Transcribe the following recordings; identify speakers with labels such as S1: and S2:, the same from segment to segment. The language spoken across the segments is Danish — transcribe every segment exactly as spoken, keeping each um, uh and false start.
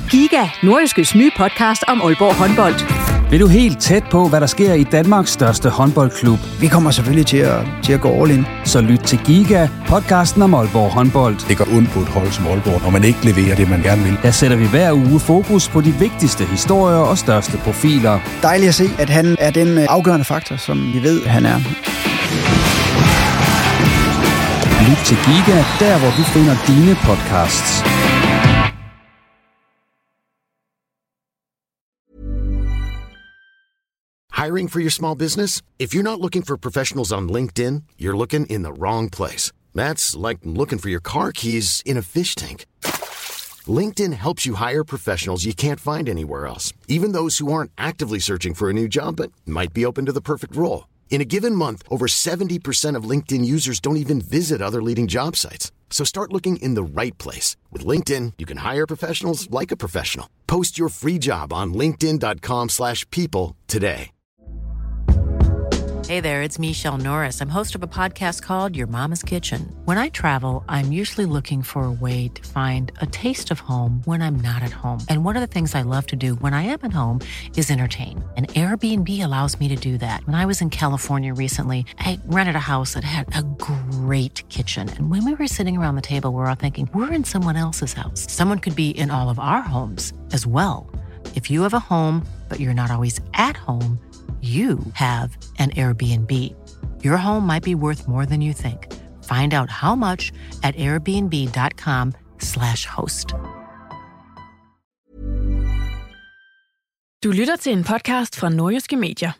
S1: Giga, Nordjyskes nye podcast om Aalborg håndbold.
S2: Vil du helt tæt på, hvad der sker i Danmarks største håndboldklub?
S3: Vi kommer selvfølgelig til at, til at gå all in.
S2: Så lyt til Giga, podcasten om Aalborg håndbold.
S4: Det går ondt på et hold som Aalborg, når man ikke leverer det, man gerne vil.
S2: Der sætter vi hver uge fokus på de vigtigste historier og største profiler.
S3: Dejligt at se, at han er den afgørende faktor, som vi ved, han er.
S2: Lyt til Giga, der hvor du finder dine podcasts.
S5: Hiring for your small business? If you're not looking for professionals on LinkedIn, you're looking in the wrong place. That's like looking for your car keys in a fish tank. LinkedIn helps you hire professionals you can't find anywhere else, even those who aren't actively searching for a new job but might be open to the perfect role. In a given month, over seventy percent of LinkedIn users don't even visit other leading job sites. So start looking in the right place. With LinkedIn, you can hire professionals like a professional. Post your free job on linkedin.com slash people today.
S6: Hey there, it's Michelle Norris. I'm host of a podcast called Your Mama's Kitchen. When I travel, I'm usually looking for a way to find a taste of home when I'm not at home. And one of the things I love to do when I am at home is entertain. And Airbnb allows me to do that. When I was in California recently, I rented a house that had a great kitchen. And when we were sitting around the table, we were all thinking, we're in someone else's house. Someone could be in all of our homes as well. If you have a home, but you're not always at home, you have an Airbnb. Your home might be worth more than you think. Find out how much at airbnb.com slash host.
S7: Du lytter til en podcast fra Nordjyske Medier.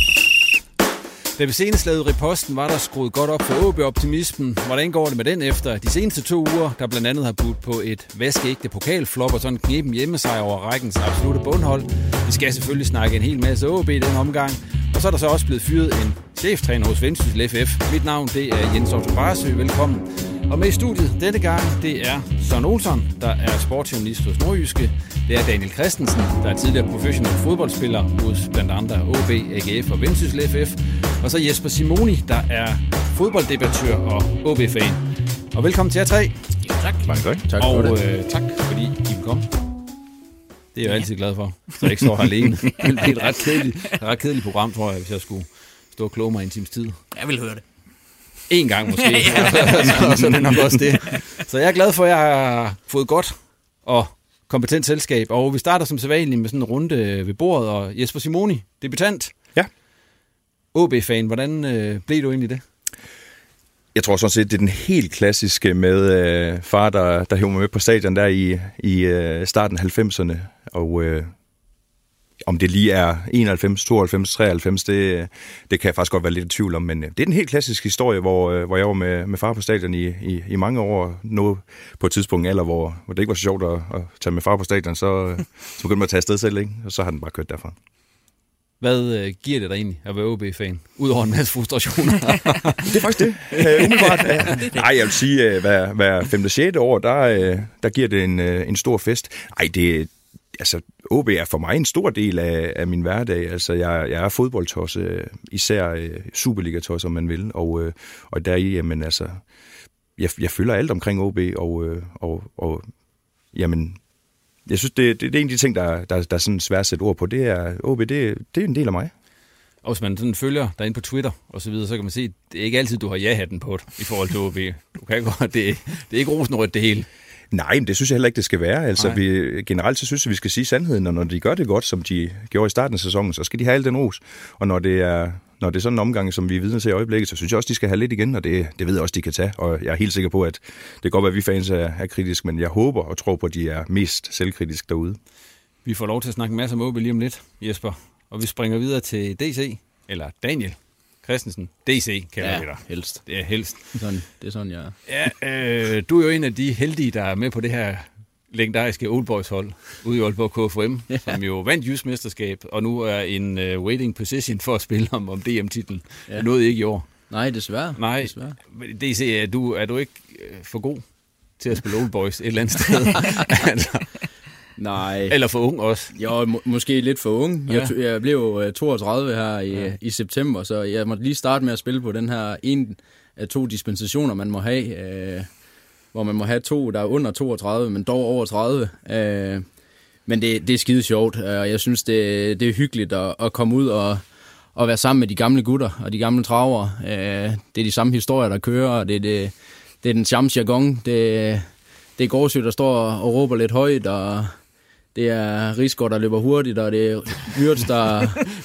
S8: Da vi senest lavede reposten, var der skruet godt op for A B optimismen. Hvordan går det med den efter de seneste to uger, der blandt andet har budt på et vaskeægte pokalflop og sådan en knepen hjemmesejr over rækkens absolutte bundhold. Vi skal selvfølgelig snakke en hel masse A B i den omgang. Og så er der så også blevet fyret en cheftræner hos Vendsyssel F F. Mit navn det er Jens Otto Barsø. Velkommen. Og med i studiet denne gang, det er Søren Olsson, der er sportsjournalist hos Nordjyske. Det er Daniel Christensen, der er tidligere professionel fodboldspiller hos blandt andre A B, A G F og Vendsyssel F F. Og så Jesper Simoni, der er fodbolddebattør og A B-fan. Og velkommen til jer tre.
S9: Ja, tak.
S4: Mange tak. Tak
S8: og
S4: for det.
S8: Øh, tak, fordi I vil komme. Det er jeg altid glad for, så jeg ikke står her alene. Det er et ret kedeligt, ret kedeligt program, tror jeg, hvis jeg skulle stå og kloge mig en times tid.
S9: Jeg vil høre det.
S8: En gang måske, så, så det er nok også det. Så jeg er glad for, at jeg har fået godt og kompetent selskab. Og vi starter som sædvanligt med sådan en runde ved bordet. Og Jesper Simoni, debutant.
S4: Ja.
S8: A B-fan, hvordan øh, blev du egentlig det?
S4: Jeg tror sådan set, det er den helt klassiske med øh, far, der, der hæver mig med på stadion der i, i øh, starten af halvfemserne. Og øh, om det lige er enoghalvfems, tooghalvfems, treoghalvfems, det, det kan jeg faktisk godt være lidt i tvivl om. Men øh, det er den helt klassiske historie, hvor, øh, hvor jeg var med, med far på stadion i, i, i mange år. Nu på et tidspunkt alder, hvor, hvor det ikke var så sjovt at, at tage med far på stadion, så, øh, så begyndte man at tage afsted selv, ikke? Og så har den bare kørt derfra.
S8: Hvad øh, giver det dig egentlig at være A B-fan? Udover en masse frustrationer.
S4: Det er faktisk det. Uh, umiddelbart. Uh, nej, jeg vil sige, uh, hver, hver femte, sjette år, der, uh, der giver det en, uh, en stor fest. Ej, det, altså, A B er for mig en stor del af, af min hverdag. Altså, jeg, jeg er fodboldtosse, især uh, Superliga-tosse, om man vil. Og, uh, og deri, jamen, altså, jeg, jeg følger alt omkring A B, og, uh, og, og jamen, jeg synes, det, det, det er en af de ting, der, der, der er sådan svært at sætte ord på. Det er, A B, det, det er en del af mig.
S8: Og hvis man sådan følger derinde på Twitter og så videre, så kan man se, at det er ikke altid, du har ja-hatten på i forhold til A B. Du kan godt, det, det er ikke rosenrødt det hele.
S4: Nej, men det synes jeg heller ikke, det skal være. Altså, vi, generelt så synes jeg, vi skal sige sandheden, og når de gør det godt, som de gjorde i starten af sæsonen, så skal de have alt den ros. Og når det er, når det er sådan en omgang, som vi er vidne til i øjeblikket, så synes jeg også, de skal have lidt igen, og det, det ved jeg også, de kan tage. Og jeg er helt sikker på, at det kan godt være, at vi fans er, er kritiske, men jeg håber og tror på, at de er mest selvkritiske derude.
S8: Vi får lov til at snakke en masse om A B lige om lidt, Jesper. Og vi springer videre til D C, eller Daniel Christensen. D C, kalder
S9: ja,
S8: vi dig.
S9: helst.
S8: Det er helst.
S9: Sådan, det er sådan, jeg er.
S8: Ja, øh, du er jo en af de heldige, der er med på det her legendariske Old Boys hold ude i Aalborg K F U M, ja. Som jo vandt Jysk mesterskab, og nu er en uh, waiting position for at spille om, om D M-titlen. Ja. Det nåede ikke i år.
S9: Nej, desværre.
S8: Nej,
S9: desværre.
S8: D C, er du, er du ikke uh, for god til at spille Old Boys et eller andet sted? altså,
S9: Nej.
S8: Eller for ung også?
S9: Jo, må, måske lidt for ung.
S8: Ja.
S9: Jeg, jeg blev jo toogtredive her i, ja. i september, så jeg måtte lige starte med at spille på den her en af to dispensationer, man må have, øh, hvor man må have to, der er under toogtredive, men dog over tredive. Øh, men det, det er skide sjovt, og jeg synes, det, det er hyggeligt at, at komme ud og, og være sammen med de gamle gutter og de gamle travere. Det er de samme historier, der kører, og det er, det, det er den samme jargon. Det, det er Gårdsø, der står og råber lidt højt, og det er Risgaard, der løber hurtigt, og det er Wirtz, der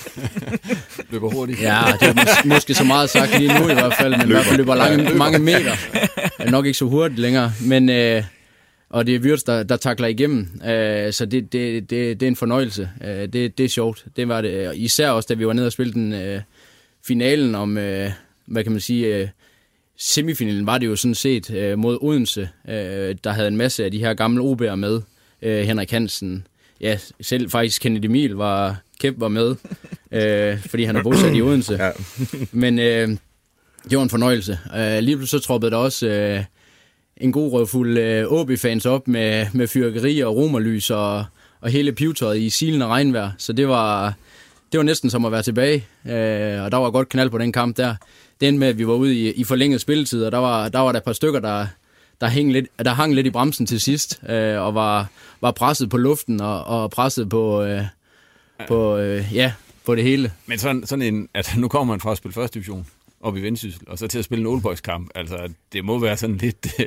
S8: løber hurtigt.
S9: Ja, det er mås- måske så meget sagt lige nu i hvert fald, men løber. i hvert fald løber lange, ja, løber. mange meter. Er nok ikke så hurtigt længere, men øh, og det er Wirtz, der, der takler igennem, øh, så det, det, det, det er en fornøjelse. Øh, det, det er sjovt. Det var det. Især også, da vi var nede og spille den øh, finalen om, øh, hvad kan man sige, øh, semifinalen var det jo sådan set øh, mod Odense, øh, der havde en masse af de her gamle O B'er med. Øh, Henrik Hansen, ja, selv faktisk Kenneth Emil var, Kæp var med, øh, fordi han er bosat i Odense. Ja. Men øh, det var en fornøjelse. Øh, lige pludselig så troppede der også øh, en god røvfuld øh, O B-fans op med, med fyrkeri og romerlys og, og hele pivetøjet i silende regnvejr. Så det var, det var næsten som at være tilbage, øh, og der var godt knald på den kamp der. Det endte med, at vi var ude i, i forlænget spilletid, og der var, der var der et par stykker, der... Der hang, lidt, der hang lidt i bremsen til sidst, øh, og var, var presset på luften og, og presset på, øh, på, øh, ja, på det hele.
S8: Men sådan, sådan en, at nu kommer man fra at spille første division op i Vendsyssel, og så til at spille en oldboys-kamp. Altså, det må være sådan lidt... Øh,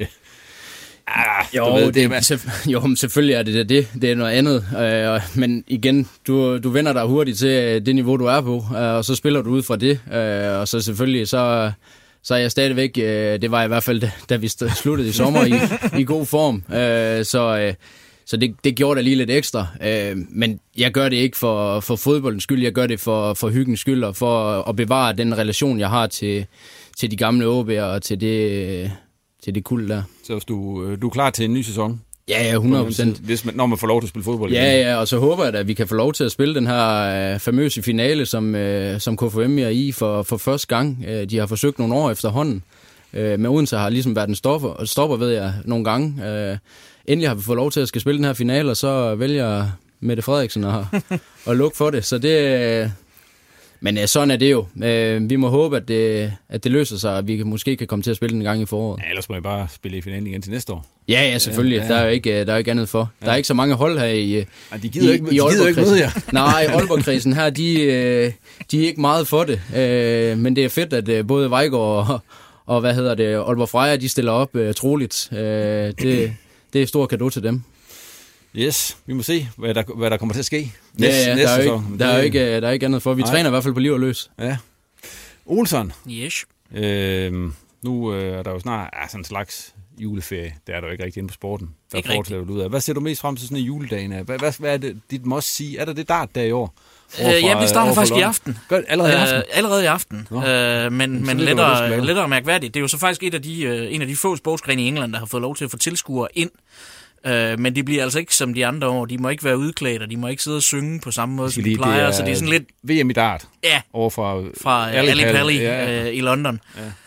S8: ah,
S9: jo, ved, det, det, selvf- jo, selvfølgelig er det det. Det er noget andet. Øh, men igen, du, du vender dig hurtigt til det niveau, du er på, øh, og så spiller du ud fra det. Øh, og så selvfølgelig, så... Så er jeg stadigvæk, øh, det var i hvert fald, da vi sluttede i sommer, i, i god form. Øh, så øh, så det, det gjorde da lige lidt ekstra. Øh, men jeg gør det ikke for, for fodboldens skyld, jeg gør det for, for hyggens skyld, og for at bevare den relation, jeg har til, til de gamle O B'er og til det, til det kuld der.
S8: Så hvis du, du er klar til en ny sæson?
S9: Ja, ja, hundrede procent.
S8: Hvis man, når man får lov til at spille fodbold?
S9: Ja, ja, og så håber jeg da, at vi kan få lov til at spille den her øh, famøse finale, som, øh, som K F M er i for, for første gang. Øh, de har forsøgt nogle år efterhånden. Øh, men Odense har ligesom været en stopper, og stopper ved jeg nogle gange. Øh, endelig har vi fået lov til at skal spille den her finale, og så vælger Mette Frederiksen at, at lukke for det. Så det... Øh, Men øh, sådan er det jo. Øh, vi må håbe, at det, at det løser sig, og vi kan, måske kan komme til at spille den en gang i foråret.
S8: Ja, ellers må jeg bare spille i finalen igen til næste år.
S9: Ja, ja, selvfølgelig. Ja, ja. Der er jo ikke, der er ikke andet for. Ja. Der er ikke så mange hold her i,
S8: ja, de gider
S9: i,
S8: ikke,
S9: i
S8: de gider ikke møde jer.
S9: Nej, Aalborg-kredsen her, de, de er ikke meget for det. Men det er fedt, at både Vejgaard og, og hvad hedder det, Aalborg Freja, de stiller op troligt. Det, det er stor cadeau til dem.
S8: Yes, vi må se, hvad der, hvad der kommer til at ske.
S9: Næste, ja, ja, næste der, er ikke, der, er ikke, der er ikke andet for. Vi Nej. træner i hvert fald på liv og løs.
S8: Ja. Olsson.
S10: Yes.
S8: Øhm, nu øh, er der jo snart ja, sådan en slags juleferie. Det er der jo ikke rigtig inde på sporten. Der fortsætter du ud af. Hvad ser du mest frem til sådan en juledagen? Hvad, hvad, hvad er det, dit must sige? Er der det dart der i år?
S10: Øh, ja, vi starter faktisk i aften.
S8: Gør, allerede i aften?
S10: Øh, allerede i aften. Øh, men men lettere, lettere mærkværdigt. Det er jo så faktisk et af de, øh, en af de få sportsgrene i England, der har fået lov til at få tilskuere ind. Uh, men de bliver altså ikke som de andre år. De må ikke være udklædt, og de må ikke sidde og synge på samme måde, som de plejer. Det er, så det er sådan lidt...
S8: V M i dart.
S10: Ja.
S8: Over fra...
S10: Fra Ali Pali ja, ja. uh, i London.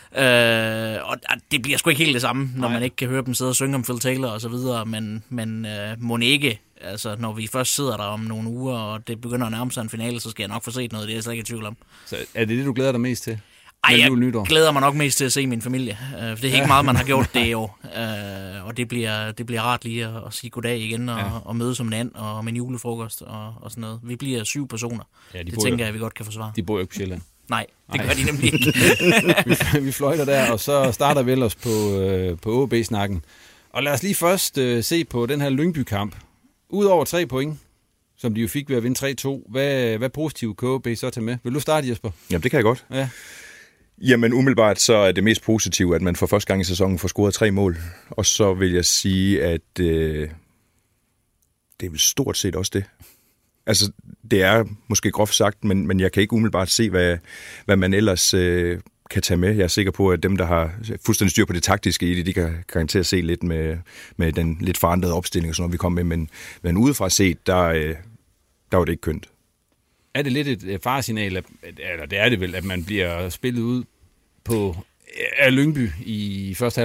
S8: Ja.
S10: Uh, og det bliver sgu ikke helt det samme, når Nej. man ikke kan høre dem sidde og synge om Phil Taylor og så videre. Men, men uh, må ikke... Altså, når vi først sidder der om nogle uger, og det begynder at nærme sig en finale, så skal jeg nok få set noget. Det er jeg slet ikke i tvivl om.
S8: Så er det det, du glæder dig mest til?
S10: Ej, jeg glæder mig nok mest til at se min familie. Uh, det er ikke ja. meget, man har gjort det i år. Uh, og det bliver, det bliver rart lige at, at sige goddag igen, og, ja. og møde som en and, og med en julefrokost, og, og sådan noget. Vi bliver syv personer. Ja, de det tænker jeg, at vi godt kan forsvare.
S8: De bor jo ikke på Sjælland.
S10: Nej, det Nej. gør de nemlig ikke.
S8: vi, vi fløjter der, og så starter vi ellers på, øh, på O B-snakken. Og lad os lige først øh, se på den her Lyngby-kamp. Udover tre point, som de jo fik ved at vinde tre to, hvad, hvad positivt kan O B så tage med? Vil du starte, Jesper?
S4: Jamen, det kan jeg godt.
S8: Ja.
S4: Jamen umiddelbart så er det mest positive, at man for første gang i sæsonen får scoret tre mål. Og så vil jeg sige, at øh, det er vel stort set også det. Altså, det er måske groft sagt, men, men jeg kan ikke umiddelbart se, hvad, hvad man ellers øh, kan tage med. Jeg er sikker på, at dem, der har fuldstændig styr på det taktiske i det, de kan garanteret se lidt med, med den lidt forandrede opstilling, og sådan noget, vi kom med. Men, men udefra set, der, øh, der var det ikke kønt.
S8: Er det lidt et faresignal, eller det er det vel, at man bliver spillet ud på af Lyngby i første halvleg?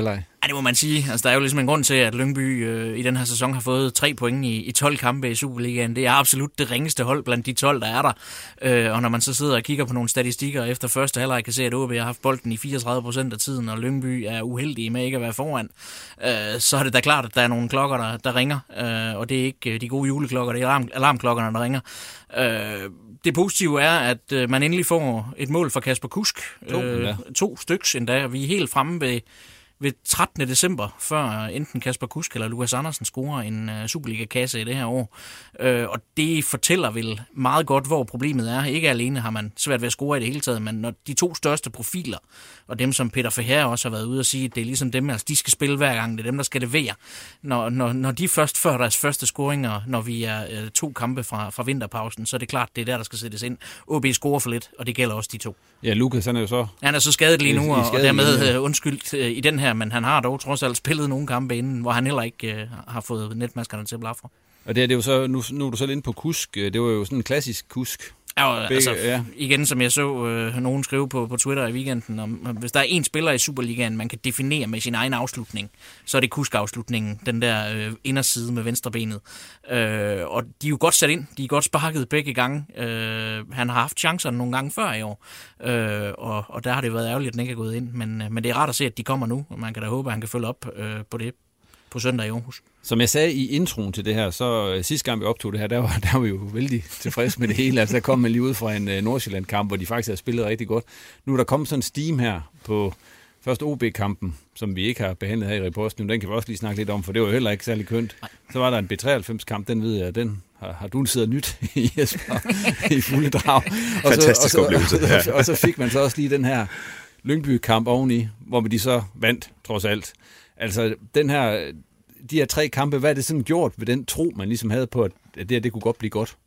S10: Ja, det må man sige. Altså, der er jo ligesom en grund til, at Lyngby øh, i den her sæson har fået tre point i, i tolv kampe i Superligaen. Det er absolut det ringeste hold blandt de tolv, der er der. Øh, og når man så sidder og kigger på nogle statistikker efter første halvleg, kan se, at O B har haft bolden i fireogtredive procent af tiden, og Lyngby er uheldige med ikke at være foran, øh, så er det da klart, at der er nogle klokker, der, der ringer. Øh, og det er ikke de gode juleklokker, det er alarm, alarmklokkerne, der ringer. Øh, det positive er, at øh, man endelig får et mål fra Kasper Kusk.
S8: To,
S10: øh, to styks endda. Vi er helt fremme ved ved trettende december, før enten Kasper Kusk eller Lukas Andersen scorer en uh, Superliga-kasse i det her år. Uh, og det fortæller vel meget godt, hvor problemet er. Ikke alene har man svært ved at score i det hele taget, men når de to største profiler, og dem som Peter Feher også har været ude og sige, at det er ligesom dem, altså de skal spille hver gang, det er dem, der skal levere. Når, når, når de først før deres første scoringer, når vi er uh, to kampe fra, fra vinterpausen, så er det klart, det er der, der skal sættes ind. O B scorer for lidt, og det gælder også de to.
S8: Ja, Lukas, han er jo så...
S10: Han er så skadet lige nu, og, og dermed uh, undskyldt uh, i den her, men han har dog trods alt spillet nogle kampe inden, hvor han heller ikke uh, har fået netmaskerne til at blafre.
S8: Og det er det jo så, nu, nu er du så inde på Kusk, det var jo sådan en klassisk Kusk.
S10: Ja, altså, ja. Igen, som jeg så øh, nogen skrive på, på Twitter i weekenden, om, hvis der er en spiller i Superligaen, man kan definere med sin egen afslutning, så er det Kusk-afslutningen, den der øh, inderside med venstrebenet. Øh, og de er jo godt sat ind, de er godt sparket begge gange. Øh, han har haft chancerne nogle gange før i år, øh, og, og der har det været ærgerligt, at den ikke er gået ind, men, men det er rart at se, at de kommer nu, og man kan da håbe, at han kan følge op øh, på det på søndag i Aarhus.
S8: Som jeg sagde i introen til det her, så øh, sidste gang vi optog det her, der var, der var vi jo vældig tilfredse med det hele. Altså der kom man lige ud fra en øh, Nordsjælland-kamp, hvor de faktisk havde spillet rigtig godt. Nu er der kommet sådan en steam her på først O B-kampen, som vi ikke har behandlet her i reposten. Den kan vi også lige snakke lidt om, for det var jo heller ikke særlig kønt. Så var der en B treoghalvfems-kamp, den ved jeg, den har, har du siddet nyt i Jesper i fulde drag. Og
S4: Fantastisk
S8: så, og
S4: oplevelse.
S8: Så, ja. Og så fik man så også lige den her Lyngby-kamp oveni, hvor de så vandt, trods alt. Altså den her... De her tre kampe, hvad er det sådan gjort ved den tro, man ligesom havde på, at det her, det kunne godt blive godt?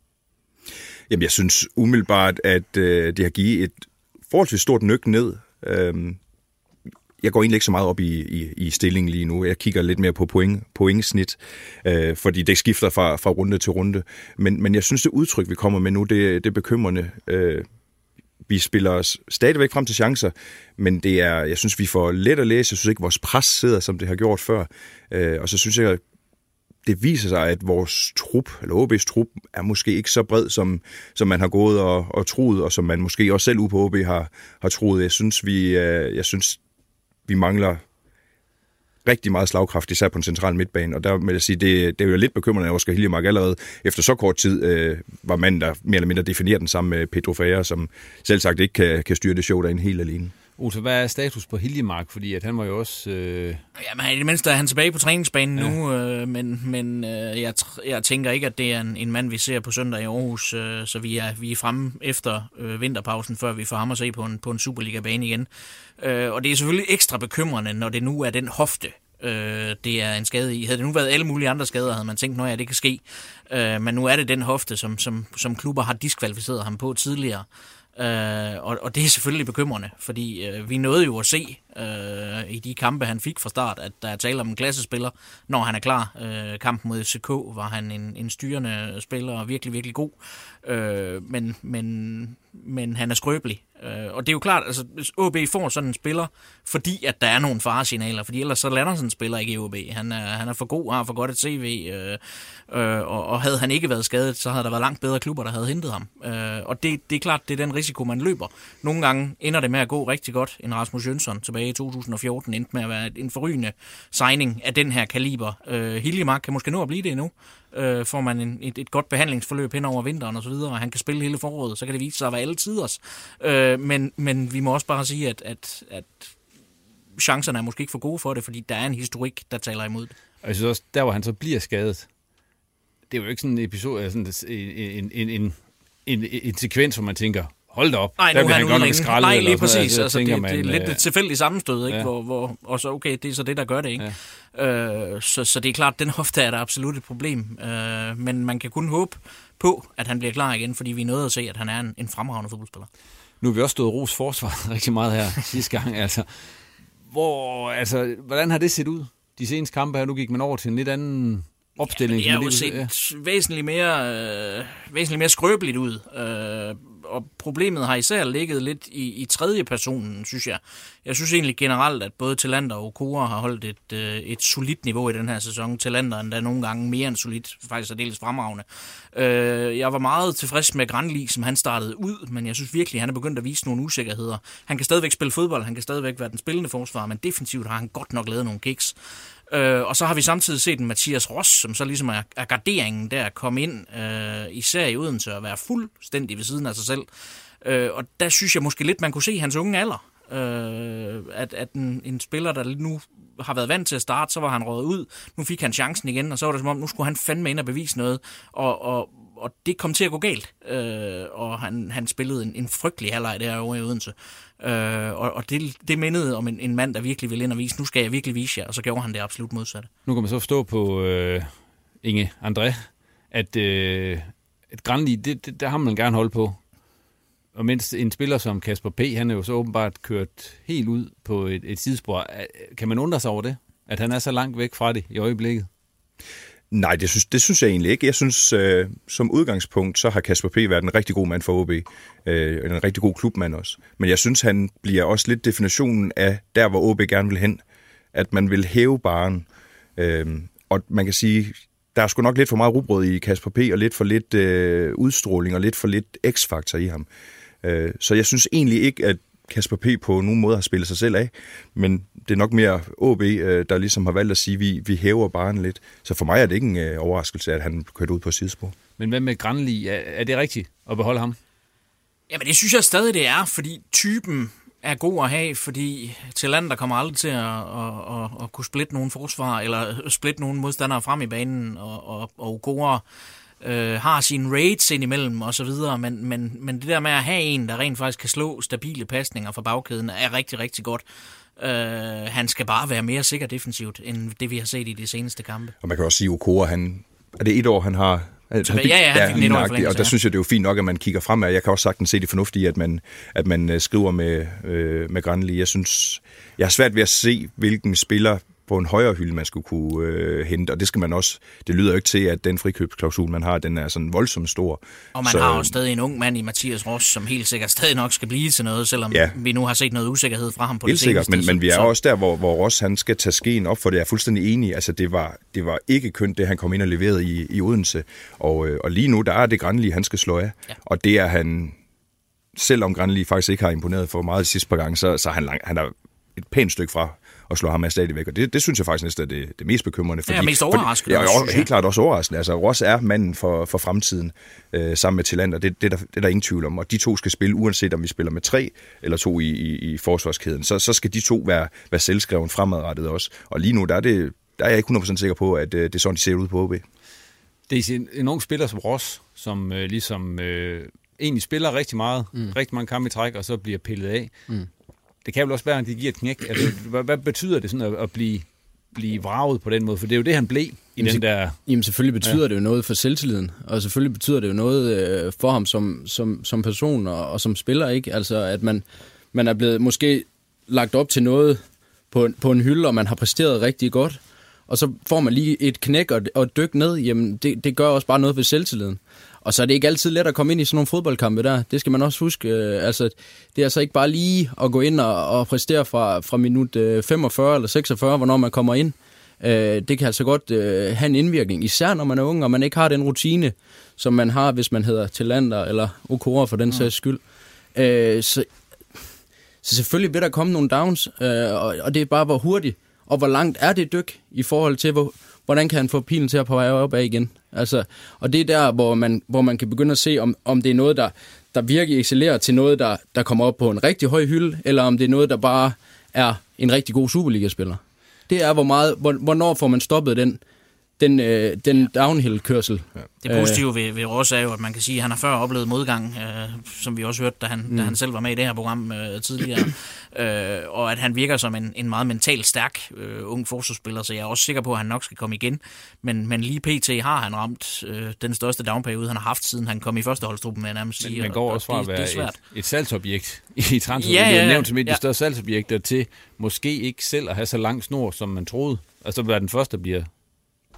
S4: Jamen, jeg synes umiddelbart, at øh, det har givet et forholdsvis stort nyk ned. Øhm, jeg går egentlig ikke så meget op i, i, i stillingen lige nu. Jeg kigger lidt mere på point, pointsnit, øh, fordi det skifter fra, fra runde til runde. Men, men jeg synes, det udtryk, vi kommer med nu, det, det er bekymrende. Øh, Vi spiller os stadigvæk frem til chancer, men det er, jeg synes, vi får let at læse. Jeg synes ikke, vores pres sidder, som det har gjort før. Øh, og så synes jeg, det viser sig, at vores trup, eller O B's trup, er måske ikke så bred, som, som man har gået og, og troet, og som man måske også selv ude på O B har, har troet. Jeg synes, vi, øh, jeg synes, vi mangler rigtig meget slagkraft, især på den centrale midtbane, og der vil jeg sige, det, det er jo lidt bekymrende, at Oscar Hiljemark allerede efter så kort tid øh, var manden, der mere eller mindre definerer den samme med Pedro Feher, som selv sagt ikke kan, kan styre det show derinde helt alene.
S8: Ota, hvad er status på Hiljemark? Fordi at han var jo også... Øh...
S10: Jamen, i det mindste er han tilbage på træningsbanen ja. nu, øh, men, men øh, jeg, jeg tænker ikke, at det er en, en mand, vi ser på søndag i Aarhus, øh, så vi er, vi er fremme efter øh, vinterpausen, før vi får ham at se på en, på en Superliga-bane igen. Øh, og det er selvfølgelig ekstra bekymrende, når det nu er den hofte, øh, det er en skade i. Havde det nu været alle mulige andre skader, havde man tænkt, nå ja, det kan ske. Øh, men nu er det den hofte, som, som, som klubber har diskvalificeret ham på tidligere. Uh, og, og det er selvfølgelig bekymrende, fordi uh, vi nåede jo at se uh, i de kampe, han fik fra start, at der er tale om en klassespiller, når han er klar. Uh, kampen mod F C K var han en, en styrende spiller og virkelig, virkelig god, uh, men, men, men han er skrøbelig. Uh, og det er jo klart, altså hvis O B får sådan en spiller, fordi at der er nogle faresignaler, fordi ellers så lander sådan en spiller ikke i O B. Han er, han er for god, har for godt et C V, uh, uh, og, og havde han ikke været skadet, så havde der været langt bedre klubber, der havde hentet ham. Uh, og det, det er klart, det er den risiko, man løber. Nogle gange ender det med at gå rigtig godt. En Rasmus Jønsson tilbage i to tusind og fjorten endte med at være en forrygende signing af den her kaliber. Uh, Hiljemark kan måske nå at blive det endnu. Uh, får man en, et, et godt behandlingsforløb hen over vinteren og så videre, og han kan spille hele foråret, så kan det vise sig at være alle tiders. Uh, men, men vi må også bare sige, at, at, at chancerne er måske ikke for gode for det, fordi der er en historik, der taler imod det.
S8: Og jeg synes også, der hvor han så bliver skadet, det er jo ikke sådan en episode, sådan en, en, en, en, en sekvens, hvor man tænker, hold da op,
S10: nej,
S8: der bliver han godt nok skrællet.
S10: Nej, lige præcis.
S8: Altså,
S10: altså, det,
S8: man,
S10: det er lidt et tilfældigt sammenstød, ikke?
S8: Ja.
S10: Hvor, hvor, og så okay, det er så det, der gør det, ikke? Ja. Øh, så, så det er klart, den hofte er der absolut et problem. Øh, men man kan kun håbe på, at han bliver klar igen, fordi vi er nødt til at se, at han er en, en fremragende fodboldspiller.
S8: Nu har vi også stået ros forsvar rigtig meget her sidste gang. Altså, hvor, altså, hvordan har det set ud? De seneste kampe her, nu gik man over til en lidt anden opstilling.
S10: Ja, det har jo set ja. væsentligt mere, øh, væsentligt mere skrøbeligt ud. Øh, og problemet har især ligget lidt i, i tredje personen, synes jeg. Jeg synes egentlig generelt, at både Tillander og Okora har holdt et, øh, et solidt niveau i den her sæson. Tillander endda nogle gange mere end solidt, faktisk er dels fremragende. Øh, jeg var meget tilfreds med Granli, som han startede ud, men jeg synes virkelig, at han er begyndt at vise nogle usikkerheder. Han kan stadigvæk spille fodbold, han kan stadigvæk være den spillende forsvar, men defensivt har han godt nok lavet nogle kiks. Øh, og så har vi samtidig set en Mathias Ross, som så ligesom er, er garderingen der at komme ind, øh, især i Odense, og være fuldstændig ved siden af sig selv. Øh, og der synes jeg måske lidt, man kunne se hans unge alder. Øh, at at en, en spiller, der nu har været vant til at starte, så var han røget ud. Nu fik han chancen igen, og så var det som om, nu skulle han fandme ind og bevise noget. Og, og, og det kom til at gå galt. Øh, og han, han spillede en, en frygtelig halvleg derovre i Odense. Øh, og og det, det mindede om en, en mand, der virkelig ville ind og vise, nu skal jeg virkelig vise jer, og så gjorde han det absolut modsatte.
S8: Nu kan man så forstå på øh, Inge André, at, øh, at Granli, det, det, der har man gerne holdt på. Og mens en spiller som Kasper P., han er jo så åbenbart kørt helt ud på et, et sidespor. Kan man undre sig over det? At han er så langt væk fra det i øjeblikket?
S4: Nej, det synes, det synes jeg egentlig ikke. Jeg synes, øh, som udgangspunkt, så har Kasper P. været en rigtig god mand for O B. Øh, en rigtig god klubmand også. Men jeg synes, han bliver også lidt definitionen af der, hvor O B gerne vil hen. At man vil hæve barren. Øh, og man kan sige, der er sgu nok lidt for meget rugbrød i Kasper P. og lidt for lidt øh, udstråling og lidt for lidt x-faktor i ham. Øh, så jeg synes egentlig ikke, at Kasper P. på nogen måde har spillet sig selv af, men det er nok mere O B, der ligesom har valgt at sige, at vi, vi hæver barren lidt. Så for mig er det ikke en øh, overraskelse, at han kørte ud på sidespor.
S8: Men hvad med Granli? Er, er det rigtigt at beholde ham?
S10: Jamen det synes jeg stadig, det er, fordi typen er god at have, fordi Tillander kommer aldrig til at, at, at, at kunne splitte nogen forsvar, eller splitte nogen modstandere frem i banen, og, og, og Okora øh, har sine raids indimellem og så videre, men, men, men det der med at have en, der rent faktisk kan slå stabile pasninger fra bagkæden, er rigtig, rigtig godt. Øh, han skal bare være mere sikker defensivt, end det vi har set i de seneste kampe.
S4: Og man kan også sige, at Okora, han, er det et år, han har...
S10: Så, ja, ja, han fik ja, en
S4: og der synes jeg, det er jo fint nok, at man kigger fremad. Jeg kan også sagtens se det fornuftige, at man, at man skriver med, øh, med Granli. Jeg synes, jeg har svært ved at se, hvilken spiller på en højere hylde, man skulle kunne øh, hente, og det skal man også, det lyder jo ikke til, at den frikøbsklausul, man har, den er sådan voldsomt stor.
S10: Og man så, har jo stadig en ung mand i Mathias Ross, som helt sikkert stadig nok skal blive til noget, selvom ja, vi nu har set noget usikkerhed fra ham på det seneste.
S4: Men, men vi er så også der, hvor, hvor Ross han skal tage skeen op, for det er fuldstændig enig. Altså, det var, det var ikke kønt, det han kom ind og leverede i, i Odense. Og, øh, og lige nu, der er det Granli, han skal slå af. Ja. Og det er han, selvom Granli faktisk ikke har imponeret for meget de sidste par gange, så, så er han, lang, han er et pænt stykke fra og slå ham af stadigvæk. Og det, det synes jeg faktisk næsten er det, det mest bekymrende.
S10: Fordi, ja, mest overraskende.
S4: Fordi, ja, helt klart også overraskende. Altså, Ross er manden for, for fremtiden øh, sammen med Tillander. Det, det, der, det er der ingen tvivl om. Og de to skal spille, uanset om vi spiller med tre eller to i, i, i forsvarskæden. Så, så skal de to være, være selvskreven fremadrettet også. Og lige nu, der er, det, der er jeg ikke hundrede procent sikker på, at øh, det er sådan, de ser ud på O B.
S8: Det er en, en ung spiller som Ross, som øh, ligesom øh, egentlig spiller rigtig meget, mm. rigtig mange kampe i træk, og så bliver pillet af. Mm. Det kan vel også være, at de giver et knæk. Altså, hvad, hvad betyder det sådan at, at blive, blive vraget på den måde? For det er jo det, han blev i jamen, den der...
S9: Jamen selvfølgelig betyder ja. det jo noget for selvtilliden, og selvfølgelig betyder det jo noget øh, for ham som, som, som person og, og som spiller, ikke? Altså, at man, man er blevet måske lagt op til noget på, på en hylde, og man har præsteret rigtig godt, og så får man lige et knæk og, og dyk ned, jamen det, det gør også bare noget for selvtilliden. Og så er det ikke altid let at komme ind i sådan nogle fodboldkampe der. Det skal man også huske. Altså, det er altså ikke bare lige at gå ind og, og præstere fra, fra minut femogfyrre eller seksogfyrre, hvornår man kommer ind. Det kan altså godt have en indvirkning, især når man er ung, og man ikke har den rutine, som man har, hvis man hedder Tillander eller Okora for den sags skyld. Så, så selvfølgelig vil der komme nogle downs, og det er bare, hvor hurtigt og hvor langt er det dyk i forhold til, hvor, hvordan kan han få pilen til at på vej op af igen. Altså, og det er der, hvor man, hvor man kan begynde at se, om, om det er noget, der, der virkelig excellerer til noget, der, der kommer op på en rigtig høj hylde, eller om det er noget, der bare er en rigtig god Superliga-spiller. Det er, hvor meget, hvor, hvornår får man stoppet den, den, øh, den downhill-kørsel.
S10: Ja. Det positive ved, ved Ross er jo, at man kan sige, at han har før oplevet modgang, øh, som vi også hørte, da han, mm. da han selv var med i det her program øh, tidligere, øh, og at han virker som en, en meget mentalt stærk øh, ung forsvarsspiller, så jeg er også sikker på, at han nok skal komme igen. Men, men lige pt. Har han ramt øh, den største downperiode, han har haft, siden han kom i førsteholdstruppen, vil jeg nærmest sige.
S8: Men man går også fra at være et, et salgsobjekt i transfer.
S10: Ja, ja, ja.
S8: Det er nævnt som et af de største salgsobjekter til måske ikke selv at have så lang snor, som man troede. Altså, hvad er den første, der bliver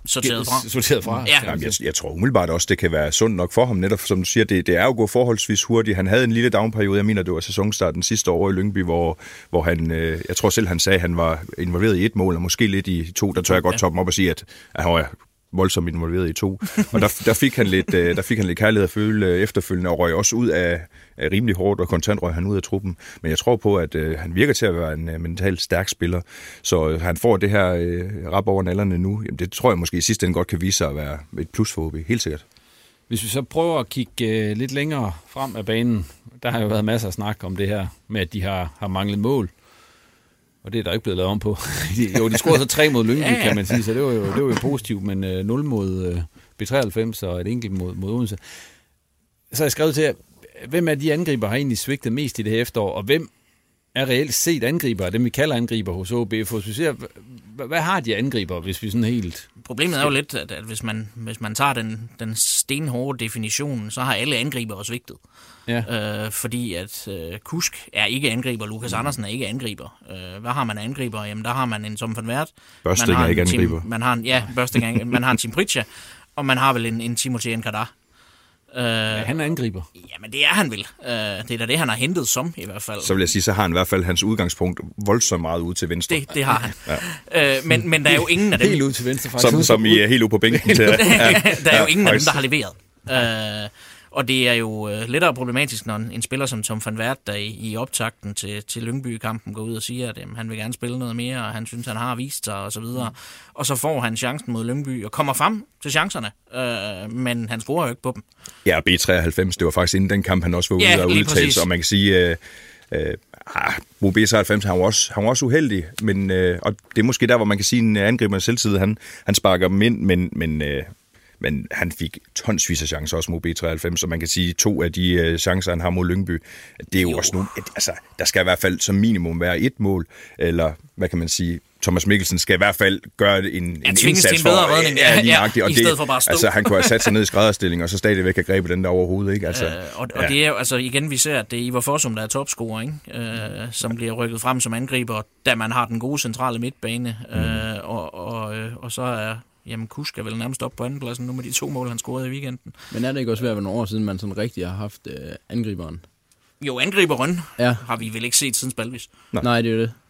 S10: sorteret fra.
S8: Sorteret fra.
S10: Ja.
S4: Jamen, jeg, jeg tror umiddelbart også, det kan være sundt nok for ham, netop som du siger, det, det er jo gået forholdsvis hurtigt. Han havde en lille downperiode, jeg mener, det var sæsonstarten sidste år i Lyngby, hvor, hvor han, øh, jeg tror selv, han sagde, at han var involveret i et mål, og måske lidt i to. Der tør jeg godt toppe op og sige, at, at han var voldsomt involveret i to. Og der, der, fik han lidt, øh, der fik han lidt kærlighed at føle øh, efterfølgende, og røg også ud af, af rimelig hårdt, og kontant røg han ud af truppen. Men jeg tror på, at øh, han virker til at være en øh, mentalt stærk spiller, så øh, han får det her øh, rap over nallerne nu. Jamen, det tror jeg måske i sidste ende godt kan vise sig at være et plus for O B, helt sikkert.
S8: Hvis vi så prøver at kigge øh, lidt længere frem af banen, der har jo været masser af snak om det her med, at de har, har manglet mål. Og det er der ikke blevet lavet om på. Jo, de scorede så tre mod Lyngby, ja, ja. kan man sige, så det var jo, det var jo positivt, men øh, nul mod øh, B treoghalvfems og et enkelt mod, mod Odense. Så har jeg skrevet til jer, hvem af de angriber har egentlig svigtet mest i det her efterår, og hvem er reelt set angriber, dem vi kalder angriber hos O B? For hvis vi ser, hvad, hvad har de angriber, hvis vi sådan helt...
S10: Problemet er jo lidt, at, at hvis, man, hvis man tager den, den stenhårde definition, så har alle angriber svigtet. Ja. Øh, fordi at øh, Kusk er ikke angriber, Lukas mm. Andersen er ikke angriber. Øh, hvad har man angriber? Jamen der har man en Tom van Wert.
S4: Børsting er ikke angriber.
S10: Team, man har en, ja, Børsting er, man har en Tim Pritja, og man har vel en, en Timothy Nkada.
S8: Øh, ja, han er angriber.
S10: Jamen det er han vel. Øh, det er da det, han har hentet som i hvert fald.
S4: Så vil jeg sige, så har han i hvert fald hans udgangspunkt voldsomt meget ud til venstre.
S10: Det, det har han. Ja. Øh, men, men der er jo ingen af dem...
S8: Helt ud til venstre faktisk.
S4: Som, som I er helt ude på bænken til. Ja.
S10: Der er jo ingen ja, af dem, der har leveret. Øh, og det er jo øh, lettere problematisk, når en, en spiller som Tom van Wert, der i, i optakten til, til Lyngby-kampen går ud og siger, at jamen, han vil gerne spille noget mere, og han synes, han har vist sig, og så videre. Mm. Og så får han chancen mod Lyngby, og kommer frem til chancerne, øh, men han scorer jo ikke på dem.
S4: Ja, B treoghalvfems, det var faktisk inden den kamp, han også var ude
S10: ja,
S4: og udtale sig, og man kan sige... Øh, øh, ah, B treoghalvfems, han var også, han var også uheldig, men, øh, og det er måske der, hvor man kan sige, en angriber selvtid, han, han sparker dem ind, men... men øh, Men han fik tonsvis af chancer også mod B treoghalvfems, så man kan sige, to af de uh, chancer, han har mod Lyngby, det er jo, jo. også nu, altså, der skal i hvert fald som minimum være et mål, eller hvad kan man sige, Thomas Mikkelsen skal i hvert fald gøre en, en indsats for,
S10: redning, ja, ja, ja,
S4: og
S10: i
S4: det,
S10: stedet for bare at stå.
S4: Altså, han kunne have sat sig ned i skrædderstilling, og så stadigvæk have grebet den der overhovedet, ikke? Altså,
S10: øh, og, og
S4: ja.
S10: det er jo, altså igen, vi ser, at det er Ivar Fossum, der er topscorer, ikke? Øh, som bliver rykket frem som angriber, da man har den gode centrale midtbane, mm. øh, og, og, øh, og så er jamen, Kusk er vel nærmest op på andenpladsen nu med de to mål, han scorede i weekenden.
S9: Men er det ikke også ved at være nogle år siden, man sådan rigtig har haft øh, angriberen?
S10: Jo, angriberen
S9: ja.
S10: har vi vel ikke set siden Spalvis.
S9: Nej, Nej det er jo det.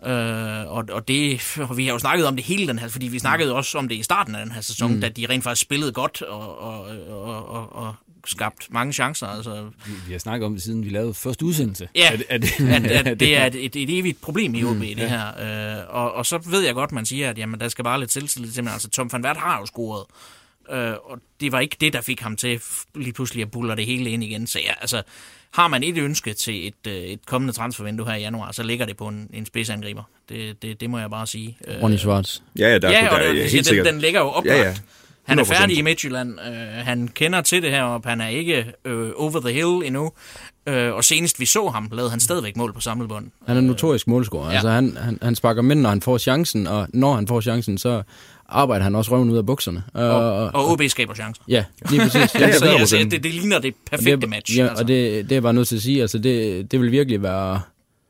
S10: Øh, og, og det, og vi har jo snakket om det hele den her, fordi vi snakkede også om det i starten af den her sæson, mm. da de rent faktisk spillede godt og, og, og, og, og skabt mange chancer. Altså.
S8: Vi, vi har snakket om det, siden vi lavede første udsendelse.
S10: Ja, at, at, at, at det er et, et, et evigt problem i O B, mm, det ja. her. Øh, og, og så ved jeg godt, man siger, at jamen, der skal bare lidt selvtillid til, men altså Tom van Wert har jo scoret. Øh, og det var ikke det, der fik ham til lige pludselig at buller det hele ind igen. Så ja, altså, har man et ønske til et, et kommende transfervindue her i januar, så ligger det på en, en spidsangriber. Det, det, det må jeg bare sige.
S9: Ronny Schwartz.
S4: Ja, ja, der,
S10: ja, og
S4: der,
S10: der,
S4: der,
S10: helt den, den ligger jo oplagt. Ja, ja. Han er færdig i Midtjylland. Uh, han kender til det her op. Han er ikke uh, over the hill endnu. Uh, og senest vi så ham, lavede han stadigvæk mål på samlebånd.
S9: Han er notorisk målscorer. Ja. Altså, han, han, han sparker mænd, når han får chancen, og når han får chancen, så arbejder han også røven ud af bukserne.
S10: Og, og, og O B skaber chancer.
S9: Ja, lige præcis.
S10: ja, så jeg siger, det, det ligner det perfekte
S9: det,
S10: match.
S9: Ja,
S10: altså.
S9: og det, det er bare nødt til at sige, altså det, det vil virkelig være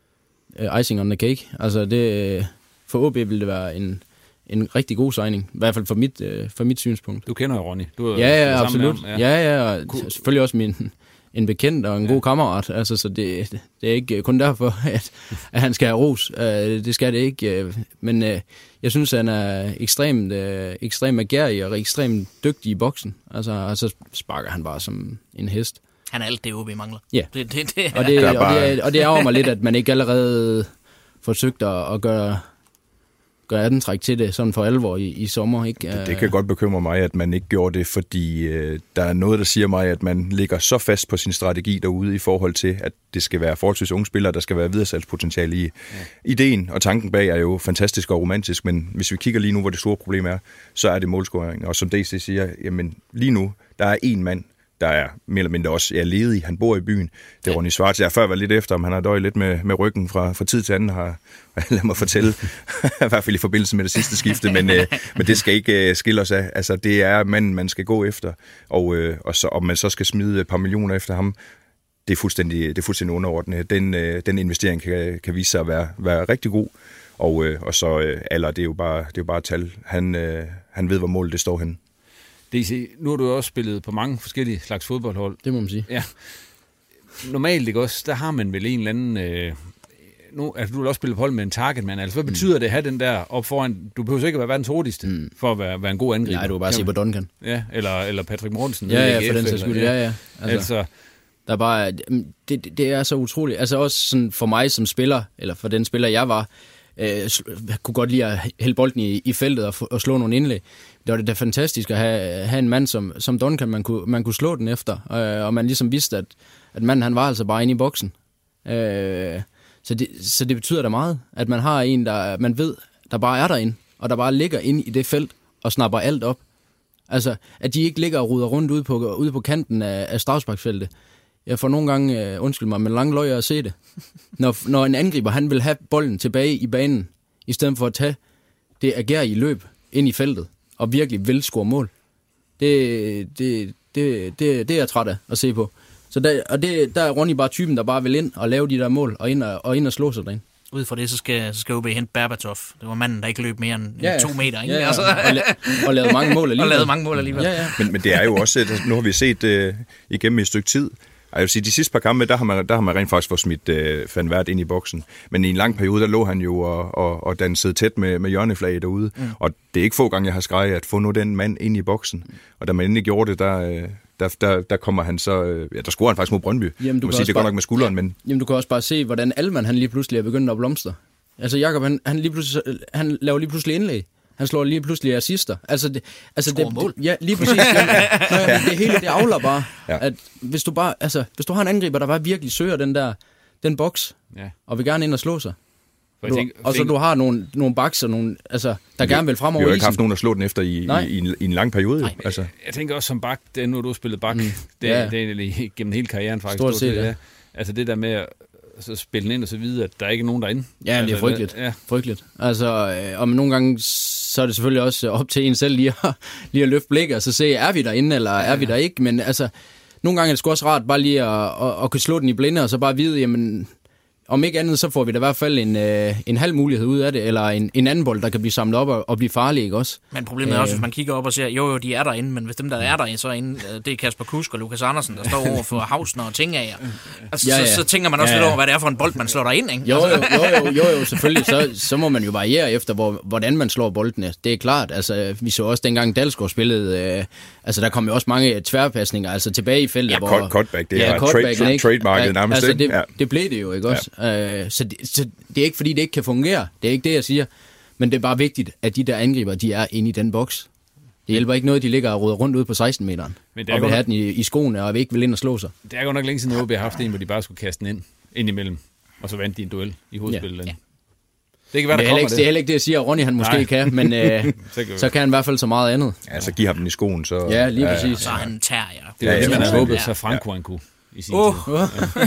S9: uh, icing on the cake. Altså det, for O B vil det være en, en rigtig god signing, i hvert fald for mit, uh, for mit synspunkt.
S8: Du kender jo Ronny. Du er
S9: ja, ja, absolut. Ja. ja, ja, og cool. Selvfølgelig også min en bekendt og en ja. god kammerat. Altså, så det, det er ikke kun derfor, at, at han skal have ros. Uh, det skal det ikke. Uh, men uh, jeg synes, at han er ekstremt, uh, ekstremt agerig og ekstremt dygtig i boksen. Altså, og så sparker han bare som en hest.
S10: Han er alt det, O B mangler.
S9: Ja.
S10: Det, det, det,
S9: og, det, og, det, og det ærger mig lidt, at man ikke allerede forsøgte at, at gøre... gør antræk til det sådan for alvor i, i sommer. Ikke?
S4: Det, det kan godt bekymre mig, at man ikke gjorde det, fordi øh, der er noget, der siger mig, at man ligger så fast på sin strategi derude i forhold til, at det skal være forholdsvis unge spillere, der skal være videresalgspotentiale i. Ja. Ideen og tanken bag er jo fantastisk og romantisk, men hvis vi kigger lige nu, hvor det store problem er, så er det målscoring. Og som D C siger, jamen lige nu, der er en mand, der er mere eller mindre også er ledig. Han bor i byen. Det er Ronny Schwartz. Jeg har før været lidt efter, om han har døjet lidt med, med ryggen fra, fra tid til anden. Har, lad mig fortælle, i hvert fald i forbindelse med det sidste skifte, men, øh, men det skal ikke øh, skille os af. Altså, det er manden, man skal gå efter, og, øh, og så, om man så skal smide et par millioner efter ham, det er fuldstændig, det er fuldstændig underordnet. Den, øh, den investering kan, kan vise sig at være, være rigtig god, Og, øh, og så øh, alder, det er jo bare, det er jo bare tal. Han, øh, han ved, hvor målet det står henne.
S8: D C, nu har du også spillet på mange forskellige slags fodboldhold.
S9: Det må man sige.
S8: Ja. Normalt, ikke også, der har man vel en eller anden... Øh, nu, altså, du har også spillet på hold med en targetman. Altså, hvad betyder mm. det at have den der op foran? Du behøver ikke at være verdens hurtigste mm. for at være, være en god angriber.
S9: Nej, du kan bare se på Duncan.
S8: Ja, eller, eller Patrick Mortensen.
S9: Ja, ja, for den sags skyld. Ja, ja.
S8: Altså, altså
S9: der er bare, det, det er så utroligt. Altså også sådan for mig som spiller, eller for den spiller, jeg var, øh, kunne godt lide at hælde bolden i, i feltet og, og slå nogle indlæg. Det var det da fantastisk at have, have en mand som, som Duncan, man kunne, man kunne slå den efter. Øh, og man ligesom vidste, at, at manden han var altså bare inde i boksen. Øh, så, det, så det betyder da meget, at man har en, der man ved, der bare er derinde, og der bare ligger inde i det felt og snapper alt op. Altså, at de ikke ligger og ruder rundt ude på, ude på kanten af, af straffesparksfeltet. Jeg får nogle gange, uh, undskyld mig, men langt løg at se det. Når, når en angriber, han vil have bolden tilbage i banen, i stedet for at tage det agerige løb ind i feltet, og virkelig vil score mål. Det, det, det, det, det er jeg træt af at se på. Så der, og det, der er Ronny bare typen, der bare vil ind og lave de der mål, og ind og, og, ind og slå sig derinde.
S10: Ud fra det, så skal, så skal O B hente Berbatov. Det var manden, der ikke løb mere end
S9: ja, ja.
S10: to meter. Ikke?
S9: Ja, ja.
S10: Altså.
S9: Og, la- og lavede mange mål alligevel.
S10: og lavede mange mål alligevel.
S9: Ja, ja.
S4: Men, men det er jo også, nu har vi set uh, igennem et stykke tid, jeg vil sige, de sidste par kampe, der har man, der har man rent faktisk fået smidt uh, Van Wert ind i boksen. Men i en lang periode, der lå han jo og, og, og dansede tæt med, med hjørneflaget derude. Mm. Og det er ikke få gange, jeg har skreget at få nu den mand ind i boksen. Og da man endelig gjorde det, der... Uh, Der, der, der kommer han så... Ja, der scorer han faktisk mod Brøndby.
S9: Jamen, du
S4: må sige, det går nok med skulderen, men...
S9: Jamen, du kan også bare se, hvordan Alman, han lige pludselig er begyndt at blomstre. Altså, Jakob, han, han, lige pludselig, han laver lige pludselig indlæg. Han slår lige pludselig assister. Altså, det, altså det,
S10: mål.
S9: Ja, lige præcis. Jamen, det hele, det afler bare.
S4: Ja.
S9: At hvis du bare... Altså, hvis du har en angriber, der bare virkelig søger den der... Den boks, ja. Og vil gerne ind og slå sig. Du, tænker, og så tænker, du har nogle, nogle bakser, nogle, altså, der vi, gerne vil fremover.
S4: Vi har jo ikke haft nogen at slå den efter i, i, i, en, i en lang periode.
S8: Nej,
S4: altså.
S8: Jeg tænker også som bak, det er nu du har spillet bak, mm. det,
S9: ja.
S8: det er gennem hele karrieren faktisk.
S9: Stort set, ja.
S8: Altså det der med at så spille den ind og så videre, at der er ikke nogen derinde.
S9: Ja,
S8: altså,
S9: det er frygteligt.
S8: Ja.
S9: frygteligt. Altså, øh, og nogle gange, så er det selvfølgelig også op til en selv lige at, lige at løfte blikket og så se, er vi derinde, eller er ja. vi der ikke? Men altså, nogle gange er det sgu også rart bare lige at, at, at kunne slå den i blinde, og så bare vide, jamen... Om ikke andet, så får vi da i hvert fald en, øh, en halv mulighed ud af det, eller en, en anden bold, der kan blive samlet op og, og blive farlig, ikke også?
S10: Men problemet er også, hvis man kigger op og ser, jo jo, de er derinde, men hvis dem, der er derinde, så er inde, det er Kasper Kusk og Lukas Andersen, der står over for Hausner og Tingager. Altså, ja, ja. Så, så tænker man også ja, ja. lidt over, hvad det er for en bold, man slår derind, ikke?
S9: Jo, jo, jo, jo, jo, jo selvfølgelig, så, så må man jo variere efter, hvor, hvordan man slår boldene. Det er klart, altså, vi så også dengang Dalsgaard spillede, øh, altså der kom jo også mange tværpasninger, altså tilbage i feltet.
S4: Ja,
S9: hvor,
S4: cutback, det
S9: ja,
S4: er trade, trade, trademarket nærmest,
S9: altså, det,
S4: ja.
S9: det blev det jo, ikke også? Ja. Øh, så Så det er ikke, fordi det ikke kan fungere. Det er ikke det, jeg siger. Men det er bare vigtigt, at de der angriber, de er inde i den boks. Det hjælper ikke noget, de ligger og ruder rundt ude på seksten meteren. Men og vil have den i, i skoene, og ikke vil ind og slå sig.
S8: Det er jo nok længe siden, at O B har haft en, hvor de bare skulle kaste den ind, ind imellem. Og så vandt de en duel i hovedspillet. Ja. Ja. Det kan være, der kommer
S9: ikke, det. Det er heller ikke det, jeg siger, at Ronny han måske Nej. kan, men øh, så, kan så kan han i hvert fald så meget andet.
S4: Ja, så giv ham den i skoen. Så,
S9: ja, lige præcis.
S10: Ja, så han tager, ja.
S8: Det er jo det, man har håbet, så Franco han kunne. I sin
S10: oh.
S8: tid. Ja.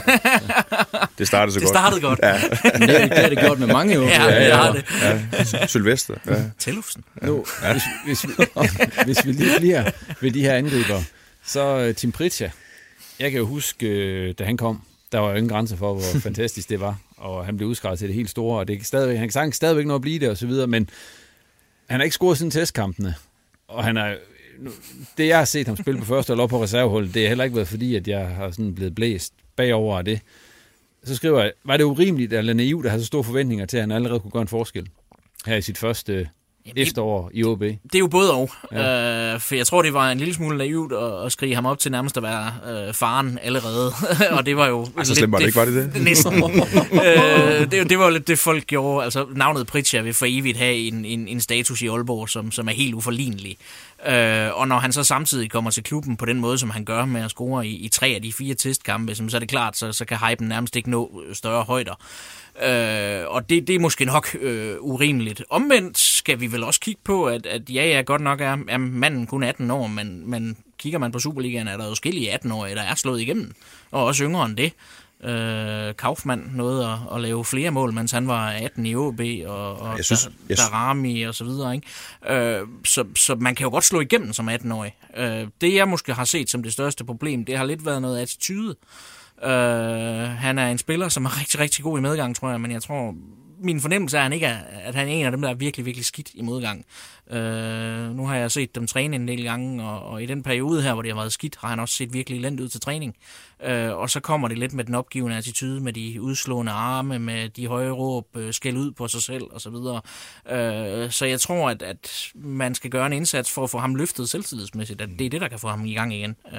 S4: Det startede så
S10: det
S4: godt.
S10: startede godt.
S4: Ja.
S9: det, det har det gjort med mange år.
S10: Ja, det har det.
S4: Ja. Sylvester. Ja.
S10: Tellufsen.
S8: Ja. Nu, hvis, hvis, vi, hvis vi lige bliver ved de her angriber, så uh, Tim Pritja. Jeg kan jo huske, uh, da han kom, der var jo ingen grænser for, hvor fantastisk det var. Og han blev udskrevet til det helt store, og det kan stadigvæk, han kan stadigvæk nå at blive det, og så videre, men han har ikke scoret siden testkampene. Og han er det, jeg har set ham spille på første eller op på reserveholdet, det har heller ikke været fordi, at jeg har sådan blevet blæst bagover af det. Så skriver jeg, var det urimeligt eller naivt at have så store forventninger til, at han allerede kunne gøre en forskel her i sit første Jamen, efterår i O B?
S10: Det er jo både og. Ja. Øh, for jeg tror, det var en lille smule naivt at, at skrige ham op til nærmest at være øh, faren allerede. Og det var jo...
S4: Altså, lidt, slemt var det ikke, var det det?
S10: Næsten. øh, det, det var jo lidt det, folk gjorde. Altså, navnet Pritja vil for evigt have en, en, en status i Aalborg, som, som er helt uforlignelig. Øh, og når han så samtidig kommer til klubben på den måde, som han gør med at score i, i tre af de fire testkampe, så er det klart, så, så kan hypen nærmest ikke nå større højder. Øh, og det, det er måske nok øh, urimeligt. Omvendt skal vi vel også kigge på, at, at ja, ja, godt nok er, er manden kun atten år, men, men kigger man på Superligaen, er der jo skille atten-årige, der er slået igennem, og også yngre end det. Øh, Kaufmann nåede at, at lave flere mål, mens han var atten i O B, og, og jeg synes, jeg... Darami og så videre. Ikke? Øh, så, så man kan jo godt slå igennem som atten-årig. Øh, det jeg måske har set som det største problem, det har lidt været noget attitude. Uh, han er en spiller, som er rigtig, rigtig god i medgang, tror jeg, men jeg tror min fornemmelse er, at han ikke er, at han er en af dem, der er virkelig, virkelig skidt i modgang. Uh, nu har jeg set dem træne en del gange, og, og i den periode her, hvor det har været skidt, har han også set virkelig elendigt ud til træning. Uh, og så kommer det lidt med den opgivende attitude, med de udslående arme, med de høje råb, uh, skæld ud på sig selv osv. Uh, så jeg tror, at, at man skal gøre en indsats for at få ham løftet selvtillidsmæssigt. At det er det, der kan få ham i gang igen. Uh,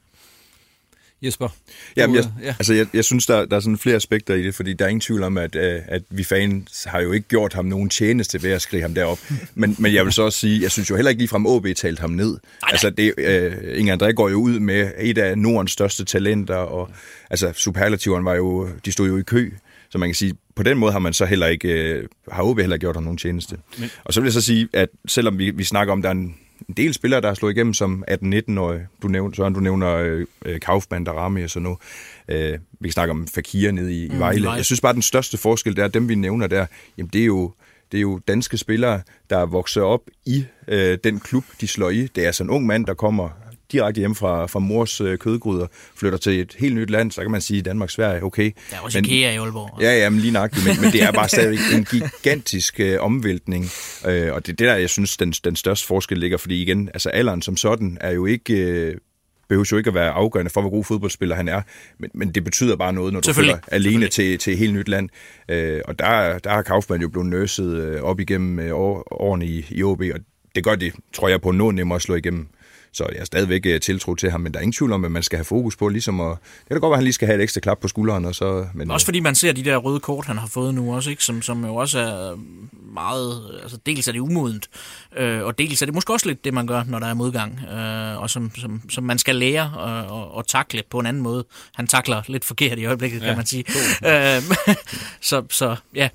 S8: Jesper?
S4: Jamen, jeg, ja. altså, jeg, jeg synes, der, der er sådan flere aspekter i det, fordi der er ingen tvivl om, at, at vi fans har jo ikke gjort ham nogen tjeneste ved at skrive ham derop. Men, men jeg vil så også sige, jeg synes jo heller ikke ligefrem O B talte ham ned. Ej, altså, det, uh, Inge André går jo ud med et af Nordens største talenter, og altså, superlativerne var jo, de stod jo i kø. Så man kan sige, på den måde har man så heller ikke, uh, har O B heller gjort ham nogen tjeneste. Men. Og så vil jeg så sige, at selvom vi, vi snakker om, der er en en del spillere, der har slået igennem som atten-nitten-årige. Du nævner, Søren, du nævner øh, Kaufmann, Darami og sådan noget. Øh, vi kan snakke om Fakir nede i, mm, i Vejle. Jeg synes bare, den største forskel, der er dem, vi nævner der, jamen det er jo, det er jo danske spillere, der er vokset op i øh, den klub, de slår i. Det er altså en ung mand, der kommer direkte hjem fra, fra mors øh, kødgryder, flytter til et helt nyt land, så kan man sige, Danmark, Sverige, okay.
S10: Der er også IKEA i Aalborg.
S4: Ja, ja, men lige nøjagtigt, men, men det er bare stadig en gigantisk øh, omvæltning, øh, og det er det, der, jeg synes, den, den største forskel ligger, fordi igen, altså alderen som sådan er jo ikke... Øh, behøver jo ikke at være afgørende for, hvor god fodboldspiller han er, men, men det betyder bare noget, når du flytter alene til, til et helt nyt land. Øh, og der, der har Kaufmann jo blevet nøset øh, op igennem øh, år, årene i, i O B, og det gør det, tror jeg, på noget nemmere at slå igennem. Så jeg er stadigvæk tiltro til ham, men der er ingen tvivl om, at man skal have fokus på, ligesom at, det kan godt være, at han lige skal have et ekstra klap på skulderen. Og så, men,
S10: også fordi man ser de der røde kort, han har fået nu også, ikke? Som, som jo også er meget, altså dels er det umodent, øh, og dels er det måske også lidt det, man gør, når der er modgang, øh, og som, som, som man skal lære og, og, og takle på en anden måde. Han takler lidt forkert i øjeblikket, kan ja. man sige. Øh, så, så ja.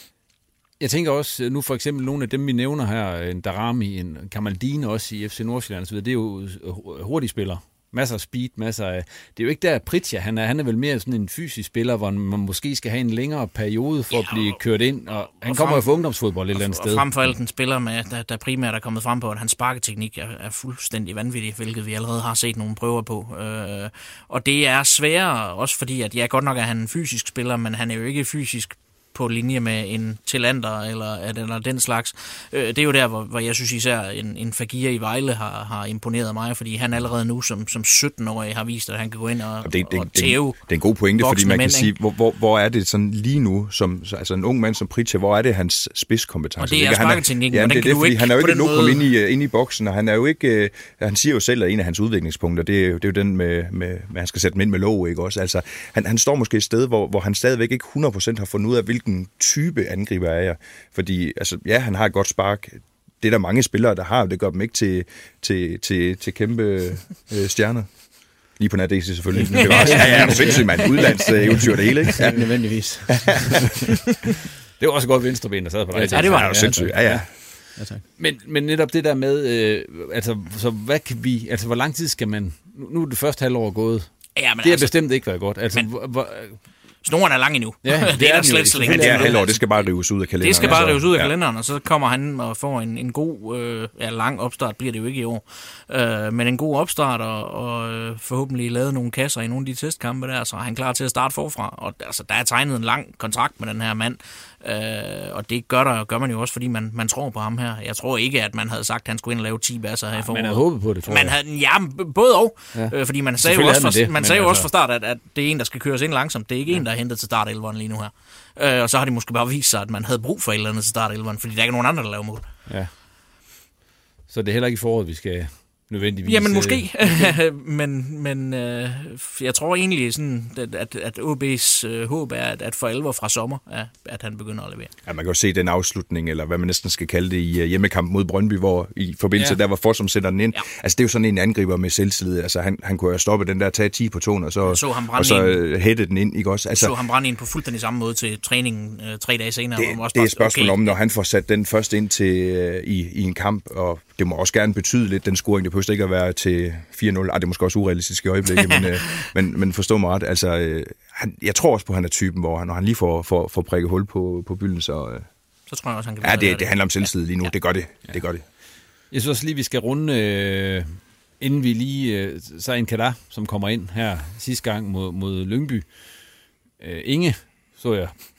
S8: Jeg tænker også, nu for eksempel nogle af dem, vi nævner her, en Darami, en Kamaldine også i F C Nordsjælland, så det er jo hurtige spillere. Masser af speed, masser af... Det er jo ikke der Pritja, han er, han er vel mere sådan en fysisk spiller, hvor man måske skal have en længere periode for ja, at blive kørt ind, og han og kommer jo fra ungdomsfodbold et eller andet sted.
S10: Og frem for alt en spiller, med, der, der primært er kommet frem på, at hans sparketeknik er, er fuldstændig vanvittig, hvilket vi allerede har set nogle prøver på. Øh, og det er sværere, også fordi, at ja, godt nok er han en fysisk spiller, men han er jo ikke fysisk på linje med en Tillander eller, eller den slags. Det er jo der, hvor, hvor jeg synes især en, en Fagir i Vejle har, har imponeret mig, fordi han allerede nu som, som sytten-årig har vist, at han kan gå ind og, det, det, og tæve.
S4: Det, det er en god pointe, fordi man mænd, kan sige, hvor, hvor, hvor er det sådan lige nu, som altså en ung mand som Pritja, hvor er det hans spidskompetence?
S10: Og det er sparketeknikken,
S4: og den kan du ikke han er jo ikke nu kommet ind i, ind i boksen, og han er jo ikke, han siger jo selv, at en af hans udviklingspunkter, det er jo, det er jo den med, med, med, han skal sætte dem ind med låg, ikke også? Altså, han, han står måske et sted, hvor, hvor han stadigvæk ikke hundrede procent har fundet ud af, hvilken type angriber er jeg. Fordi, altså, ja, han har et godt spark. Det er der mange spillere, der har, det gør dem ikke til, til, til, til kæmpe øh, stjerner. Lige på nat, det selvfølgelig. Det var også, ja, ja, sindssygt, mand. Udlandseventyr det hele, ikke?
S9: Ja, nødvendigvis.
S8: Det var også godt venstreben, der sad på dig.
S10: Ja, det var
S4: ja, sindssygt. Ja, ja.
S8: Ja, tak. Men, men netop det der med, øh, altså, så hvad kan vi, altså, hvor lang tid skal man, nu, nu er det første halvår gået.
S10: Ja, men
S8: det har
S10: altså,
S8: bestemt ikke været godt. Altså,
S10: men,
S8: hvor, hvor,
S10: snoren er lang endnu.
S8: Ja,
S10: det, det er der slet så længe.
S4: Det er halvår, det skal bare rives ud af kalenderen.
S10: Det skal bare rives ud af kalenderen, og så kommer han og får en, en god, øh, ja, lang opstart bliver det jo ikke i år, øh, men en god opstart, og, og øh, forhåbentlig lavet nogle kasser i nogle af de testkampe der, så er han klar til at starte forfra. Og altså, der er tegnet en lang kontrakt med den her mand, øh, og det gør, der, gør man jo også, fordi man, man tror på ham her. Jeg tror ikke, at man havde sagt, at han skulle ind og lave ti basser her i foråret.
S8: Man havde håbet på det, tror jeg.
S10: Man havde, ja, både og, ja. øh, fordi man sagde jo også, for, det, man sagde jo også fra start, at, at det er en, der skal køres ind langsomt. Det er ikke ja. en, der er hentet til startelveren lige nu her. Øh, og så har de måske bare vist sig, at man havde brug for et eller andet til startelveren, fordi der er ikke nogen andre, der laver mål.
S8: Ja. Så det er heller ikke i foråret, vi skal nødvendigvis...
S10: Jamen måske, men, men øh, jeg tror egentlig, sådan, at, at, at O B's øh, håb er, at, at for alvor fra sommer, at, at han begynder at levere.
S4: Ja, man kan jo se den afslutning, eller hvad man næsten skal kalde det, i uh, hjemmekampen mod Brøndby, hvor i forbindelse ja. der var Forsum sætter den ind. Ja. Altså det er jo sådan en angriber med selvtillid. Altså han, han kunne jo stoppe den der, tage ti på tåen, og så,
S10: så
S4: og så hætte den ind, ikke også?
S10: Altså, så han brænde ind på fuldstændig samme måde til træningen øh, tre dage senere.
S4: Det, også det er et spørgsmål okay. om, når han får sat den først ind til, uh, i, i en kamp, og det må også gerne betyde lidt, den scoring, det behøver ikke at være til fire nul. Ah, det er måske også urealistisk i øjeblikket, men, øh, men, men forstå mig ret. Altså, øh, han, jeg tror også på, at han er typen, hvor han, når han lige får, får, får prikket hul på, på bylden, så... Øh,
S10: så tror jeg også, han kan...
S4: Ja, det, det, det handler om selvtillid lige nu. Ja. Det gør det. Ja. Det gør det.
S8: Jeg synes også lige, vi skal runde, øh, inden vi lige... Øh, så en Kadar, som kommer ind her sidste gang mod, mod Lyngby. Øh, Inge, så jeg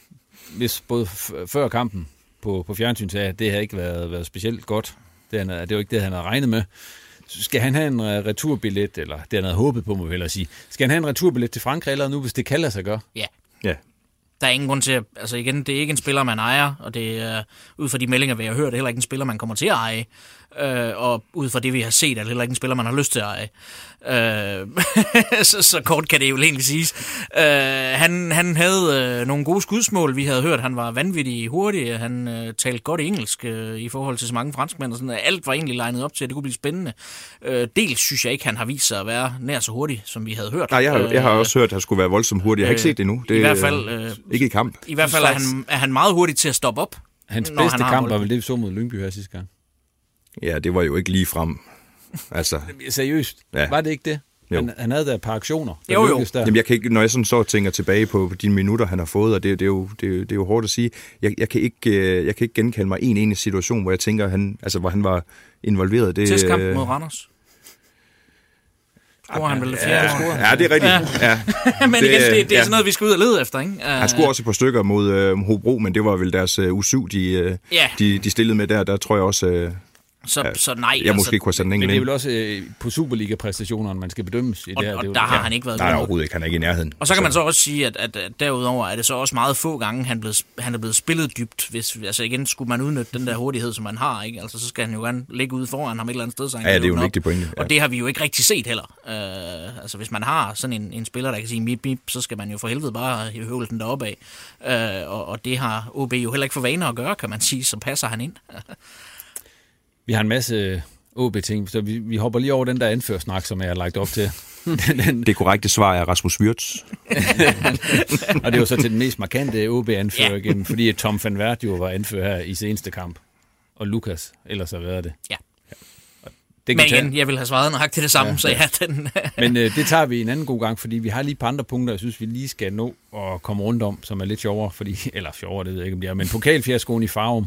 S8: hvis både f- før kampen på, på fjernsyn sagde, at det har ikke været, været specielt godt. Det, han, det er jo ikke det, han havde regnet med. Skal han have en returbillet, eller det han havde håbet på, må vi hellere sige. Skal han have en returbillet til Frankrig allerede nu, hvis det kan lade sig gøre?
S10: Ja.
S4: Ja.
S10: Der er ingen grund til at, altså igen, det er ikke en spiller, man ejer, og det er, ud fra de meldinger, vi har hørt, det er heller ikke en spiller, man kommer til at eje. Øh, og ud fra det, vi har set, er det heller ikke en spiller, man har lyst til at eje. Øh, så, så kort kan det jo egentlig siges. Øh, han, han havde øh, nogle gode skudsmål. Vi havde hørt, han var vanvittig hurtig. Han øh, talte godt engelsk øh, i forhold til så mange franskmænd. Og sådan, alt var egentlig legnet op til, at det kunne blive spændende. Øh, dels synes jeg ikke, han har vist sig at være nær så hurtig, som vi havde hørt.
S4: Nej, jeg har, jeg har også hørt, at han skulle være voldsomt hurtig. Jeg har ikke set det endnu. Det
S10: I hvert fald... Øh,
S4: ikke i kamp.
S10: I hvert fald er han, er han meget hurtig til at stoppe op.
S8: Hans bedste han kamp var vel det, vi så mod Lyngby her sidste gang.
S4: Ja, det var jo ikke lige frem. Altså.
S8: Seriøst? Ja. Var det ikke det? Han, han havde da et par aktioner.
S10: Jo, jo.
S4: Jamen, jeg kan ikke, når jeg sådan så og tænker tilbage på, på de minutter, han har fået, og det, det, er, jo, det, det er jo hårdt at sige, jeg, jeg, kan ikke, jeg kan ikke genkalde mig en enig situation, hvor jeg tænker, han, altså, hvor han var involveret. Det,
S10: Testkampen mod Randers. Scorer han vel det fjerde score?
S4: Ja, det er rigtigt. Ja.
S10: Ja. Men igen, det, det er ja. sådan noget, vi skal ud og lede efter, ikke? Uh,
S4: han scorede også et par stykker mod øh, Hobro, men det var vel deres øh, U syv, de, øh,
S10: ja.
S4: de, de stillede med der. Der tror jeg også... Øh,
S10: Så, ja, så nej.
S4: Jeg altså, måske kunne have sat en enkelt
S8: ind. Men det er vel også øh, på Superliga-præstationerne, man skal bedømmes i
S10: og,
S8: det her.
S10: Og
S8: det
S10: der har
S8: ja.
S10: han ikke været
S4: Nej, overhovedet ikke. Han er ikke i nærheden.
S10: Og så kan man så også sige, at, at, at derudover er det så også meget få gange, han, blevet, han er blevet spillet dybt. Hvis, altså igen, skulle man udnytte den der hurtighed, som man har, ikke? Altså, så skal han jo gerne ligge ude foran ham et eller andet sted. Så han
S4: ja,
S10: kan
S4: det er jo en vigtig pointe. Ja.
S10: Og det har vi jo ikke rigtig set heller. Uh, altså, hvis man har sådan en, en spiller, der kan sige mip, mip, så skal man jo for helvede bare høvle den deroppe af. Uh, og, og det har O B jo heller ikke for vaner at gøre, kan man sige, så passer han ind.
S8: Vi har en masse O B-ting, så vi, vi hopper lige over den der anførsnak, som jeg har lagt op til.
S4: Det korrekte svar er Rasmus Wirtz.
S8: Og det er jo så til den mest markante O B-anfører ja. igen, fordi Tom van Wert jo var anfører her i seneste kamp. Og Lukas ellers har været det.
S10: Ja.
S8: ja.
S10: Det Men igen, tage... jeg vil have svaret nøjagtigt det samme, ja, så ja, den...
S8: Men øh, det tager vi en anden god gang, fordi vi har lige et par andre punkter, jeg synes, vi lige skal nå at komme rundt om, som er lidt sjovere, fordi, eller sjovere, det ved jeg ikke, om det er, men pokalfiaskoen i Farum,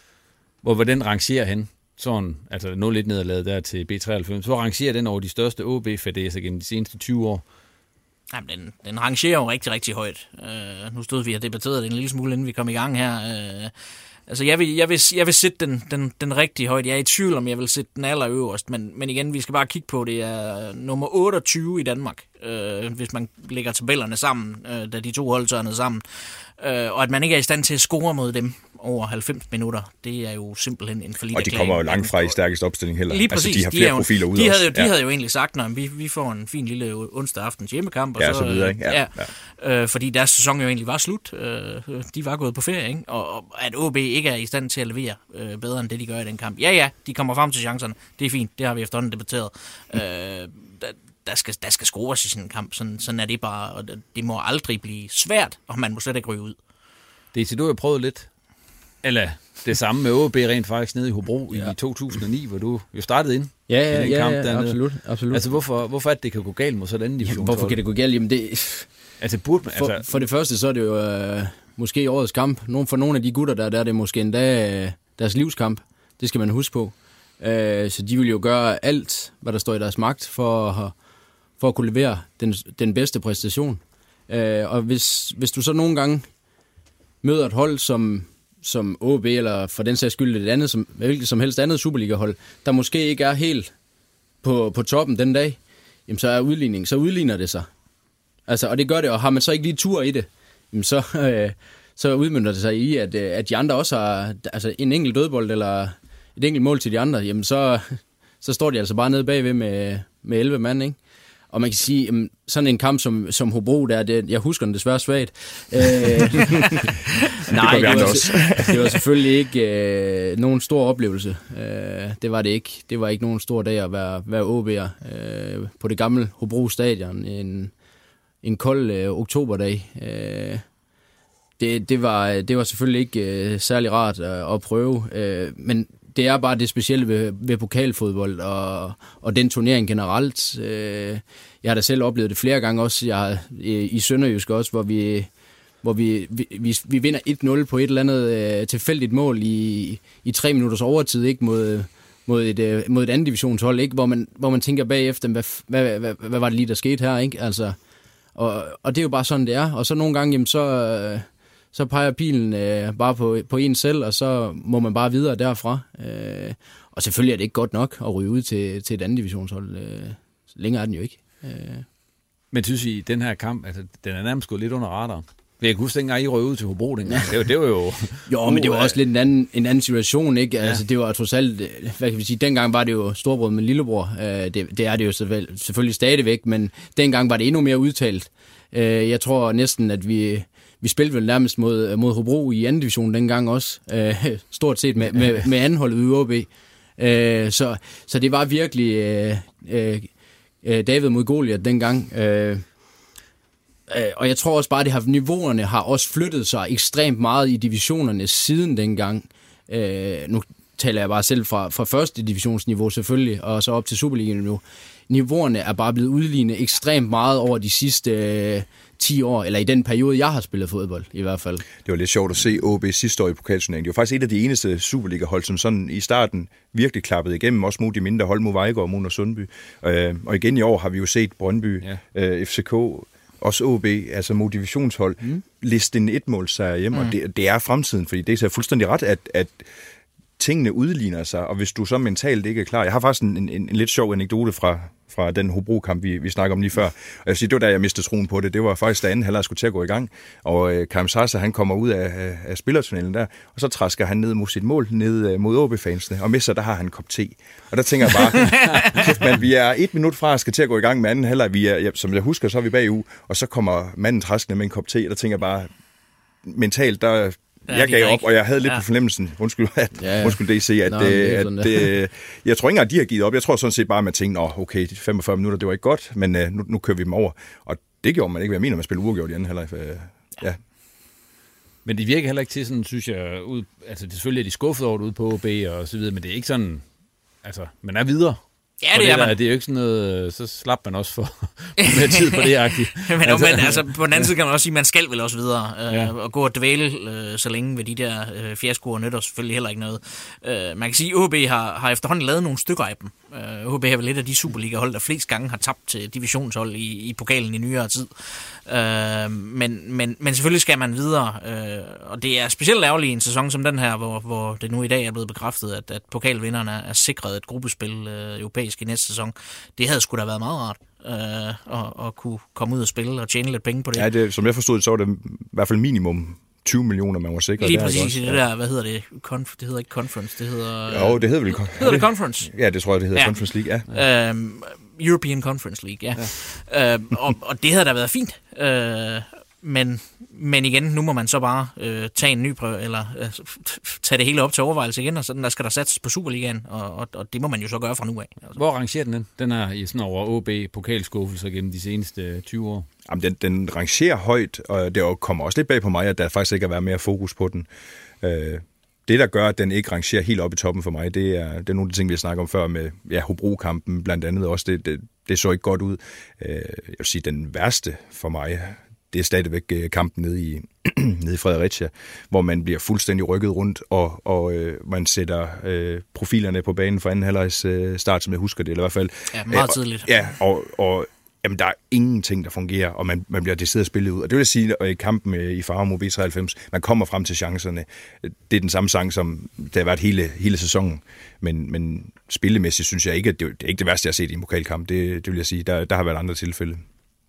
S8: hvor, hvor den rangerer hen, sådan, altså nu lidt nederlaget der til B treoghalvfems, så rangerer den over de største O B-fadæser gennem de seneste tyve år.
S10: Jamen, den, den rangerer jo rigtig, rigtig højt. Uh, nu stod vi og debatterede det en lille smule, inden vi kom i gang her. Uh, altså, jeg vil, jeg vil, jeg vil sætte den, den, den rigtig højt. Jeg er i tvivl om, jeg vil sætte den allerøverst, men, men igen, vi skal bare kigge på, det er nummer otteogtyve i Danmark, uh, hvis man lægger tabellerne sammen, uh, da de to hold tørnede sammen. Uh, og at man ikke er i stand til at score mod dem over halvfems minutter, det er jo simpelthen en forlit.
S4: Og de kommer jo langt fra i stærkeste opstilling heller.
S10: Lige præcis.
S4: Altså, de har flere de jo, profiler ud
S10: de havde,
S4: også.
S10: De ja. havde jo egentlig sagt, at vi, vi får en fin lille onsdag aftens hjemmekamp. Og
S4: ja,
S10: så,
S4: så videre, ikke? Ja,
S10: ja, ja. Øh, fordi deres sæson jo egentlig var slut. Øh, de var gået på ferie, ikke? Og, og at O B ikke er i stand til at levere øh, bedre end det, de gør i den kamp. Ja, ja, de kommer frem til chancerne. Det er fint, det har vi efterhånden debatteret. Øh, der, der, skal, der skal scores i sådan en kamp. Sådan, sådan er det bare. Og det må aldrig blive svært, og man må slet ikke ryge ud.
S8: Det er til, du har prøvet lidt. Eller det samme med O B rent faktisk nede i Hobro ja. i to tusind og ni, hvor du jo startede ind.
S9: Ja, ja,
S8: i den
S9: ja,
S8: kamp
S9: ja absolut, absolut.
S8: Altså, hvorfor, hvorfor er det, det kan gå galt mod sådan en division?
S9: Ja, hvorfor kan det gå galt? Jamen, det...
S8: Altså, burde man,
S9: for,
S8: altså...
S9: for det første, så er det jo øh, måske årets kamp. Nogle, for nogle af de gutter, der, der er det måske endda øh, deres livskamp. Det skal man huske på. Øh, så de vil jo gøre alt, hvad der står i deres magt, for, for at kunne levere den, den bedste præstation. Øh, og hvis, hvis du så nogle gange møder et hold, som... som O B, eller for den sags skyld et andet, som, hvilket som helst andet Superliga-hold, der måske ikke er helt på, på toppen den dag, jamen så er udligning, så udligner det sig. Altså, og det gør det, og har man så ikke lige tur i det, jamen så, øh, så udmønter det sig i, at, at de andre også har altså en enkelt dødbold, eller et enkelt mål til de andre, jamen så, så står de altså bare nede bagved med, med elleve mand, ikke? Og man kan sige, jamen, sådan en kamp som, som Hobro, der, det, jeg husker den desværre svagt. Øh, nej, det, det, var, det var selvfølgelig ikke øh, nogen stor oplevelse. Øh, det var det ikke. Det var ikke nogen stor dag at være, være O B'er øh, på det gamle Hobro stadion en, en kold øh, oktoberdag. Øh, det, det, var, det var selvfølgelig ikke øh, særlig rart at, at prøve, øh, men det er bare det specielle ved, ved pokalfodbold og, og den turnering generelt. Jeg har da selv oplevet det flere gange også. Jeg har, i Sønderjysk også, hvor vi, hvor vi, vi, vi vinder et nul på et eller andet uh, tilfældigt mål i, i tre minutters overtid, ikke, mod, mod, et, mod et andet divisionshold, ikke, hvor man, hvor man tænker bagefter, hvad, hvad, hvad, hvad var det lige, der skete her, ikke? Altså, og, og det er jo bare sådan, det er. Og så nogle gange, jamen, så... Uh, så peger pilen øh, bare på, på en selv, og så må man bare videre derfra. Øh, og selvfølgelig er det ikke godt nok at ryge ud til, til et andet divisionshold. Øh, længere er den jo ikke. Øh.
S8: Men synes I, den her kamp, altså, den er nærmest gået lidt under radaren? Jeg kan huske, dengang I røg ud til Hobro dengang. Det var, det var jo...
S9: jo, men det var også lidt en anden, en anden situation, ikke? Altså, ja. Det var trods alt... Hvad kan vi sige? Dengang var det jo storbror med lillebror. Det, det er det jo selvfølgelig stadigvæk, men dengang var det endnu mere udtalt. Jeg tror næsten, at vi... Vi spillede vel nærmest mod, mod Hobro i anden division dengang også. Stort set med, med, med anholdet i O B. Så, så det var virkelig David mod Goliat dengang. Og jeg tror også bare, at det her, niveauerne har også flyttet sig ekstremt meget i divisionerne siden dengang. Øh, nu taler jeg bare selv fra, fra første divisionsniveau selvfølgelig, og så op til Superligaen nu. Niveauerne er bare blevet udlignet ekstremt meget over de sidste øh, ti år, eller i den periode, jeg har spillet fodbold i hvert fald.
S4: Det var lidt sjovt at se O B sidste år i pokalturneringen. Det var faktisk et af de eneste Superliga-hold, som sådan i starten virkelig klappede igennem, også mod de mindre hold, mod Vejgaard, mod Sundby. Øh, og igen i år har vi jo set Brøndby, ja. øh, F C K, også O B, altså motivationshold, mm. liste en etmålsejr hjem, mm. og det, det er fremtiden, fordi det er fuldstændig ret, at, at tingene udligner sig, og hvis du så mentalt ikke er klar... Jeg har faktisk en, en, en lidt sjov anekdote fra, fra den Hobro-kamp, vi, vi snakker om lige før. Og jeg vil sige, det var da jeg mistede troen på det. Det var faktisk da anden halvleg skulle til at gå i gang, og øh, Karim Sasa, han kommer ud af, af, af spillertunnelen der, og så træsker han ned mod sit mål, ned øh, mod O B-fansene, og med sig, der har han en kop te. Og der tænker jeg bare, kæft, man, vi er et minut fra at skal til at gå i gang med anden halvleg. Vi er, ja, som jeg husker, så er vi bagud, og så kommer manden træskende med en kop te, og der tænker jeg bare, mentalt, der... Ja, jeg gav op, og jeg havde lidt ja. på fornemmelsen, undskyld, at, ja, ja. undskyld D C, at, Nå, det, at det, jeg tror ikke engang, de har givet op. Jeg tror sådan set bare, at man tænkte, åh, okay, femogfyrre minutter, det var ikke godt, men uh, nu, nu kører vi dem over. Og det gjorde man ikke, hvad jeg mener, man spiller uafgjort i anden halvleg. Uh, ja.
S8: Men det virker heller ikke til sådan, synes jeg, ud, altså det selvfølgelig er de skuffet over det ude på O B og så videre, men det er ikke sådan, altså, man er videre.
S10: Ja, det, det er man.
S8: Det er jo ikke sådan noget, så slap man også for mere tid på det-agtigt.
S10: men, altså, men altså, på den anden side kan man også sige, at man skal vel også videre, øh, ja. og gå og dvæle øh, så længe ved de der øh, fiaskoer nytter selvfølgelig heller ikke noget. Øh, man kan sige, at O B har, har efterhånden lavet nogle stykker af dem. Øh, O B har vel lidt af de Superliga-hold, der flest gange har tabt til divisionshold i, i pokalen i nyere tid. Øh, men, men, men selvfølgelig skal man videre, øh, og det er specielt ærgerligt i en sæson som den her, hvor, hvor det nu i dag er blevet bekræftet, at, at pokalvinderne er sikret et gruppespil øh, europæisk i næste sæson. Det havde sgu da været meget rart øh, at, at kunne komme ud og spille og tjene lidt penge på det.
S4: Ja, det, som jeg forstod det, så var det i hvert fald minimum tyve millioner, man var sikker.
S10: Lige præcis i det der, hvad hedder det? Conf- det hedder ikke Conference, det hedder...
S4: Jo, det hedder vel...
S10: Hedder det Conference?
S4: Ja, det tror jeg, det hedder ja. Conference League, ja.
S10: Øhm, European Conference League, ja. ja. øhm, og, og det havde da været fint. Øh, men, men igen, nu må man så bare øh, tage en ny prøve, eller øh, tage det hele op til overvejelse igen, og sådan der skal der satses på Superligaen, og, og, og det må man jo så gøre fra nu af. Altså.
S8: Hvor rangerer den den? Den er i sådan over O B-pokalskuffelser gennem de seneste tyve år.
S4: Jamen, den, den rangerer højt, og det kommer også lidt bag på mig, at der faktisk ikke har været mere fokus på den. Øh, det, der gør, at den ikke rangerer helt op i toppen for mig, det er, det er nogle af de ting, vi har snakket om før med ja, Hobro-kampen blandt andet også. Det, det, det så ikke godt ud. Øh, jeg vil sige, den værste for mig, det er stadigvæk kampen nede i, nede i Fredericia, hvor man bliver fuldstændig rykket rundt, og, og øh, man sætter øh, profilerne på banen for anden halvlegs øh, start, som jeg husker det, eller i hvert fald.
S10: Ja, meget tidligt.
S4: Øh, ja, og, og jamen, der er ingenting, der fungerer, og man, man bliver decideret spillet ud. Og det vil sige, at i kampen i Farum mod B treoghalvfems, man kommer frem til chancerne. Det er den samme sang, som det har været hele, hele sæsonen. Men, men spillemæssigt synes jeg ikke, at det, det er ikke det værste, jeg har set i en pokalkamp. Det, det vil jeg sige. Der, der har været andre tilfælde.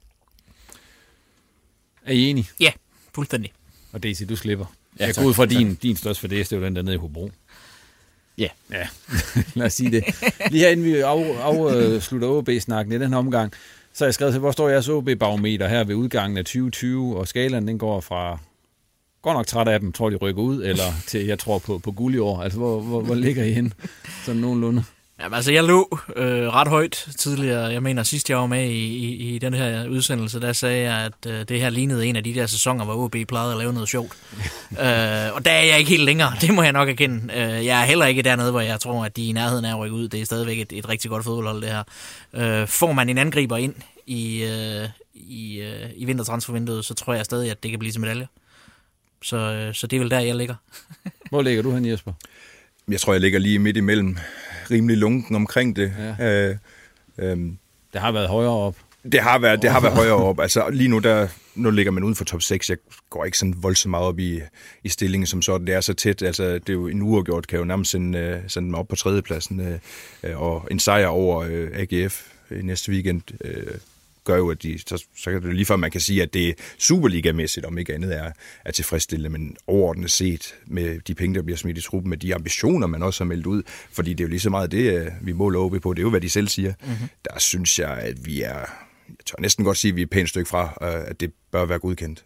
S8: Er I enige?
S10: Ja, fuldstændig.
S8: Og Daisy, du slipper. Ja, jeg går ud fra din, din største for det, det er jo den der nede i Hobro.
S9: Ja.
S8: Ja, lad os sige det. Lige her inden vi afslutter O B-snakken i den her omgang, så har jeg skrevet til, hvor står jeres O B-barometer her ved udgangen af tyve tyve, og skalaen den går fra, godt nok træt af dem, tror de rykker ud, eller til, jeg tror på, på guld i år. Altså, hvor, hvor, hvor ligger I hen? Sådan nogenlunde.
S10: Jamen, altså, jeg lå øh, ret højt tidligere. Jeg mener, sidst jeg var med i, i, i den her udsendelse, der sagde jeg, at øh, det her lignede en af de der sæsoner, hvor O B plejede at lave noget sjovt. øh, og der er jeg ikke helt længere, det må jeg nok erkende. Øh, jeg er heller ikke dernede, hvor jeg tror, at de er i nærheden af at rykke ud. Det er stadigvæk et, et rigtig godt fodboldhold, det her. Øh, får man en angriber ind i, øh, i, øh, i vintertransfervinduet, så tror jeg stadig, at det kan blive til medaljer. Så, øh, så det er vel der, jeg ligger.
S8: Hvor ligger du hen, Jesper?
S4: Jeg tror, jeg ligger lige midt imellem. Rimelig lunken omkring det.
S8: Ja. Øh, øh, det har været højere op.
S4: Det har været, det har været højere op. Altså lige nu, der, nu ligger man uden for top seks. Jeg går ikke sådan voldsomt meget op i, i stillingen som sådan. Det er så tæt. Altså, det er jo en uafgjort, kan jo nærmest sende, uh, sende mig op på tredjepladsen. Uh, og en sejr over uh, A G F i næste weekend uh, gør jo, at de, så, så kan det lige før man kan sige, at det Superliga-mæssigt, om ikke andet, er, er tilfredsstillende, men overordnet set med de penge, der bliver smidt i truppen, med de ambitioner, man også har meldt ud, fordi det er jo lige så meget det, vi måler O B på, det er jo, hvad de selv siger. Mm-hmm. Der synes jeg, at vi er, jeg tør næsten godt sige, at vi er et pænt stykke fra, at det bør være godkendt.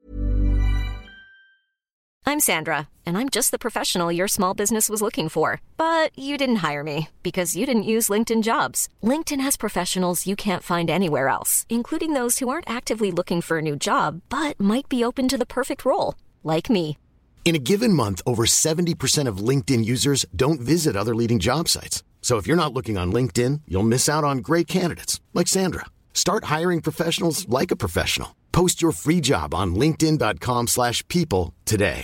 S11: I'm Sandra, and I'm just the professional your small business was looking for. But you didn't hire me because you didn't use LinkedIn Jobs. LinkedIn has professionals you can't find anywhere else, including those who aren't actively looking for a new job, but might be open to the perfect role, like me.
S5: In a given month, over seventy percent of LinkedIn users don't visit other leading job sites. So if you're not looking on LinkedIn, you'll miss out on great candidates like Sandra. Start hiring professionals like a professional. Post your free job on linkedin.com slash people today.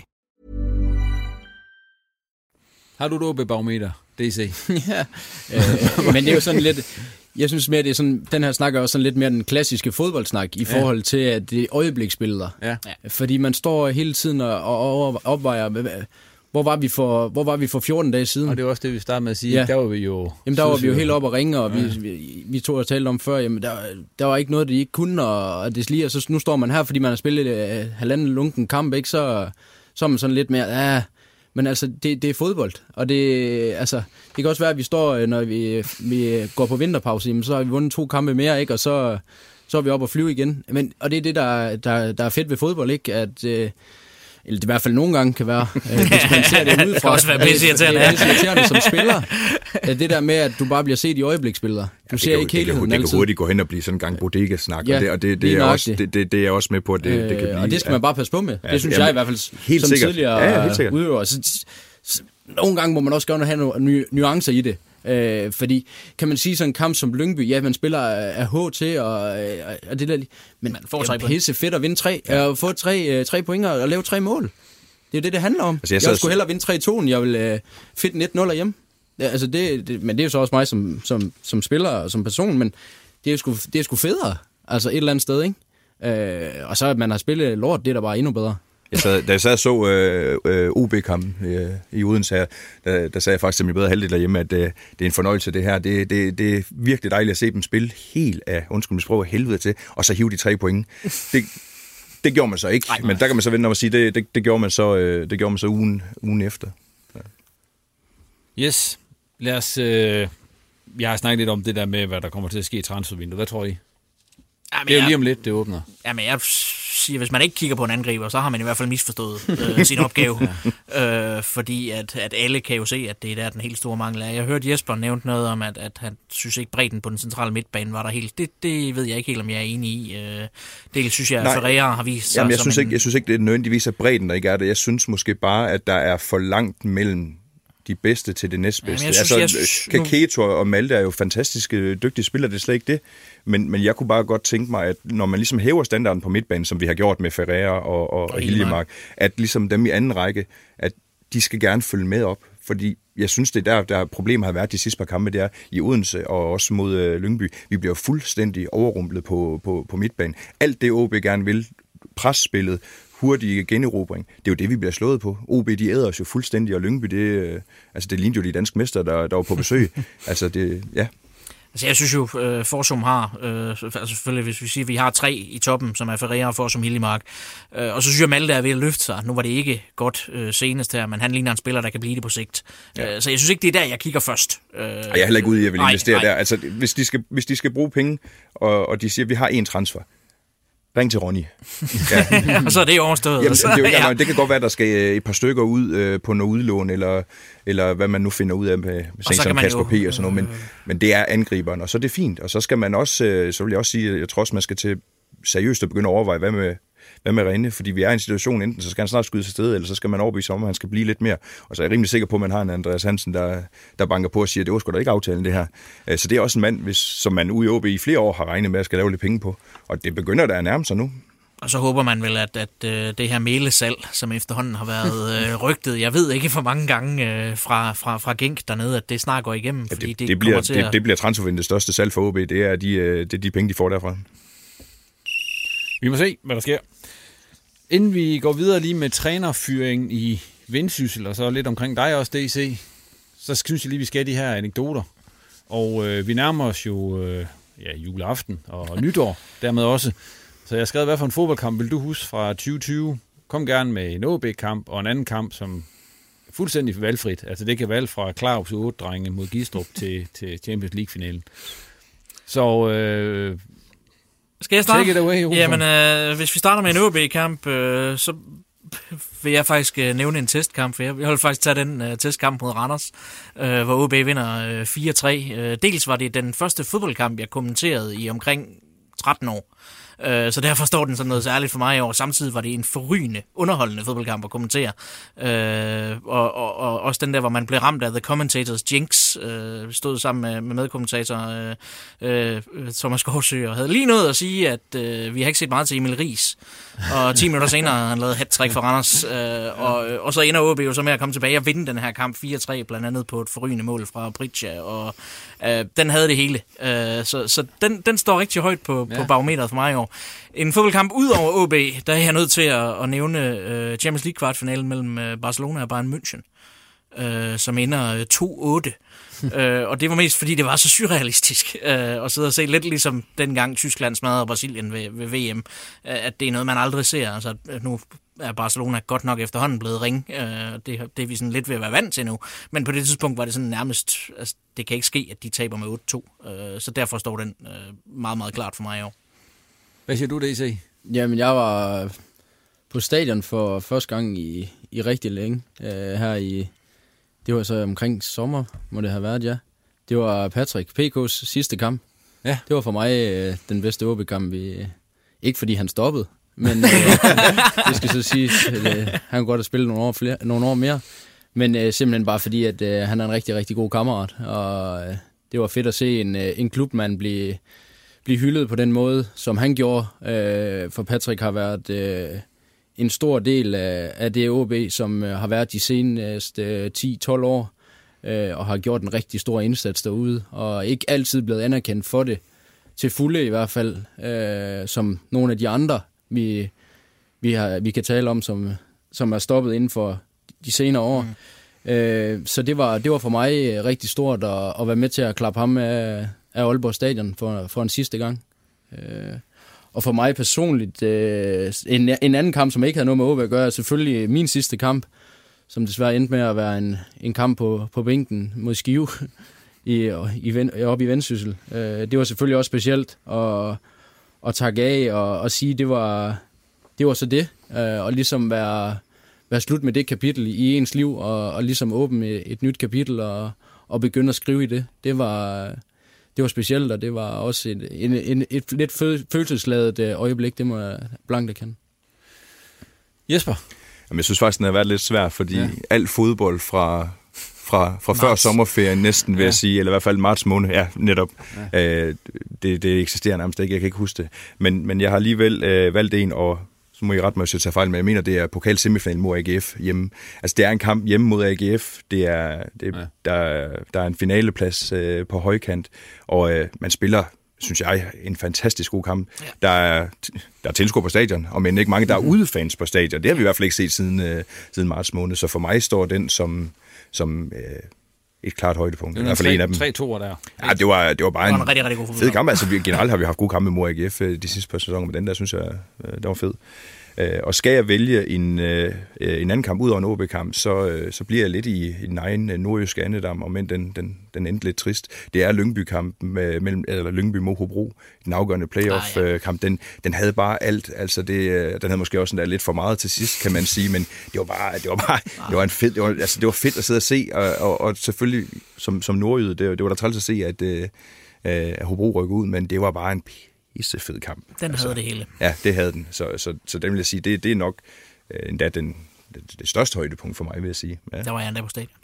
S8: Har du et O B-barometer, D C?
S9: Ja, øh, men det er jo sådan lidt... Jeg synes mere, det er sådan, den her snak er også sådan lidt mere den klassiske fodboldsnak i ja. forhold til, at det er øjebliksbilleder. Ja. Fordi man står hele tiden og, og opvejer, hvor var, vi for, hvor var vi for fjorten dage siden?
S8: Og det er også det, vi startede med at sige. Ja. Der var vi jo...
S9: Jamen, der var vi jo helt op og ringe, og ja. vi, vi, vi tog og talte om før, jamen, der, der var ikke noget, de ikke kunne, og det lige, og så nu står man her, fordi man har spillet uh, halvanden lunken kamp, ikke? Så, så er man sådan lidt mere... Ja, men altså, det, det er fodbold, og det, altså, det kan også være, at vi står, når vi, vi går på vinterpause, jamen, så har vi vundet to kampe mere, ikke? Og så, så er vi oppe og flyve igen. Men, og det er det, der, der, der er fedt ved fodbold, ikke? At, øh, eller det i hvert fald nogle gange kan være, øh, hvis man ser det udefra. Det
S10: kan også være pisseirriterende.
S9: Det er pisseirriterende som spiller. Det der med, at du bare bliver set i øjebliksbilleder. Du ja, ser ikke hele
S4: tiden. Det kan hurtigt gå hen og blive sådan en gang bodega-snak, ja, og det, og det, det, er også, det, det, det er jeg også med på, at det, øh, det kan blive.
S9: Og det skal man bare passe på med.
S4: Ja,
S9: det synes
S4: jamen,
S9: jeg i hvert fald
S4: helt
S9: som
S4: sikkert.
S9: tidligere ja, udøver. Så, så, nogle gange må man også gerne have nogle nuancer i det. Øh, fordi, kan man sige sådan en kamp som Lyngby, ja, man spiller af H til, og, og det der, men man får det er pisse fedt at vinde tre, ja. og få tre, tre point og lave tre mål. Det er det, det handler om. Altså, jeg, jeg skulle hellere vinde tre to, end jeg vil øh, fedt et nul hjemme. Ja, altså det, det, men det er jo så også mig som, som, som spiller og som person, men det er jo sgu, det er sgu federe, altså et eller andet sted, ikke? Øh, og så at man har spillet lort, det er da bare endnu bedre.
S4: Jeg sad, da jeg sad og så øh, øh, O B-kampen øh, i Odense her, der, der sagde jeg faktisk til min bedre halvdel derhjemme, at øh, det er en fornøjelse det her. Det, det, det er virkelig dejligt at se dem spille helt af, undskyld mit sprog, helvede til, og så hive de tre point. Det, det gjorde man så ikke, Ej, men der kan man så vente om at sige, det, det, det gjorde man så, øh, det gjorde man så ugen, ugen efter. Ja.
S8: Yes, lad os... Øh, jeg har snakket lidt om det der med, hvad der kommer til at ske i transfervinduet. Hvad tror I? Jamen, det er jo lige om lidt, det åbner.
S10: Jamen, jeg siger, hvis man ikke kigger på en angriber, så har man i hvert fald misforstået øh, sin opgave. Ja. Øh, fordi at, at alle kan jo se, at det er der, den helt store mangel er. Jeg hørte Jesper nævnt noget om, at, at han synes ikke, bredden på den centrale midtbane var der helt. Det, det ved jeg ikke helt, om jeg er enig i. Øh, det synes jeg, at Ferreira har vist sig.
S4: Jamen, jeg, synes
S10: en...
S4: ikke, jeg synes ikke, det er nødvendigvis at bredden, der ikke er det. Jeg synes måske bare, at der er for langt mellem de bedste til det næstbedste.
S10: Jamen, synes,
S4: altså, Kaketo og Malte er jo fantastiske, dygtige spillere, det er slet ikke det. Men, men jeg kunne bare godt tænke mig, at når man ligesom hæver standarden på midtbanen, som vi har gjort med Ferreira og, og, og Hiljemark, at ligesom dem i anden række, at de skal gerne følge med op. Fordi jeg synes, det er der, der problemer har været de sidste par kampe, det er i Odense og også mod øh, Lyngby. Vi bliver fuldstændig overrumplet på, på, på midtbanen. Alt det O B gerne vil, presspillet, hurtig generobring. Det er jo det, vi bliver slået på. O B, de æder os jo fuldstændig, og Lyngby, det, øh, altså, det lignede jo de danske mester, der, der var på besøg. altså, det, ja.
S10: Altså, jeg synes jo, øh, Forsum har, øh, altså selvfølgelig, hvis vi siger, at vi har tre i toppen, som er Ferreira og Forsum Hiljemark, øh, og så synes jeg, Malte er ved at løfte sig. Nu var det ikke godt øh, senest her, men han ligner en spiller, der kan blive det på sigt. Ja. Øh, så jeg synes ikke, det er der, jeg kigger først. Øh,
S4: jeg er heller ikke ude i, at jeg vil investere nej, nej. der. Altså, hvis de skal, hvis de skal bruge penge, og, og de siger, at vi har én transfer, ring til Ronny.
S10: Ja. Og så er det overstået.
S4: Jamen, det, er jo, ja. Det kan godt være, at der skal et par stykker ud øh, på noget udlån, eller, eller hvad man nu finder ud af med, med sådan som Kasper P. og sådan noget. Men, øh... men det er angriberen, og så er det fint. Og så skal man også, øh, så vil jeg også sige, jeg tror også, man skal til seriøst at begynde at overveje, hvad med, hvad med Rene? Fordi vi er i en situation, enten så skal han snart skyde til sted, eller så skal man overbevise om, at han skal blive lidt mere. Og så er jeg rimelig sikker på, at man har en Andreas Hansen, der, der banker på og siger, at det var sgu da ikke aftalen det her. Så det er også en mand, hvis, som man ude i O B i flere år har regnet med, at skal lave lidt penge på. Og det begynder der at nærme sig nu.
S10: Og så håber man vel, at, at, at det her mælesal, som efterhånden har været øh, rygtet, jeg ved ikke for mange gange øh, fra, fra, fra Genk dernede, at det snart går igennem. Fordi
S4: ja, det,
S10: det,
S4: det, bliver,
S10: til
S4: det,
S10: at...
S4: det bliver transfervinduets største salg for O B. Det er, de, det er de penge, de får derfra.
S8: Vi må se, hvad der sker. Inden vi går videre lige med trænerfyringen i Vendsyssel, og så lidt omkring dig også, D C, så synes jeg lige, vi skal have de her anekdoter. Og øh, vi nærmer os jo øh, ja, juleaften og nytår dermed også. Så jeg har skrevet, hvad for en fodboldkamp vil du huske fra tyve tyve? Kom gerne med en O B-kamp og en anden kamp, som er fuldstændig valgfrit. Altså det kan valge fra Klarups otte-drenge mod Gistrup til, til Champions League-finalen. Så øh,
S10: skal jeg starte?
S8: Take it away,
S10: Jamen, øh, hvis vi starter med en O B-kamp, øh, så vil jeg faktisk øh, nævne en testkamp, for jeg vil faktisk tage den øh, testkamp mod Randers, øh, hvor O B vinder øh, fire tre. Øh, dels var det den første fodboldkamp, jeg kommenterede i omkring tretten år. Så derfor står den sådan noget særligt for mig i år. Samtidig var det en forrygende, underholdende fodboldkamp at kommentere. Øh, og, og, og også den der, hvor man blev ramt af The Commentators Jinx, øh, stod sammen med, med medkommentator øh, øh, Thomas Gårdsø, og havde lige noget at sige, at øh, vi har ikke set meget til Emil Ries. Og ti minutter senere har han lavet hat-trick for Randers. Øh, og, og så ender O B jo så med at komme tilbage og vinde den her kamp fire tre, blandt andet på et forrygende mål fra Britja. Og øh, den havde det hele. Øh, så så den, den står rigtig højt på, ja. på barometeret for mig i år. En fodboldkamp ud over O B, der er jeg nødt til at, at nævne uh, Champions League kvartfinalen mellem uh, Barcelona og Bayern München, uh, som ender uh, to otte. uh, og det var mest fordi det var så surrealistisk uh, at sidde og se lidt ligesom dengang Tyskland smadrede Brasilien ved, ved V M, uh, at det er noget man aldrig ser. Altså, nu er Barcelona godt nok efterhånden blevet ring. Uh, det, det er vi sådan lidt ved at være vant til nu. Men på det tidspunkt var det sådan nærmest, altså, det kan ikke ske, at de taber med otte to. Uh, så derfor står den uh, meget, meget klart for mig i år.
S8: Hvad siger du, D C?
S9: Jamen, jeg var på stadion for første gang i, i rigtig længe. Uh, her i, det var så omkring sommer, må det have været, ja. Det var Patrick P K's sidste kamp.
S8: Ja.
S9: Det var for mig uh, den bedste O B-kamp. I, ikke fordi han stoppede, men uh, det skal så sige, at uh, han kunne godt have spillet nogle år, flere, nogle år mere. Men uh, simpelthen bare fordi, at uh, han er en rigtig, rigtig god kammerat. Og uh, det var fedt at se en, uh, en klubmand blive... blive hyldet på den måde, som han gjorde. Øh, for Patrick har været øh, en stor del af, af det O B, som øh, har været de seneste øh, ti tolv år, øh, og har gjort en rigtig stor indsats derude, og ikke altid blevet anerkendt for det, til fulde i hvert fald, øh, som nogle af de andre, vi, vi, har, vi kan tale om, som, som er stoppet inden for de senere år. Mm. Øh, så det var, det var for mig rigtig stort at, at være med til at klappe ham af, af Aalborg Stadion for, for en sidste gang. Øh, og for mig personligt, øh, en, en anden kamp, som ikke havde noget med O B at gøre, er selvfølgelig min sidste kamp, som desværre endte med at være en, en kamp på, på bænken mod Skive i, i, oppe i Vendsyssel. Øh, det var selvfølgelig også specielt at, at takke af og, og sige, det var, det var så det. Øh, og ligesom være, være slut med det kapitel i ens liv, og, og ligesom åbne et, et nyt kapitel og, og begynde at skrive i det. Det var... Det var specielt, og det var også et, en, en, et lidt følelsesladet øjeblik, det må jeg blankt erkende.
S8: Jesper?
S4: Jamen, jeg synes faktisk, den har været lidt svær, fordi ja. alt fodbold fra, fra, fra før sommerferien næsten, vil ja. jeg sige, eller i hvert fald marts måned, ja, netop, ja. Øh, det, det eksisterer nærmest ikke, jeg kan ikke huske det. Men, men jeg har alligevel øh, valgt en, og så må I ret mig, hvis jeg tager fejl, men jeg mener, det er pokalsemifinalen mod A G F hjemme. Altså, det er en kamp hjemme mod A G F. Det er, det, ja. der, der er en finaleplads øh, på højkant, og øh, man spiller, synes jeg, en fantastisk god kamp. Ja. Der er, der er tilskuere på stadion, og men ikke mange, der er udefans på stadion. Det har vi i hvert fald ikke set siden, øh, siden marts måned, så for mig står den som, som øh, et klart højdepunkt.
S8: Det var i hvert fald en af dem. tre to der.
S4: Ja, det var, det var bare
S10: det var
S4: en,
S10: en rigtig, rigtig god
S4: fed kamp. Altså, vi, generelt har vi haft gode kampe mod A G F de sidste par sæsoner, men den der, synes jeg, øh, der var fed. Øh, og skal jeg vælge en, øh, en anden kamp ud over en O B-kamp, så, øh, så bliver jeg lidt i, i den egen nordjyske andedam, og men den, den, den endte lidt trist. Det er Lyngby-kampen mellem, eller Lyngby mod Hobro, den afgørende playoff-kamp. Den, den havde bare alt. Altså det, den havde måske også lidt for meget til sidst, kan man sige, men det var bare, det var bare, det var en fed, det var, altså det var fedt at sidde og se, og, og, og selvfølgelig som, som nordjyde, det, det var da træls at se, at, øh, at Hobro rykkede ud, men det var bare en fed kamp.
S10: Den altså, havde det hele.
S4: Ja, det havde den. Så, så, så den vil jeg sige, det, det er nok øh, endda den, det, det største højdepunkt for mig, vil jeg sige. Ja.
S10: Der var jeg endda på stadion.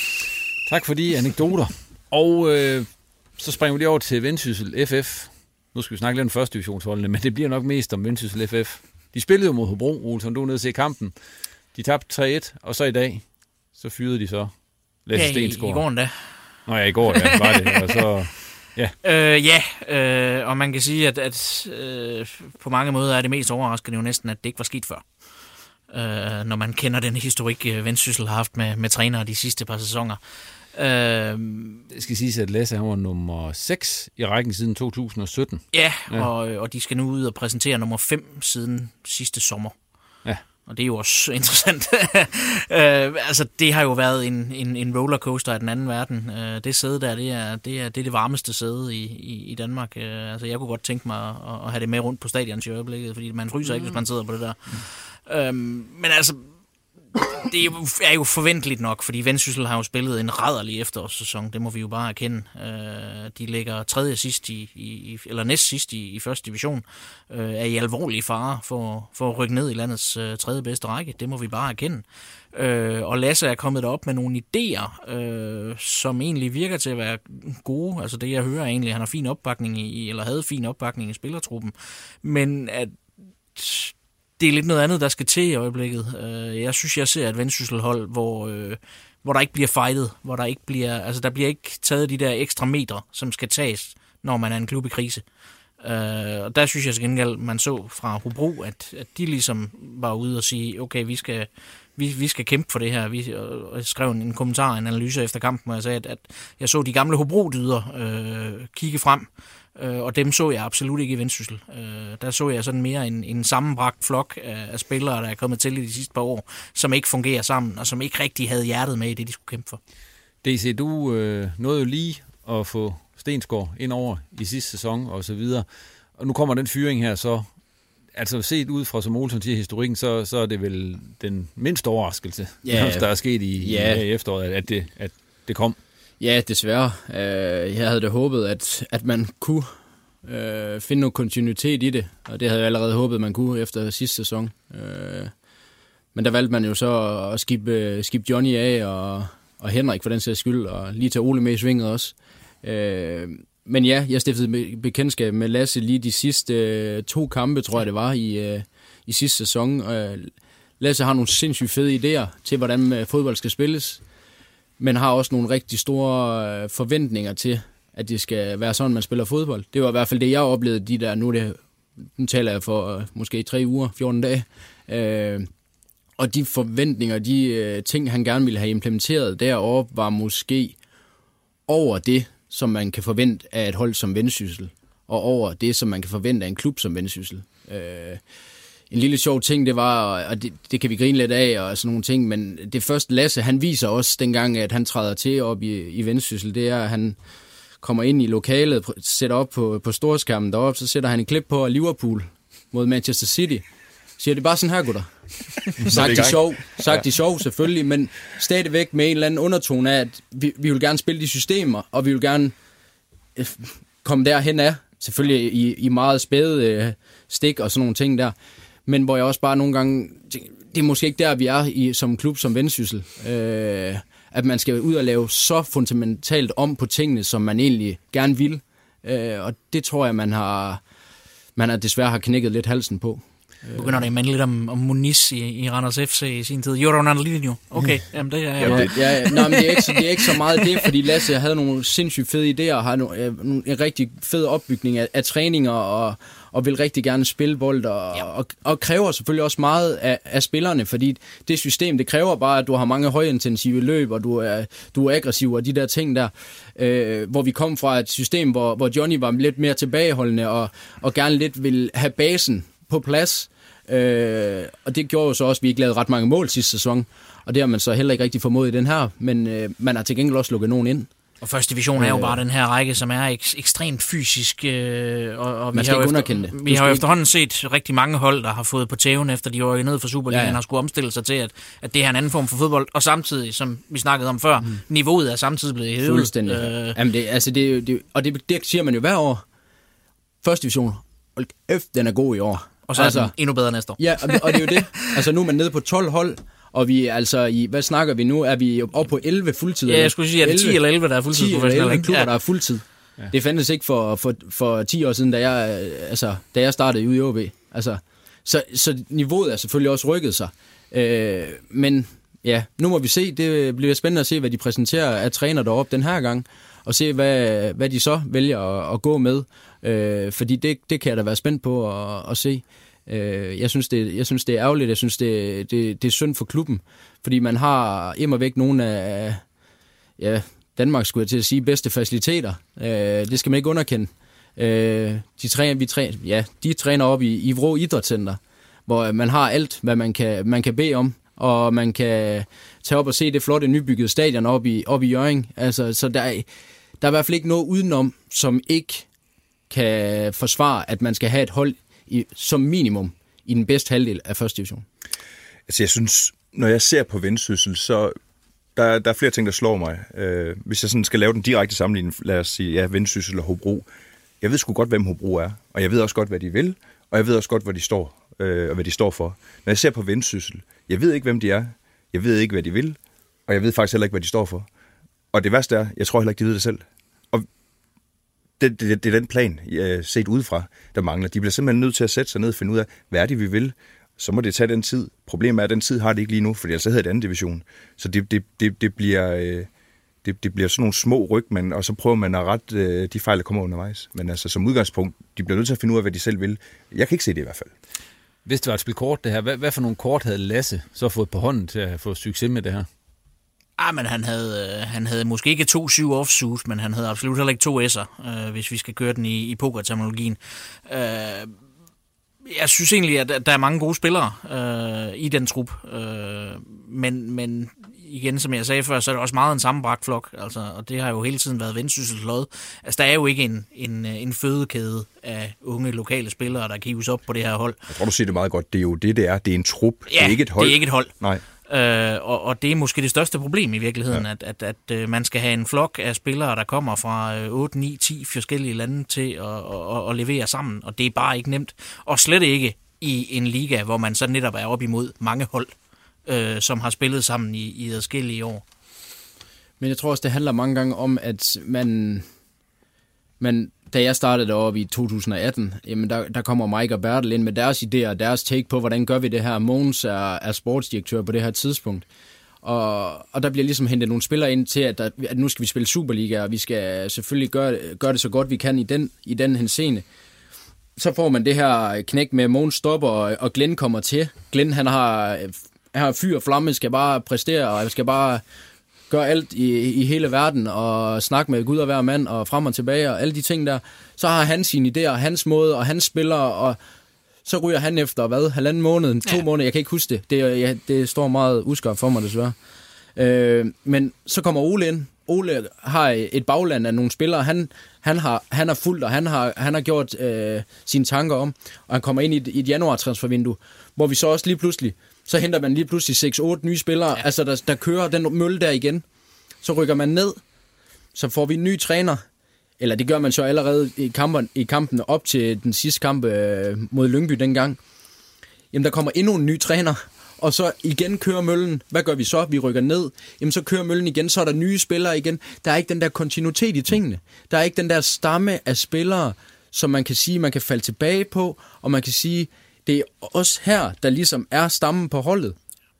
S8: Tak for de anekdoter. Og øh, så springer vi lige over til Vendsyssel F F. nu skal vi snakke lidt om første divisionsholdene, men det bliver nok mest om Vendsyssel F F. De spillede jo mod Hobro, Olsen, du var nede og se kampen. De tabte tre et, og så i dag, så fyrede de så Lasse
S10: ja,
S8: Stensgaard.
S10: i, i går endda.
S8: Nå ja, i går, ja, var det, og så... Ja,
S10: øh, ja øh, og man kan sige, at, at øh, på mange måder er det mest overraskende jo næsten, at det ikke var sket før. Øh, når man kender den historik, Vendsyssel har haft med, med trænere de sidste par sæsoner. Øh,
S8: det skal siges, at Lasse var nummer seks i rækken siden to tusind og sytten.
S10: Ja, ja. Og, og de skal nu ud og præsentere nummer fem siden sidste sommer.
S8: Ja.
S10: Og det er jo også interessant. øh, altså, det har jo været en, en, en rollercoaster af den anden verden. Øh, det sæde der, det er det, er, det, er det varmeste sæde i, i, i Danmark. Øh, altså, jeg kunne godt tænke mig at, at have det med rundt på stadion i øjeblikket, fordi man fryser mm. ikke, hvis man sidder på det der. Mm. Øh, men altså, det er jo, er jo forventeligt nok, fordi Vendsyssel har jo spillet en rædderlig efterårssæson, det må vi jo bare erkende. Øh, de ligger tredje sidst i, i, eller næst sidst i, i første division, øh, er i alvorlig fare for, for at rykke ned i landets øh, tredje bedste række, det må vi bare erkende. Øh, og Lasse er kommet derop med nogle idéer, øh, som egentlig virker til at være gode. Altså det jeg hører egentlig, han har fin opbakning i, eller havde fin opbakning i spillertruppen, men at det er lidt noget andet, der skal til i øjeblikket. Jeg synes, jeg ser et Vendsyssel-hold, hvor, øh, hvor der ikke bliver fightet, hvor der ikke bliver, altså der bliver ikke taget de der ekstra meter, som skal tages, når man er en klub i krise. Uh, og der synes jeg til gengæld, man så fra Hobro, at, at de ligesom var ude og sige, okay, vi skal, vi, vi skal kæmpe for det her. Vi, og jeg skrev en kommentar, en analyse efter kampen, og jeg sagde, at, at jeg så de gamle Hobro-dyder øh, kigge frem, øh, og dem så jeg absolut ikke i Vendsyssel. Øh, der så jeg sådan mere en, en sammenbragt flok af, af spillere, der er kommet til i de sidste par år, som ikke fungerer sammen, og som ikke rigtig havde hjertet med i det, de skulle kæmpe for.
S8: D C, du øh, nåede jo lige at få Stensgaard ind over i sidste sæson og så videre. Og nu kommer den fyring her, så altså set ud fra, som Olsen siger, historikken, så, så er det vel den mindste overraskelse, yeah. der er sket i, yeah. i efteråret, at det, at det kom.
S9: Ja, desværre. Jeg havde da håbet, at, at man kunne øh, finde noget kontinuitet i det, og det havde jeg allerede håbet, man kunne efter sidste sæson. Øh, men der valgte man jo så at skibbe, skibbe Johnny af, og, og Henrik for den sags skyld, og lige tage Ole med i svinget også. Øh, men ja, jeg stiftede bekendtskab med Lasse lige de sidste øh, to kampe, tror jeg det var, i, øh, i sidste sæson. Øh, Lasse har nogle sindssygt fede idéer til, hvordan øh, fodbold skal spilles, men har også nogle rigtig store øh, forventninger til, at det skal være sådan, man spiller fodbold. Det var i hvert fald det, jeg oplevede, de der, nu, det, nu taler jeg for øh, måske tre uger, fjorten dage, øh, og de forventninger, de øh, ting, han gerne ville have implementeret deroppe, var måske over det, som man kan forvente af et hold som Vendsyssel, og over det, som man kan forvente af en klub som Vendsyssel. Øh, en lille sjov ting, det var, og det, det kan vi grine lidt af, og sådan nogle ting, men det første Lasse, han viser også dengang, at han træder til op i, i Vendsyssel, det er, at han kommer ind i lokalet, sætter op på, på storskærmen deroppe, så sætter han en klip på Liverpool mod Manchester City. Siger det bare sådan her, gutter. Sagt i sjov, sagt i sjov selvfølgelig, men stadigvæk med en eller anden undertone af, at vi, vi vil gerne spille de systemer, og vi vil gerne øh, komme derhen af, selvfølgelig i, i meget spæde øh, stik og sådan nogle ting der, men hvor jeg også bare nogle gange, det er måske ikke der, vi er i, som klub som Vendsyssel, øh, at man skal ud og lave så fundamentalt om på tingene, som man egentlig gerne vil, øh, og det tror jeg, man har, man har desværre har knækket lidt halsen på.
S10: Du begynder at minde lidt om, om Muniz i, i Randers F C i sin tid. Jo, Ronaldinho. Okay, jamen det er...
S9: Ja, ja, nej, men det er, ikke, det er ikke så meget det, fordi Lasse havde nogle sindssygt fede idéer, og har nogle, en rigtig fed opbygning af, af træninger, og, og vil rigtig gerne spille bold, og, ja. og, og kræver selvfølgelig også meget af, af spillerne, fordi det system, det kræver bare, at du har mange højintensive løb, og du er, du er aggressiv, og de der ting der, øh, hvor vi kom fra et system, hvor, hvor Johnny var lidt mere tilbageholdende, og, og gerne lidt vil have basen på plads. Øh, og det gjorde jo så også, at vi ikke lavede ret mange mål sidste sæson, og det har man så heller ikke rigtig formået i den her, men øh, man har til gengæld også lukket nogen ind.
S10: Og første division er jo bare den her række, som er ek- ekstremt fysisk, øh, og, og
S9: man
S10: vi har jo
S9: efter, det.
S10: Vi har jo efterhånden set rigtig mange hold, der har fået på tæven, efter de var ned for Superligaen, ja, ja. har skulle omstille sig til, at, at det er en anden form for fodbold, og samtidig, som vi snakkede om før, mm. niveauet er samtidig blevet hævet.
S9: Fuldstændig. Øh, Jamen det, altså det, det, og det, det siger man jo hver år. Første division, hold kæft, den er god i år.
S10: Og så er altså, den endnu bedre næste år.
S9: Ja, og det, og det er jo det. Altså nu er man nede på tolv hold, og vi altså i, hvad snakker vi nu? Er vi oppe på elleve fuldtid?
S10: Ja, jeg skulle sige, er det ti eller elleve, der er fuldtid?
S9: ti eller elleve klubber, ja. der er fuldtid. Ja. Det fandtes ikke for, for, for ti år siden, da jeg, altså, da jeg startede ude i O B. Altså, så, så niveauet er selvfølgelig også rykket sig. Øh, men ja, nu må vi se. Det bliver spændende at se, hvad de præsenterer af træner deroppe den her gang, og se, hvad, hvad de så vælger at, at gå med. Øh, fordi det, det kan jeg da være spændt på at, at se. Øh, jeg, synes, det, jeg synes, det er ærgerligt. Jeg synes, det, det, det er synd for klubben, fordi man har immer væk nogle af ja, Danmark, skulle jeg til at sige, bedste faciliteter. Øh, det skal man ikke underkende. Øh, de, træner, vi træner, ja, de træner op i, i Vrå Idrætscenter, hvor man har alt, hvad man kan, man kan bede om, og man kan tage op og se det flotte nybyggede stadion op i, op i Hjørring. Altså, så der er, der er i hvert fald ikke noget udenom, som ikke kan forsvare, at man skal have et hold i, som minimum i den bedste halvdel af første division.
S4: Altså jeg synes, når jeg ser på Vendsyssel, så der, der er flere ting, der slår mig. Øh, hvis jeg sådan skal lave den direkte sammenligning, lad os sige, ja, Vendsyssel og Hobro. Jeg ved sgu godt, hvem Hobro er, og jeg ved også godt, hvad de vil, og jeg ved også godt, hvor de står, øh, og hvad de står for. Når jeg ser på Vendsyssel, jeg ved ikke, hvem de er, jeg ved ikke, hvad de vil, og jeg ved faktisk heller ikke, hvad de står for. Og det værste er, jeg tror heller ikke, de ved det selv. Og det, det, det er den plan, jeg set udefra, der mangler. De bliver simpelthen nødt til at sætte sig ned og finde ud af, hvad er det, vi vil. Så må det tage den tid. Problemet er, at den tid har det ikke lige nu, for ellers hedder det anden division. Så det, det, det, det, bliver, det, det bliver sådan nogle små ryg, men, og så prøver man at rette de fejl, der kommer undervejs. Men altså som udgangspunkt, de bliver nødt til at finde ud af, hvad de selv vil. Jeg kan ikke se det i hvert fald.
S8: Hvis det var et spil kort, det her, hvad, hvad for nogle kort havde Lasse så fået på hånden til at få succes med det her?
S10: Ah, men han havde, han havde måske ikke to syv offsuit, men han havde absolut heller ikke to s'er, øh, hvis vi skal køre den i, i pokerterminologien. Øh, jeg synes egentlig, at der er mange gode spillere øh, i den trup, øh, men, men igen, som jeg sagde før, så er det også meget en sammenbragt flok, altså, og det har jo hele tiden været Vendsyssels lod. Altså, der er jo ikke en, en, en fødekæde af unge lokale spillere, der kan hives op på det her hold.
S4: Jeg tror, du siger det meget godt. Det er jo det, det er. Det er en trup.
S10: Ja,
S4: det er ikke et hold.
S10: det er ikke et hold.
S4: Nej.
S10: Øh, og, og det er måske det største problem i virkeligheden, ja. at, at, at, at man skal have en flok af spillere, der kommer fra otte, ni, ti forskellige lande til at, at, at levere sammen, og det er bare ikke nemt. Og slet ikke i en liga, hvor man så netop er op imod mange hold, øh, som har spillet sammen i, i adskillige år.
S9: Men jeg tror også, det handler mange gange om, at man... man da jeg startede deroppe i to tusind atten, jamen der, der kommer Mike og Bertel ind med deres idéer og deres take på, hvordan gør vi det her. Mogens er, er sportsdirektør på det her tidspunkt. Og, og der bliver ligesom hentet nogle spillere ind til, at, der, at nu skal vi spille Superliga, og vi skal selvfølgelig gøre, gøre det så godt, vi kan i den, i den henseende. Så får man det her knæk med, Mogens stopper, og, og Glenn kommer til. Glenn, han har, han har fyr og flamme, skal bare præstere, og skal bare... gør alt i, i hele verden, og snakke med Gud og hver mand, og frem og tilbage, og alle de ting der. Så har han sine idéer, hans måde, og hans spillere, og så ryger han efter, hvad, halvanden måned, to ja. måneder, jeg kan ikke huske det. Det, ja, det står meget uskarpt for mig, desværre. Øh, men så kommer Ole ind. Ole har et bagland af nogle spillere, han, han, har, han har fulgt, og han har, han har gjort øh, sine tanker om, og han kommer ind i et, i et januar-transfervindue, hvor vi så også lige pludselig, så henter man lige pludselig seks otte nye spillere, ja. altså der, der kører den mølle der igen. Så rykker man ned, så får vi en ny træner, eller det gør man så allerede i, kampen, i kampen op til den sidste kamp øh, mod Lyngby dengang. Jamen der kommer endnu en ny træner, og så igen kører møllen. Hvad gør vi så? Vi rykker ned. Jamen så kører møllen igen, så er der nye spillere igen. Der er ikke den der kontinuitet i tingene. Der er ikke den der stamme af spillere, som man kan sige, man kan falde tilbage på, og man kan sige, det er også her, der ligesom er stammen på holdet.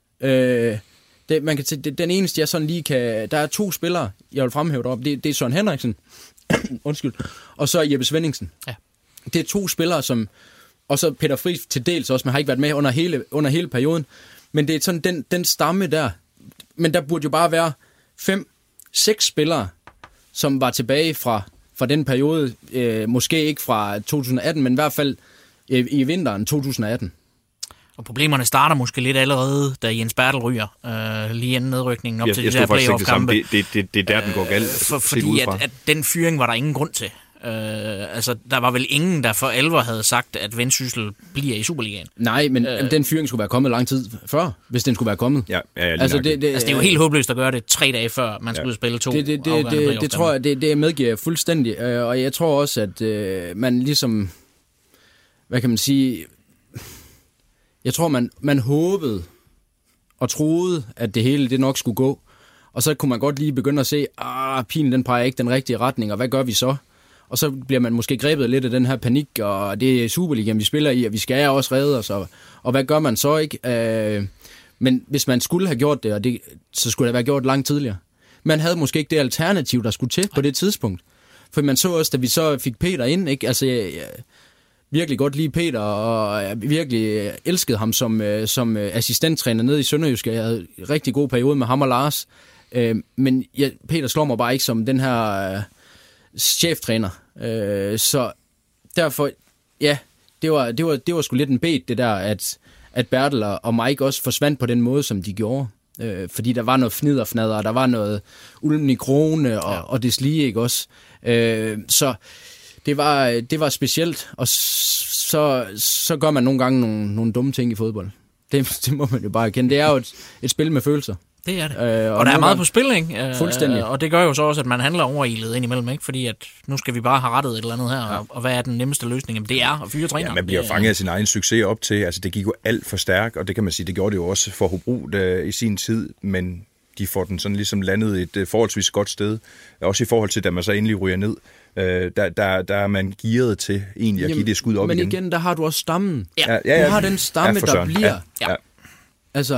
S9: Øh, det, man kan det, den eneste, jeg sådan lige kan... Der er to spillere, jeg vil fremhæve deroppe. Det, det er Søren Henriksen, undskyld, og så Jeppe Svendingsen. Ja. Det er to spillere, som... Og så Peter Friis til dels også, men har ikke været med under hele, under hele perioden. Men det er sådan den, den stamme der. Men der burde jo bare være fem, seks spillere, som var tilbage fra, fra den periode. Øh, måske ikke fra to tusind atten, men i hvert fald øh, i vinteren to tusind atten.
S10: Og problemerne starter måske lidt allerede, da Jens Bertel ryger, øh, lige inden nedrykningen op
S4: jeg,
S10: til
S4: jeg
S10: de der playoff-kampe.
S4: Det, det, det, det er der, den går galt. Øh,
S10: for, fordi at, at den fyring var der ingen grund til. Øh, altså, der var vel ingen, der for alvor havde sagt, at Vendsyssel bliver i Superligaen.
S9: Nej, men øh, den fyring skulle være kommet lang tid før, hvis den skulle være kommet.
S4: Ja, ja,
S10: altså, det, det, altså, det er jo helt håbløst at gøre det tre dage før, man ja. skulle spille to.
S9: Det, det, det, det, det tror jeg, det, det medgiver jeg fuldstændig. Og jeg tror også, at øh, man ligesom, hvad kan man sige, jeg tror, man, man håbede og troede, at det hele det nok skulle gå. Og så kunne man godt lige begynde at se, ah, pilen den peger ikke den rigtige retning, og hvad gør vi så? Og så bliver man måske grebet lidt af den her panik, og det er Superligaen, vi spiller i, og vi skal også redde os, og, og hvad gør man så, ikke? Øh, men hvis man skulle have gjort det, og det, så skulle det have været gjort langt tidligere. Man havde måske ikke det alternativ, der skulle til på det tidspunkt. For man så også, da vi så fik Peter ind, ikke? Altså, jeg, jeg virkelig godt lide Peter, og jeg virkelig elskede ham som, som assistenttræner nede i Sønderjysk. Jeg havde en rigtig god periode med ham og Lars. Men jeg, Peter slår mig bare ikke som den her cheftræner. Så derfor, ja, det var, det var, det var sgu lidt en bed, det der, at, at Bertel og Mike også forsvandt på den måde, som de gjorde. Øh, fordi der var noget fniderfnader, og der var noget ulmen i krone og, ja. og deslige, ikke også? Øh, så det var, det var specielt, og så, så gør man nogle gange nogle, nogle dumme ting i fodbold. Det, det må man jo bare erkende. Det er jo et, et spil med følelser.
S10: Det er det. Øh, og, og der er meget gange, på spil, ikke?
S9: Fuldstændig.
S10: Øh, og det gør jo så også, at man handler overilet indimellem, ikke? Fordi at nu skal vi bare have rettet et eller andet her, ja. og, og hvad er den nemmeste løsning? Jamen, det er at fyre træner.
S4: Ja, man bliver
S10: det,
S4: fanget af sin egen succes op til. Altså, det gik jo alt for stærkt, og det kan man sige, det gjorde det jo også for Hobro i sin tid, men de får den sådan ligesom landet et forholdsvis godt sted. Også i forhold til, da man så endelig ryger ned. Øh, der, der, der er man gearet til egentlig at give det skud op
S9: men
S4: igen.
S9: Men igen, der har du også stammen.
S10: Ja.
S9: Ja, ja, ja. Du har den stamme,
S4: ja,
S9: der bliver.
S4: Ja. Ja.
S9: Altså,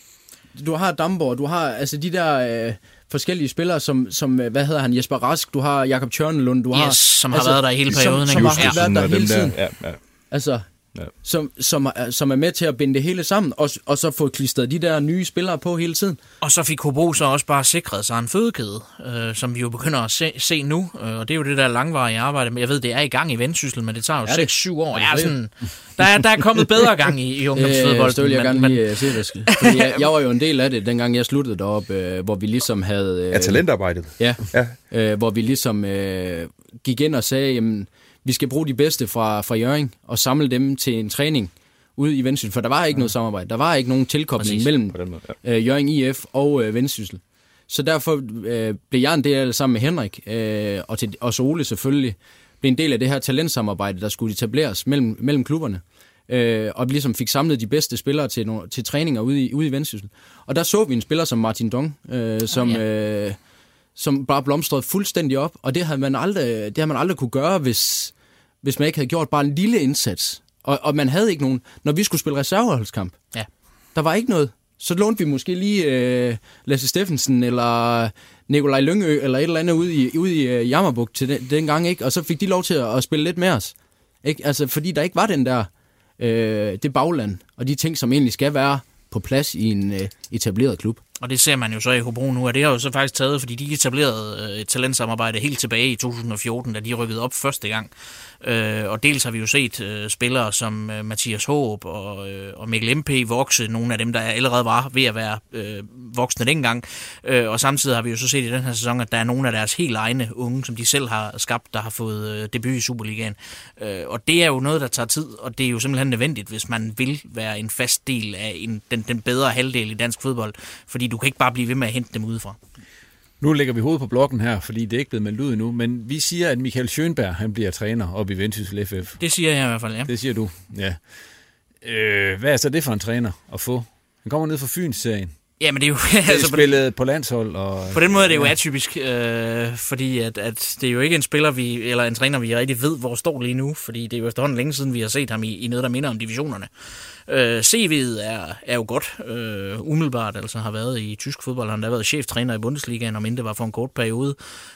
S9: du har Damborg, du har altså de der øh, forskellige spillere, som, som, hvad hedder han, Jesper Rask, du har Jakob Tjørnelund, du
S10: yes,
S9: har...
S10: som
S9: altså,
S10: har været der hele perioden.
S9: Som, som har været der hele tiden.
S4: Ja, ja.
S9: Altså,
S4: ja.
S9: som, som, er, som er med til at binde det hele sammen, og, og så få klistret de der nye spillere på hele tiden.
S10: Og så fik Hobro så også bare sikret sig en fødekæde, øh, som vi jo begynder at se, se nu, øh, og det er jo det der langvarige arbejde, men jeg ved, det er i gang i Vendsyssel, men det tager jo seks syv år. Ja, sådan, der, er, der er kommet bedre gang i, i ungdomsfodbold.
S9: Det vil jeg gerne lige se, hvad skal. Fordi jeg, jeg var jo en del af det, dengang jeg sluttede deroppe, øh, hvor vi ligesom havde... Øh,
S4: ja, talentarbejdet.
S9: Ja, ja. Øh, hvor vi ligesom øh, gik ind og sagde, jamen, vi skal bruge de bedste fra, fra Hjørring og samle dem til en træning ude i Vendsyssel, for der var ikke ja. noget samarbejde. Der var ikke nogen tilkobling Præcis. mellem måde, ja. øh, Hjørring I F og øh, Vendsyssel. Så derfor øh, blev jeg en del sammen med Henrik, øh, og til, også Ole selvfølgelig, blev en del af det her talentsamarbejde, der skulle etableres mellem, mellem klubberne. Øh, og vi ligesom fik samlet de bedste spillere til, no, til træninger ude i, ude i Vendsyssel. Og der så vi en spiller som Martin Dong, øh, som... Oh, ja. øh, som bare blomstrede fuldstændig op, og det havde man aldrig, det havde man aldrig kunne gøre, hvis, hvis man ikke havde gjort bare en lille indsats. Og, og man havde ikke nogen, når vi skulle spille reserveholdskamp,
S10: ja.
S9: der var ikke noget. Så lånte vi måske lige øh, Lasse Steffensen, eller Nikolaj Lyngø, eller et eller andet ude i, ude i uh, Jammerbugt til den, den gang, ikke? Og så fik de lov til at, at spille lidt med os. Ikke? Altså, fordi der ikke var den der, øh, det bagland, og de ting, som egentlig skal være på plads i en øh, etableret klub.
S10: Og det ser man jo så i Hobro nu, og det har jo så faktisk taget, fordi de etablerede et talentsamarbejde helt tilbage i to tusind og fjorten, da de rykkede op første gang. Øh, og dels har vi jo set øh, spillere som øh, Mathias Håb og, øh, og Mikkel M P vokse, nogle af dem, der allerede var ved at være øh, voksne dengang. Øh, og samtidig har vi jo så set i den her sæson, at der er nogle af deres helt egne unge, som de selv har skabt, der har fået øh, debut i Superligaen. Øh, og det er jo noget, der tager tid, og det er jo simpelthen nødvendigt, hvis man vil være en fast del af en, den, den bedre halvdel i dansk fodbold, fordi du kan ikke bare blive ved med at hente dem udefra.
S8: Nu lægger vi hovedet på blokken her, fordi det er ikke blevet meldt ud endnu, men vi siger, at Michael Schönberg, han bliver træner oppe i Vendsyssel F F.
S10: Det siger jeg i hvert fald, ja.
S8: Det siger du, ja. Øh, hvad er så det for en træner at få? Han kommer ned fra Fyns-serien.
S10: Ja, men det er jo...
S8: altså, spillet på landshold. Og,
S10: på den måde er det jo atypisk, øh, fordi at, at det er jo ikke en spiller, vi, eller en træner, vi rigtig ved, hvor står lige nu, fordi det er jo efterhånden længe siden, vi har set ham i, i noget, der minder om divisionerne. Øh, C V'et er, er jo godt, øh, umiddelbart, altså har været i tysk fodbold, han har været cheftræner i Bundesligaen, om end det var for en kort periode.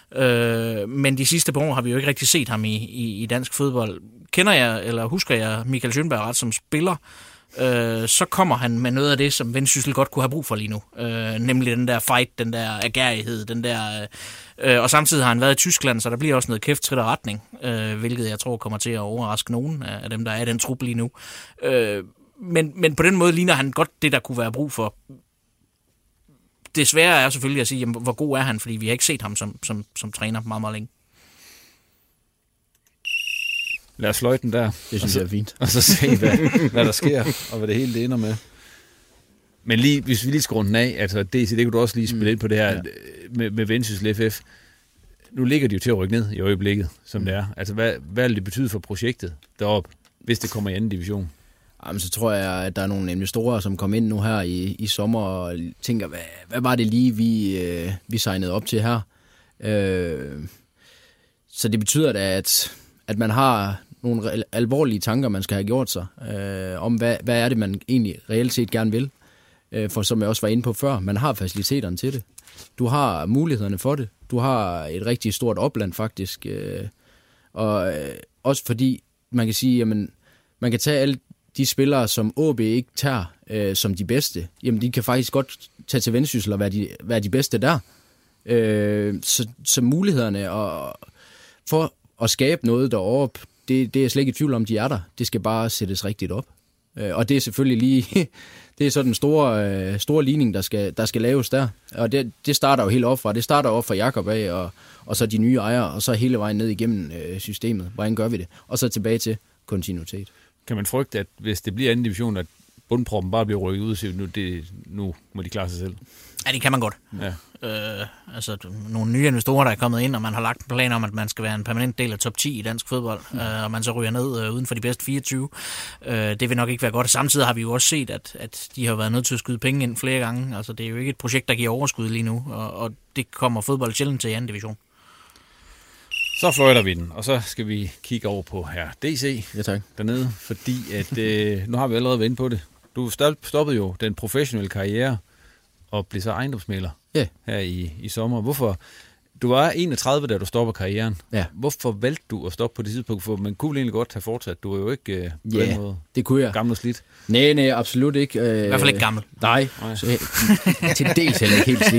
S10: Øh, men de sidste par år har vi jo ikke rigtig set ham i, i, i dansk fodbold. Kender jeg, eller husker jeg Michael Schönberg ret som spiller, øh, så kommer han med noget af det, som Vendsyssel godt kunne have brug for lige nu. Øh, nemlig den der fight, den der agerighed, den der... Øh, og samtidig har han været i Tyskland, så der bliver også noget kæft, trit og retning, øh, hvilket jeg tror kommer til at overraske nogen af dem, der er i den trup lige nu. Øh, men, men på den måde ligner han godt det, der kunne være brug for. Det svære er selvfølgelig at sige, jamen, hvor god er han, fordi vi har ikke set ham som, som, som træner meget, meget længe.
S8: Lad os fløjte den der.
S9: Det synes jeg er fint.
S8: Og så se, hvad, hvad der sker, og hvad det hele det ender med. Men lige, hvis vi lige skal runde den af, altså D C, det kunne du også lige spille ind på det her, ja. med, med Vendsyssel F F. Nu ligger de jo til at rykke ned i øjeblikket, som mm. det er. Altså, hvad, hvad vil det betyde for projektet deroppe, hvis det kommer i anden division?
S9: Jamen, så tror jeg, at der er nogle investorer, som kommer ind nu her i, i sommer og tænker, hvad, hvad var det lige, vi, øh, vi signede op til her? Øh, så det betyder da, at, at man har nogle alvorlige tanker, man skal have gjort sig, øh, om hvad, hvad er det, man egentlig reelt set gerne vil. Øh, for som jeg også var inde på før, man har faciliteterne til det. Du har mulighederne for det. Du har et rigtig stort opland faktisk. Øh, og øh, også fordi, man kan sige, jamen, man kan tage alle de spillere, som O B ikke tager øh, som de bedste. Jamen, de kan faktisk godt tage til Vendsyssel og være de, være de bedste der. Øh, så, så mulighederne og, for at skabe noget deroppe, det, det er slet ikke i tvivl om, de er der. Det skal bare sættes rigtigt op. Øh, og det er selvfølgelig lige... Det er så den store, øh, store ligning, der skal, der skal laves der. Og det, det starter jo helt op fra. Det starter op fra Jakob af, og, og så de nye ejere, og så hele vejen ned igennem øh, systemet. Hvordan gør vi det? Og så tilbage til kontinuitet.
S8: Kan man frygte, at hvis det bliver anden division, at bundproppen bare bliver rykket ud, så nu, det, nu må de klare sig selv?
S10: Ja, det kan man godt.
S8: Ja.
S10: Øh, altså, nogle nye investorer, der er kommet ind, og man har lagt en plan om, at man skal være en permanent del af top ti i dansk fodbold, mm. øh, og man så ryger ned øh, uden for de bedste fireogtyve. Øh, det vil nok ikke være godt. Samtidig har vi jo også set, at, at de har været nødt til at skyde penge ind flere gange. Altså, det er jo ikke et projekt, der giver overskud lige nu, og, og det kommer fodbold sjældent til i anden division.
S8: Så fløjter vi den, og så skal vi kigge over på her D C
S9: ja, tak.
S8: dernede, fordi at, øh, nu har vi allerede været inde på det. Du stoppede jo den professionelle karriere og blev så ejendomsmægler
S9: yeah.
S8: her i, i sommer. Hvorfor? Du var enogtredive, da du stopper karrieren.
S9: Ja.
S8: Hvorfor valgte du at stoppe på det tidspunkt? For man kunne egentlig godt have fortsat. Du var jo ikke øh, på
S9: yeah,
S8: den måde
S9: det kunne jeg.
S8: Gammel og slidt.
S9: Nej, nej, absolut ikke. Øh,
S10: I hvert fald ikke gammel.
S9: Nej, så, til dels heller ikke helt slidt.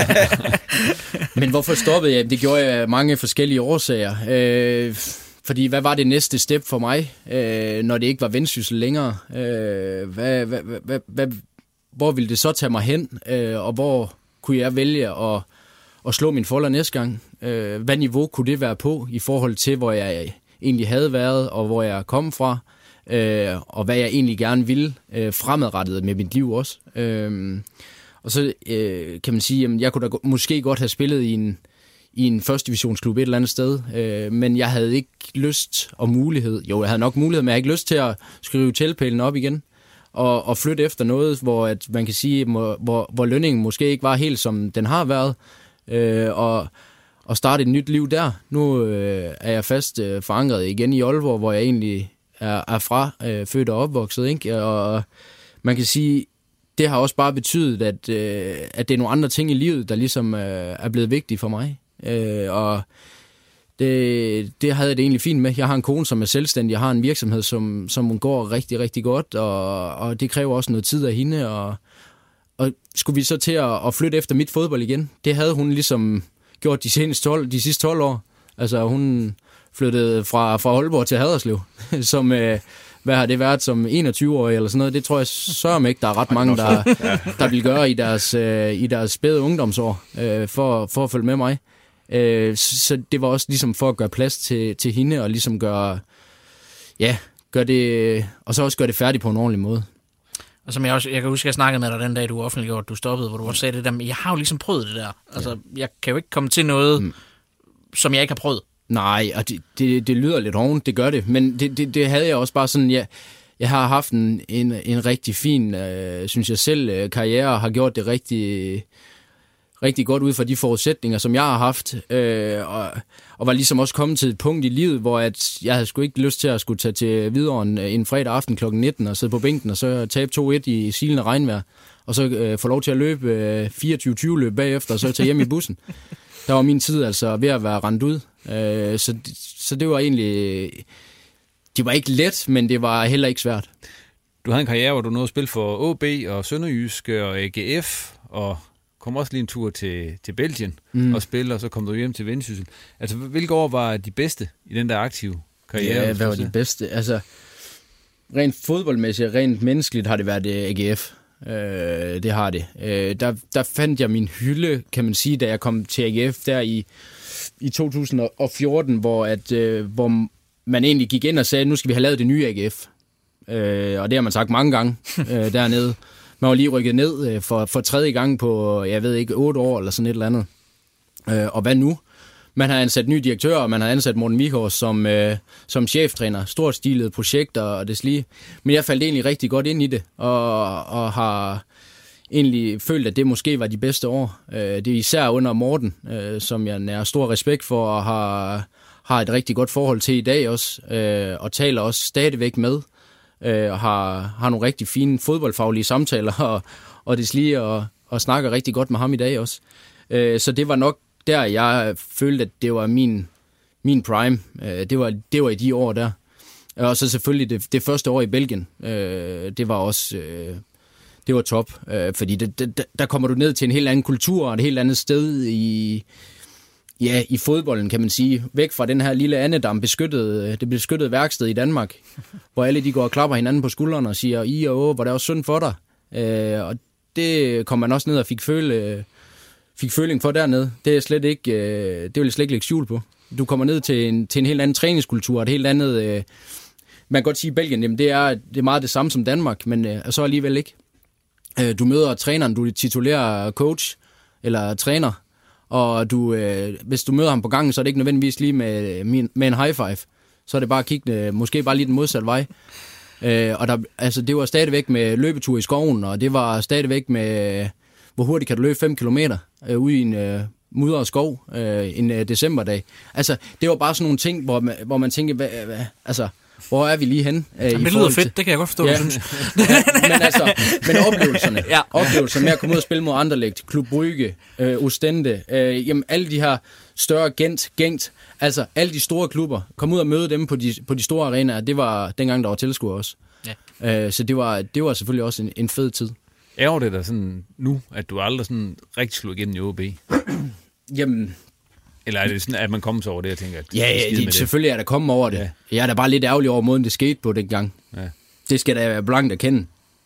S9: Men hvorfor stoppede jeg? Det gjorde jeg af mange forskellige årsager. Øh, fordi hvad var det næste step for mig, øh, når det ikke var Vendsyssel længere? Øh, hvad, hvad, hvad, hvad, hvor ville det så tage mig hen? Øh, og hvor kunne jeg vælge at, at slå min folder næste gang? Øh, hvad niveau kunne det være på i forhold til, hvor jeg egentlig havde været, og hvor jeg kom fra? Øh, og hvad jeg egentlig gerne ville øh, fremadrettet med mit liv også. Øh, og så øh, kan man sige, at jeg kunne da måske godt have spillet i en, i en første divisionsklub et eller andet sted, øh, men jeg havde ikke lyst og mulighed. Jo, jeg havde nok mulighed, men jeg havde ikke lyst til at skrive tilpælen op igen og, og flytte efter noget, hvor at man kan sige, hvor, hvor, hvor lønningen måske ikke var helt som den har været, øh, og, og starte et nyt liv der. Nu øh, er jeg fast øh, forankret igen i Aalborg, hvor jeg egentlig er, er fra, øh, født og opvokset, ikke? Og man kan sige, det har også bare betydet, at, øh, at det er nogle andre ting i livet, der ligesom øh, er blevet vigtige for mig. Øh, og det, det havde jeg det egentlig fint med. Jeg har en kone, som er selvstændig. Jeg har en virksomhed, som, som går rigtig, rigtig godt, og, og det kræver også noget tid af hende. Og, og skulle vi så til at, at flytte efter mit fodbold igen? Det havde hun ligesom gjort de, seneste tolv, de sidste tolv år. Altså hun flyttede fra, fra Aalborg til Haderslev, som... Øh, hvad har det været som enogtyve-årig eller sådan noget? Det tror jeg sørger ikke, der er ret mange, der, der vil gøre i deres, øh, i deres spæde ungdomsår øh, for, for at følge med mig. Øh, så det var også ligesom for at gøre plads til, til hende og ligesom gøre, ja, gøre det, og så også gøre det færdigt på en ordentlig måde.
S10: Og som jeg også, jeg kan huske, at jeg snakkede med dig den dag, du offentliggjorde, du stoppede, hvor du også sagde det der, men jeg har jo ligesom prøvet det der. Altså, jeg kan jo ikke komme til noget, mm. som jeg ikke har prøvet. Nej, og det, det, det lyder lidt hårdt, det gør det, men det, det, det havde jeg også bare sådan, ja, jeg har haft en, en, en rigtig fin, øh, synes jeg selv, karriere, og har gjort det rigtig, rigtig godt ud fra de forudsætninger, som jeg har haft, øh, og, og var ligesom også kommet til et punkt i livet, hvor at jeg havde sgu ikke lyst til at skulle tage til Hvidovre en fredag aften klokken nitten og sidde på bænken, og så tabe to et i silende regnvejr, og så øh, få lov til at løbe øh, fireogtyve tyve løb bagefter, og så tage hjem i bussen. Der var min tid altså ved at være rendt ud. Øh, så, så det var egentlig... Det var ikke let, men det var heller ikke svært.
S8: Du havde en karriere, hvor du nåede at spille for A B og Sønderjyske og A G F, og kom også lige en tur til, til Belgien mm. og spille, og så kom du hjem til Vendsyssel. Altså, hvilke år var de bedste i den der aktive karriere?
S9: Ja, hvad var de bedste? Altså, rent fodboldmæssigt, rent menneskeligt har det været A G F. Øh, det har det. Øh, der, der fandt jeg min hylde, kan man sige, da jeg kom til A G F der i, i to tusind og fjorten, hvor, at, øh, hvor man egentlig gik ind og sagde, nu skal vi have lavet det nye A G F. Øh, og det har man sagt mange gange øh, dernede. Man var lige rykket ned øh, for, for tredje gang på, jeg ved ikke, otte år eller sådan et eller andet. Øh, og hvad nu? Man har ansat ny direktør, og man har ansat Morten Vikors som, øh, som cheftræner. Stort stilet projekter og det slige. Men jeg faldt egentlig rigtig godt ind i det, og, og har egentlig følt, at det måske var de bedste år. Øh, det er især under Morten, øh, som jeg nærer stor respekt for, og har, har et rigtig godt forhold til i dag også, øh, og taler også stadigvæk med, øh, og har, har nogle rigtig fine fodboldfaglige samtaler, og, og deslige, og, og snakker rigtig godt med ham i dag også. Øh, så det var nok der, jeg følte, at det var min, min prime. Øh, det, var, det var i de år der. Og så selvfølgelig det, det første år i Belgien, øh, det var også... Øh, det var top, øh, fordi det, det, der kommer du ned til en helt anden kultur, og et helt andet sted i... Ja, i fodbolden, kan man sige. Væk fra den her lille andedam, beskyttede, det beskyttede værksted i Danmark, hvor alle de går og klapper hinanden på skuldrene og siger, I og åh, hvor det er også synd for dig. Øh, og det kom man også ned og fik, føle, fik føling for dernede. Det er slet ikke, øh, det vil jeg slet ikke lægge skjul på. Du kommer ned til en, til en helt anden træningskultur, et helt andet... Øh, man kan godt sige, at Belgien, jamen, det, er, det er meget det samme som Danmark, men øh, så alligevel ikke. Øh, du møder træneren, du titulerer coach eller træner, og du, øh, hvis du møder ham på gangen, så er det ikke nødvendigvis lige med, med en high five. Så er det bare at kigge, øh, måske bare lige den modsatte vej. Øh, og der, altså, det var stadigvæk med løbetur i skoven, og det var stadigvæk med, hvor hurtigt kan du løbe fem kilometer øh, ude i en øh, mudret skov øh, en øh, decemberdag. Altså, det var bare sådan nogle ting, hvor man, hvor man tænker, hvad, hvad, altså, hvor er vi lige henne? Øh,
S10: det lyder fedt, det kan jeg godt forstå,
S9: ja.
S10: du synes.
S9: Ja, men altså, men oplevelserne, ja. oplevelserne med at komme ud og spille mod Anderlecht, Klub Brygge, øh, Ostende, øh, jamen alle de her større Gent, Gengt, altså alle de store klubber, komme ud og møde dem på de, på de store arenaer, det var dengang, der var tilskuere også. Ja. Øh, så det var, det var selvfølgelig også en, en fed tid.
S8: Ærger det dig sådan nu, at du aldrig sådan rigtig slog igennem i O B?
S9: Jamen...
S8: Eller er det sådan, at man kommer så over det, og tænker, at
S9: ja, ja det, selvfølgelig er der kommet over det. Ja. Jeg er da bare lidt ærgerlig over måden, det skete på dengang. Ja. Det skal da være blankt at kende.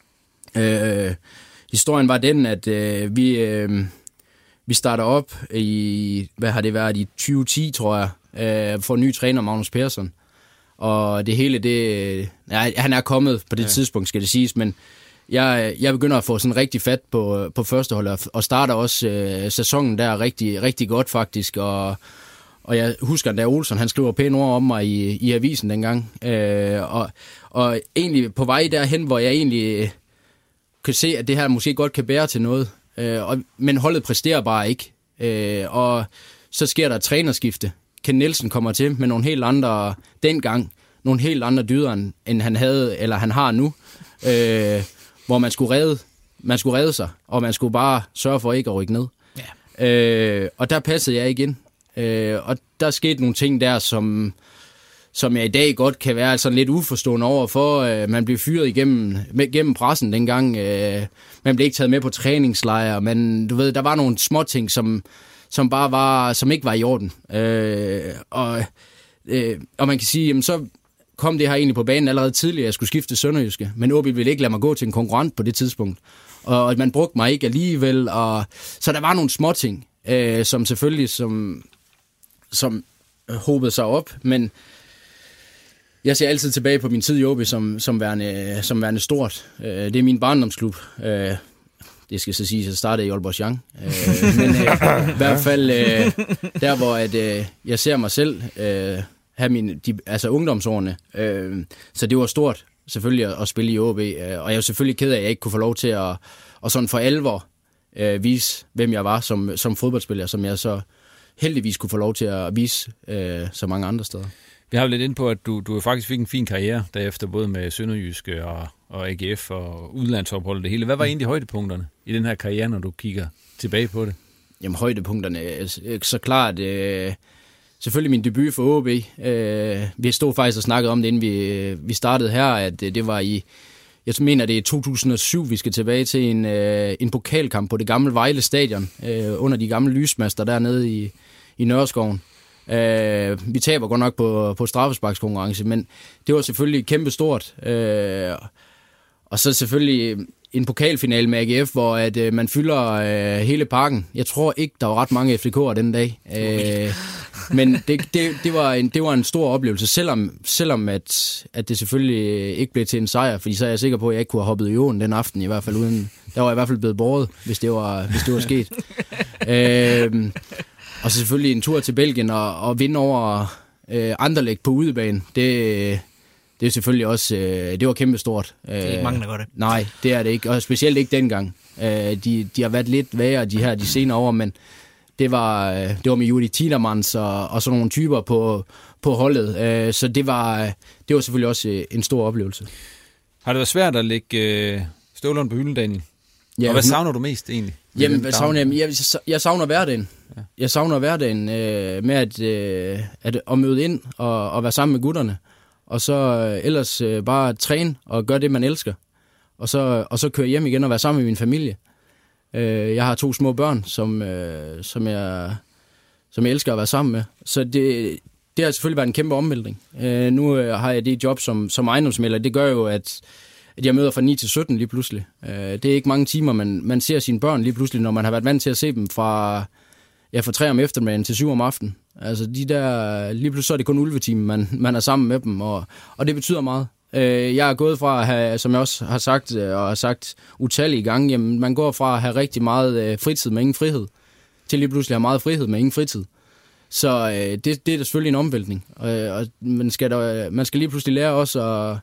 S9: Øh, historien var den, at øh, vi, øh, vi starter op i, hvad har det været, i tyve ti, tror jeg, øh, for en ny træner, Magnus Persson. Og det hele, det... Ja, han er kommet på det ja. tidspunkt, skal det siges, men jeg, jeg begynder at få sådan rigtig fat på, på førsteholdet, og starter også øh, sæsonen der rigtig, rigtig godt faktisk, og, og jeg husker, at Olsen, han skriver pæne ord om mig i, i avisen dengang, øh, og, og egentlig på vej derhen, hvor jeg egentlig kan se, at det her måske godt kan bære til noget, øh, og, men holdet præsterer bare ikke, øh, og så sker der et trænerskifte. Ken Nielsen kommer til med nogle helt andre, dengang, nogle helt andre dyder, end han havde, eller han har nu, øh, hvor man skulle redde, man skulle redde sig, og man skulle bare sørge for ikke at rykke ned. Ja. Øh, og der passede jeg igen. Øh, og der skete nogle ting der, som, som jeg i dag godt kan være sådan lidt uforstående over for. Øh, man blev fyret igennem med, gennem pressen dengang. Øh, man blev ikke taget med på træningslejre, men du ved, der var nogle små ting, som, som bare var, som ikke var i orden. Øh, og, øh, og man kan sige, jamen så kom det her egentlig på banen allerede tidligere, jeg skulle skifte Sønderjyske, men O B ville ikke lade mig gå til en konkurrent på det tidspunkt. Og man brugte mig ikke alligevel, og så der var nogle småting, øh, som selvfølgelig som, som hobede sig op, men jeg ser altid tilbage på min tid i O B som, som, værende, som værende stort. Øh, det er min barndomsklub. Øh, det skal så sige, at jeg startede i Aalborg Young. Øh, men øh, i hvert fald øh, der, hvor at, øh, jeg ser mig selv øh, have mine, de, altså ungdomsårene. Øh, så det var stort, selvfølgelig, at, at spille i O B. Øh, og jeg er selvfølgelig ked af, at jeg ikke kunne få lov til at og sådan for alvor øh, vise, hvem jeg var som, som fodboldspiller, som jeg så heldigvis kunne få lov til at vise øh, så mange andre steder.
S8: Vi har jo lidt ind på, at du, du faktisk fik en fin karriere derefter, både med Sønderjyske og, og A G F og udlandsophold og det hele. Hvad var egentlig højdepunkterne i den her karriere, når du kigger tilbage på det?
S9: Jamen højdepunkterne er så klart... Øh, selvfølgelig min debut for O B. Øh, vi stod faktisk og snakkede om det, inden vi, vi startede her, at det var i... Jeg mener, det er to tusind og syv, vi skal tilbage til en, øh, en pokalkamp på det gamle Vejle Stadion, øh, under de gamle lysmaster dernede i, i Nørreskoven. Øh, vi taber godt nok på, på straffesparkskonkurrence, men det var selvfølgelig kæmpe stort. Øh, og så selvfølgelig en pokalfinale med A G F, hvor at, øh, man fylder øh, hele parken. Jeg tror ikke, der var ret mange F C K'er den dag. Øh, men det, det, det, var en, det var en stor oplevelse, selvom, selvom at, at det selvfølgelig ikke blev til en sejr, fordi så er jeg sikker på, at jeg ikke kunne have hoppet i åen den aften, i hvert fald uden. Der var jeg i hvert fald blevet båret, hvis det var, hvis det var sket. øh, og så selvfølgelig en tur til Belgien og, og vinde over øh, Anderlecht på udebane. Det, det er selvfølgelig også, øh, det var kæmpestort.
S10: Det er ikke mange, der gør det.
S9: Nej, det er det ikke, og specielt ikke dengang. Øh, de, de har været lidt værre, de her de senere år, men det var, det var med Juri Tielemans og, og sådan nogle typer på, på holdet. Øh, så det var, det var selvfølgelig også en stor oplevelse.
S8: Har det været svært at lægge støvlerne på hylden, Daniel?
S9: Ja,
S8: og hvad savner du mest egentlig?
S9: Jamen, hvad savner jeg? Jeg, jeg savner hverdagen. Ja. Jeg savner hverdagen øh, med at, øh, at, at møde ind og, og være sammen med gutterne. Og så øh, ellers øh, bare træne og gøre det, man elsker. Og så, og så køre hjem igen og være sammen med min familie. Øh, jeg har to små børn, som, øh, som, jeg, som jeg elsker at være sammen med. Så det, det har selvfølgelig været en kæmpe omvæltning. Øh, nu øh, har jeg det job som, som ejendomsmægler. Det gør jo, at at jeg møder fra ni til sytten lige pludselig. Det er ikke mange timer, man, man ser sine børn lige pludselig, når man har været vant til at se dem fra, ja, fra tre om eftermiddagen til syv om aftenen. Altså de der, lige pludselig så er det kun ulvetimen, man, man er sammen med dem, og, og det betyder meget. Jeg er gået fra at have, som jeg også har sagt, og har sagt utallige gange, jamen man går fra at have rigtig meget fritid med ingen frihed, til lige pludselig at have meget frihed med ingen fritid. Så det, det er da selvfølgelig en omvæltning, og man skal, da, man skal lige pludselig lære også at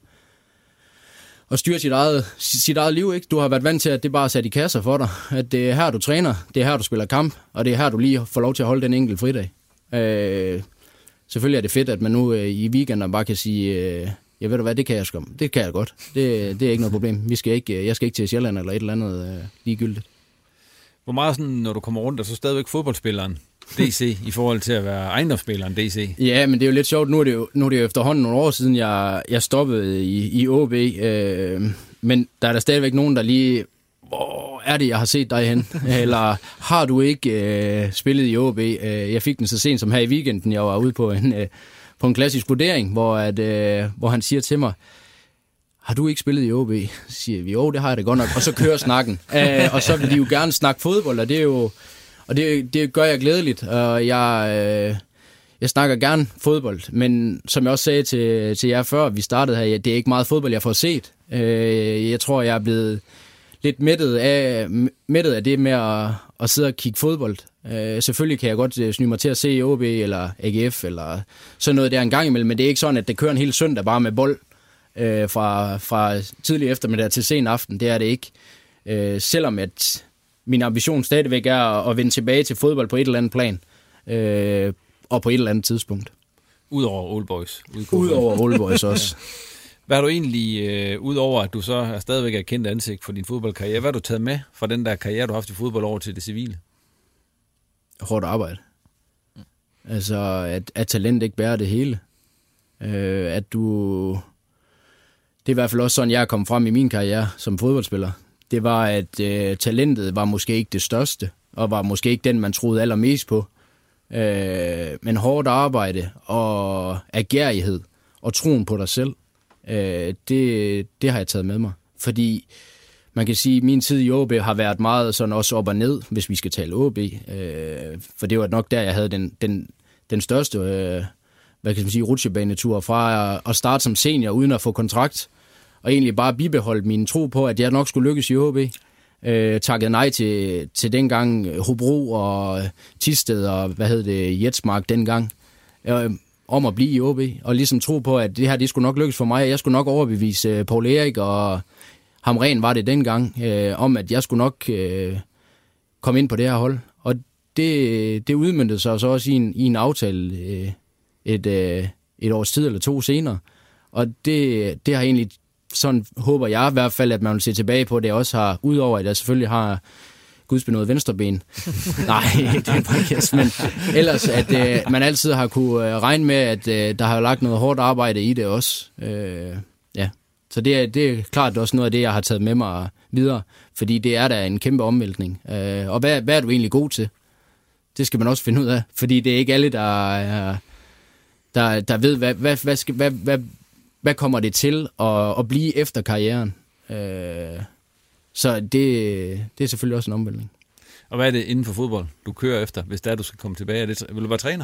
S9: og styre sit eget, sit eget liv, ikke? Du har været vant til, at det bare er sat i kasser for dig. At det er her, du træner, det er her, du spiller kamp, og det er her, du lige får lov til at holde den enkelte fridag. Øh, selvfølgelig er det fedt, at man nu øh, i weekenden bare kan sige, øh, ja, ved du hvad, det kan jeg sgu. Det kan jeg godt. Det, det er ikke noget problem. Vi skal ikke, jeg skal ikke til Sjælland eller et eller andet øh, ligegyldigt.
S8: Hvor meget sådan, når du kommer rundt, er så stadigvæk fodboldspilleren D C i forhold til at være ejendomsspilleren D C?
S9: Ja, men det er jo lidt sjovt. Nu er det jo, nu er det jo efterhånden nogle år siden, jeg, jeg stoppede i, i O B. Øh, men der er der stadigvæk nogen, der lige, hvor er det, jeg har set dig hen? Eller har du ikke øh, spillet i O B? Øh, jeg fik den så sent som her i weekenden. Jeg var ude på en, øh, på en klassisk vurdering, hvor, at, øh, hvor han siger til mig, har du ikke spillet i O B? Så siger vi, jo, det har jeg da godt nok. Og så kører snakken. øh, og så vil de jo gerne snakke fodbold, og det er jo... Og det, det gør jeg glædeligt, og jeg, øh, jeg snakker gerne fodbold, men som jeg også sagde til, til jer før, vi startede her, det er ikke meget fodbold, jeg får set. Øh, jeg tror, jeg er blevet lidt mættet af, mættet af det med at, at sidde og kigge fodbold. Øh, selvfølgelig kan jeg godt snyde mig til at se O B eller A G F eller sådan noget der en gang imellem, men det er ikke sådan, at det kører en hel søndag bare med bold øh, fra, fra tidlig eftermiddag til sen aften. Det er det ikke. Øh, selvom at min ambition stadigvæk er at vende tilbage til fodbold på et eller andet plan, øh, og på et eller andet tidspunkt.
S8: Udover Old Boys.
S9: Udover Old Boys også.
S8: Hvad har du egentlig, øh, udover at du så er stadigvæk er kendt ansigt for din fodboldkarriere, hvad har du taget med fra den der karriere, du har haft i fodbold over til det civile?
S9: Hårdt arbejde. Altså, at, at talent ikke bærer det hele. Øh, at du... Det er i hvert fald også sådan, jeg er kommet frem i min karriere som fodboldspiller. Det var, at øh, talentet var måske ikke det største, og var måske ikke den, man troede allermest på. Øh, men hårdt arbejde og agerighed og troen på dig selv, øh, det, det har jeg taget med mig. Fordi man kan sige, at min tid i O B har været meget sådan også op og ned, hvis vi skal tale O B. Øh, for det var nok der, jeg havde den, den, den største øh, hvad kan man sige, rutsjebanetur fra at starte som senior uden at få kontrakt, og egentlig bare bibeholdt min tro på, at jeg nok skulle lykkes i O B. Øh, takket nej til, til dengang Hobro og Thisted og hvad hed det, Jetsmark dengang, øh, om at blive i O B, og ligesom tro på, at det her, det skulle nok lykkes for mig. Jeg skulle nok overbevise øh, Paul Erik, og Hamren var det dengang, øh, om at jeg skulle nok øh, komme ind på det her hold. Og det, det udmøntede sig så også i en, i en aftale øh, et, øh, et års tid eller to senere. Og det, det har egentlig, sådan håber jeg i hvert fald, at man vil se tilbage på, det også har, udover at jeg selvfølgelig har gudsbenået venstreben. Nej, det er ikke, men ellers, at øh, man altid har kunne regne med, at øh, der har lagt noget hårdt arbejde i det også. Øh, ja. Så det er, det er klart også noget af det, jeg har taget med mig videre, fordi det er da en kæmpe omvæltning. Øh, og hvad, hvad er du egentlig god til? Det skal man også finde ud af, fordi det er ikke alle, der, der, der ved, hvad, hvad, hvad, skal, hvad, hvad, hvad kommer det til at, at blive efter karrieren. Øh, så det, det er selvfølgelig også en omvæltning.
S8: Og hvad er det inden for fodbold, du kører efter, hvis der du skal komme tilbage? Det, vil du være træner?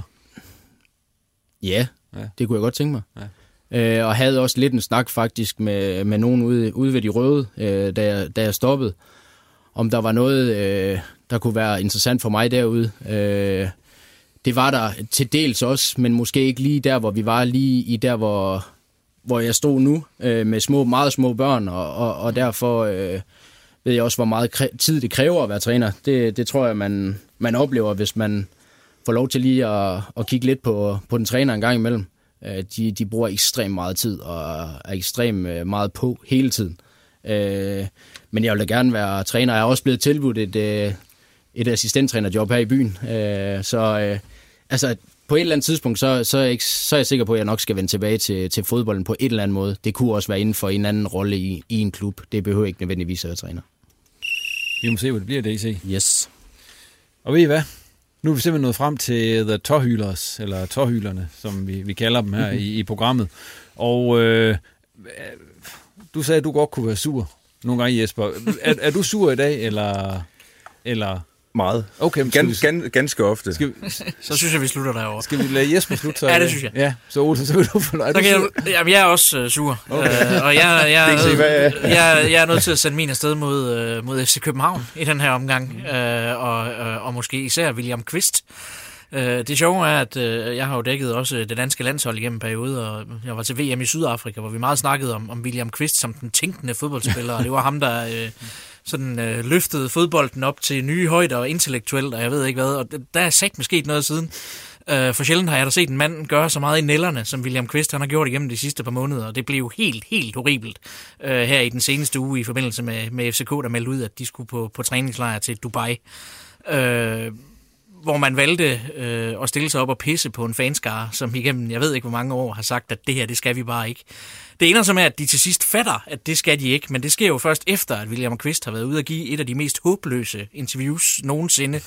S9: Ja, ja, det kunne jeg godt tænke mig. Ja. Øh, og havde også lidt en snak faktisk med, med nogen ude, ude ved de røde, øh, da, jeg, da jeg stoppede, om der var noget, øh, der kunne være interessant for mig derude. Øh, det var der til dels også, men måske ikke lige der, hvor vi var, lige i der, hvor, hvor jeg stod nu, øh, med små, meget små børn, og, og, og derfor øh, ved jeg også, hvor meget kræ- tid det kræver at være træner. Det, det tror jeg, man, man oplever, hvis man får lov til lige at, at kigge lidt på, på den træner en gang imellem. De, de bruger ekstremt meget tid og er ekstremt meget på hele tiden. Men jeg vil da gerne være træner. Jeg er også blevet tilbudt et, et assistenttrænerjob her i byen. Så altså, på et eller andet tidspunkt, så, så, er jeg, så er jeg sikker på, at jeg nok skal vende tilbage til, til fodbolden på et eller andet måde. Det kunne også være inden for en anden rolle i, i en klub. Det behøver ikke nødvendigvis at være træner.
S8: Vi må se, hvad det bliver, D C.
S9: Yes.
S8: Og ved I hvad? Nu er vi simpelthen nået frem til The Tårhylers, eller Tårhylerne, som vi, vi kalder dem her mm-hmm. i, i programmet. Og øh, du sagde, at du godt kunne være sur nogle gange, Jesper. Er, er du sur i dag, eller... eller?
S4: Meget.
S8: Okay,
S4: Gans, vi, gans, ganske ofte.
S10: Skal vi, så synes jeg, vi slutter derovre.
S8: Skal vi lade Jesper slutte? Så,
S10: ja, det synes jeg.
S8: Ja, så Olsen, så kan du få noget.
S10: Jeg, jamen, jeg er også uh, sur. Okay. Uh, og jeg, jeg, jeg, jeg, jeg, jeg er nødt til at sende min afsted mod, uh, mod F C København i den her omgang. Uh, og, uh, og måske især William Kvist. Uh, det sjove er, at uh, jeg har jo dækket også det danske landshold igennem periode, og jeg var til V M i Sydafrika, hvor vi meget snakkede om, om William Kvist som den tænkende fodboldspiller, og det var ham, der... Uh, sådan øh, løftede fodbolden op til nye højder og intellektuelt, og jeg ved ikke hvad, og der er sagt sket noget siden. Øh, for sjældent har jeg da set en mand gøre så meget i nælderne, som William Kvist, han har gjort igennem de sidste par måneder, og det blev helt, helt horribelt øh, her i den seneste uge i forbindelse med, med F C K, der meldte ud, at de skulle på, på træningslejr til Dubai. Øh, hvor man valgte øh, at stille sig op og pisse på en fanskare, som igennem, jeg ved ikke hvor mange år, har sagt, at det her, det skal vi bare ikke. Det ender så med, at de til sidst fatter, at det skal de ikke, men det sker jo først efter, at William Kvist har været ude og give et af de mest håbløse interviews nogensinde,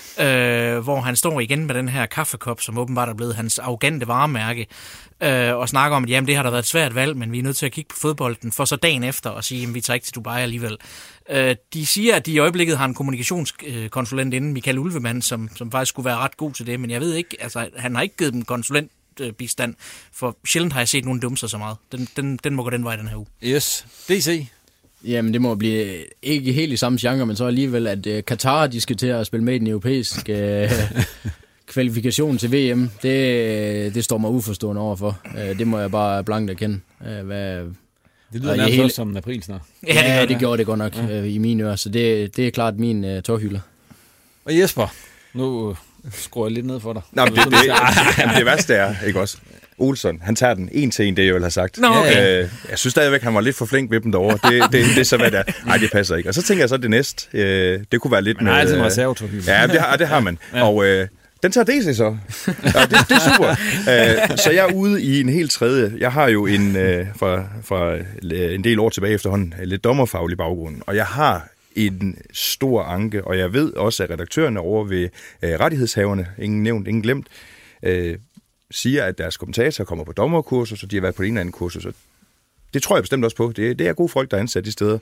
S10: øh, hvor han står igen med den her kaffekop, som åbenbart er blevet hans arrogante varemærke, øh, og snakker om, at jamen, det har da været et svært valg, men vi er nødt til at kigge på fodbolden, for så dagen efter at sige, at vi tager ikke til Dubai alligevel. Øh, de siger, at de i øjeblikket har en kommunikationskonsulent inden, Michael Ulvemann, som, som faktisk skulle være ret god til det, men jeg ved ikke, altså han har ikke givet dem konsulent bistand, for sjældent har jeg set nogen dumme sig så meget. Den, den, den må gå den vej den her uge.
S8: Yes. D C?
S9: Jamen, det må blive ikke helt i samme genre, men så alligevel, at uh, Katar, de skal til at spille med i den europæiske uh, kvalifikation til V M. Det, det står mig uforstående overfor. Uh, det må jeg bare blankt erkende. Uh, hvad,
S8: det lyder nærmest hele... også som en april snart.
S9: Ja, det, ja, det, det gjorde det godt nok ja. uh, i mine ører, så det, det er klart min uh, tårhylder.
S8: Og Jesper, nu skruer jeg lidt ned for dig.
S4: Nå, det, det, det, det værste er, ikke også? Olsen, han tager den en til en, det jeg vil have sagt.
S10: Nå, okay.
S4: øh, jeg synes stadigvæk, han var lidt for flink ved dem derovre. Det, det, det er så, hvad det er. Nej, det passer ikke. Og så tænker jeg så, det næste, øh, det kunne være lidt
S8: med... Men altid en reservetårhylde.
S4: Ja, det har, det har man. Ja. Og øh, den tager D C så. Ja, det, det er super. øh, så jeg er ude i en helt tredje. Jeg har jo en, øh, fra, fra en del år tilbage efterhånden, lidt dommerfaglig baggrund. Og jeg har en stor anke, og jeg ved også, at redaktørerne over ved øh, rettighedshaverne, ingen nævnt, ingen glemt, øh, siger, at deres kommentatorer kommer på dommerkurser, så de har været på en eller anden kursus. Så det tror jeg bestemt også på. Det, det er gode folk, der er ansat de steder.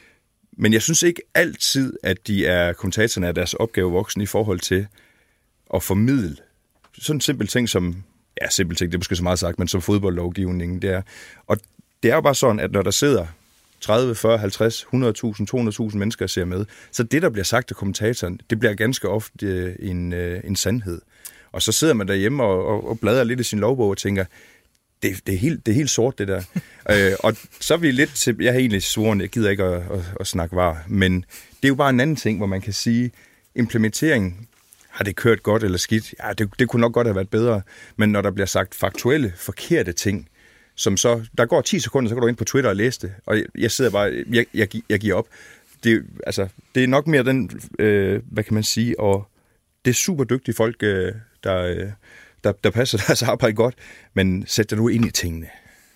S4: Men jeg synes ikke altid, at de er kommentatorerne af deres opgave voksen i forhold til at formidle sådan en simpel ting som, ja, simpel ting, det er måske så meget sagt, men som fodboldlovgivningen, det er. Og det er jo bare sådan, at når der sidder tredive, fyrre, halvtreds, hundrede tusind, to hundrede tusind mennesker ser med, så det, der bliver sagt af kommentatoren, det bliver ganske ofte en, en sandhed. Og så sidder man derhjemme og, og, og bladrer lidt i sin lovbog og tænker, det, det, er, helt, det er helt sort, det der. øh, og så er vi lidt til, jeg har egentlig svoren, jeg gider ikke at, at, at snakke var, men det er jo bare en anden ting, hvor man kan sige, implementering, har det kørt godt eller skidt? Ja, det, det kunne nok godt have været bedre, men når der bliver sagt faktuelle, forkerte ting, som så, der går ti sekunder, så kan du ind på Twitter og læse det, og jeg, jeg sidder bare, jeg, jeg, jeg giver op. Det, altså, det er nok mere den, øh, hvad kan man sige, og det er super dygtige folk, øh, der, øh, der, der passer deres arbejde godt, men sæt dig nu ind i tingene.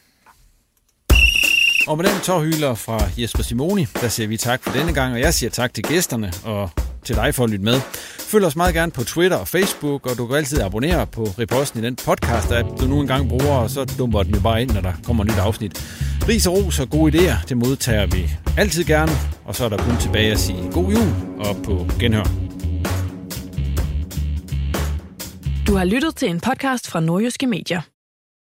S8: Og med den tårhyler fra Jesper Simoni, der siger vi tak for denne gang, og jeg siger tak til gæsterne og til dig for at lytte med. Følg os meget gerne på Twitter og Facebook, og du kan altid abonnere på Riposten i den podcast-app, du nu engang bruger, og så dumper den jo bare ind, når der kommer et nyt afsnit. Ris og ros og gode idéer, det modtager vi altid gerne, og så er der kun tilbage at sige god jul og på genhør.
S7: Du har lyttet til en podcast fra Nordjyske Medier.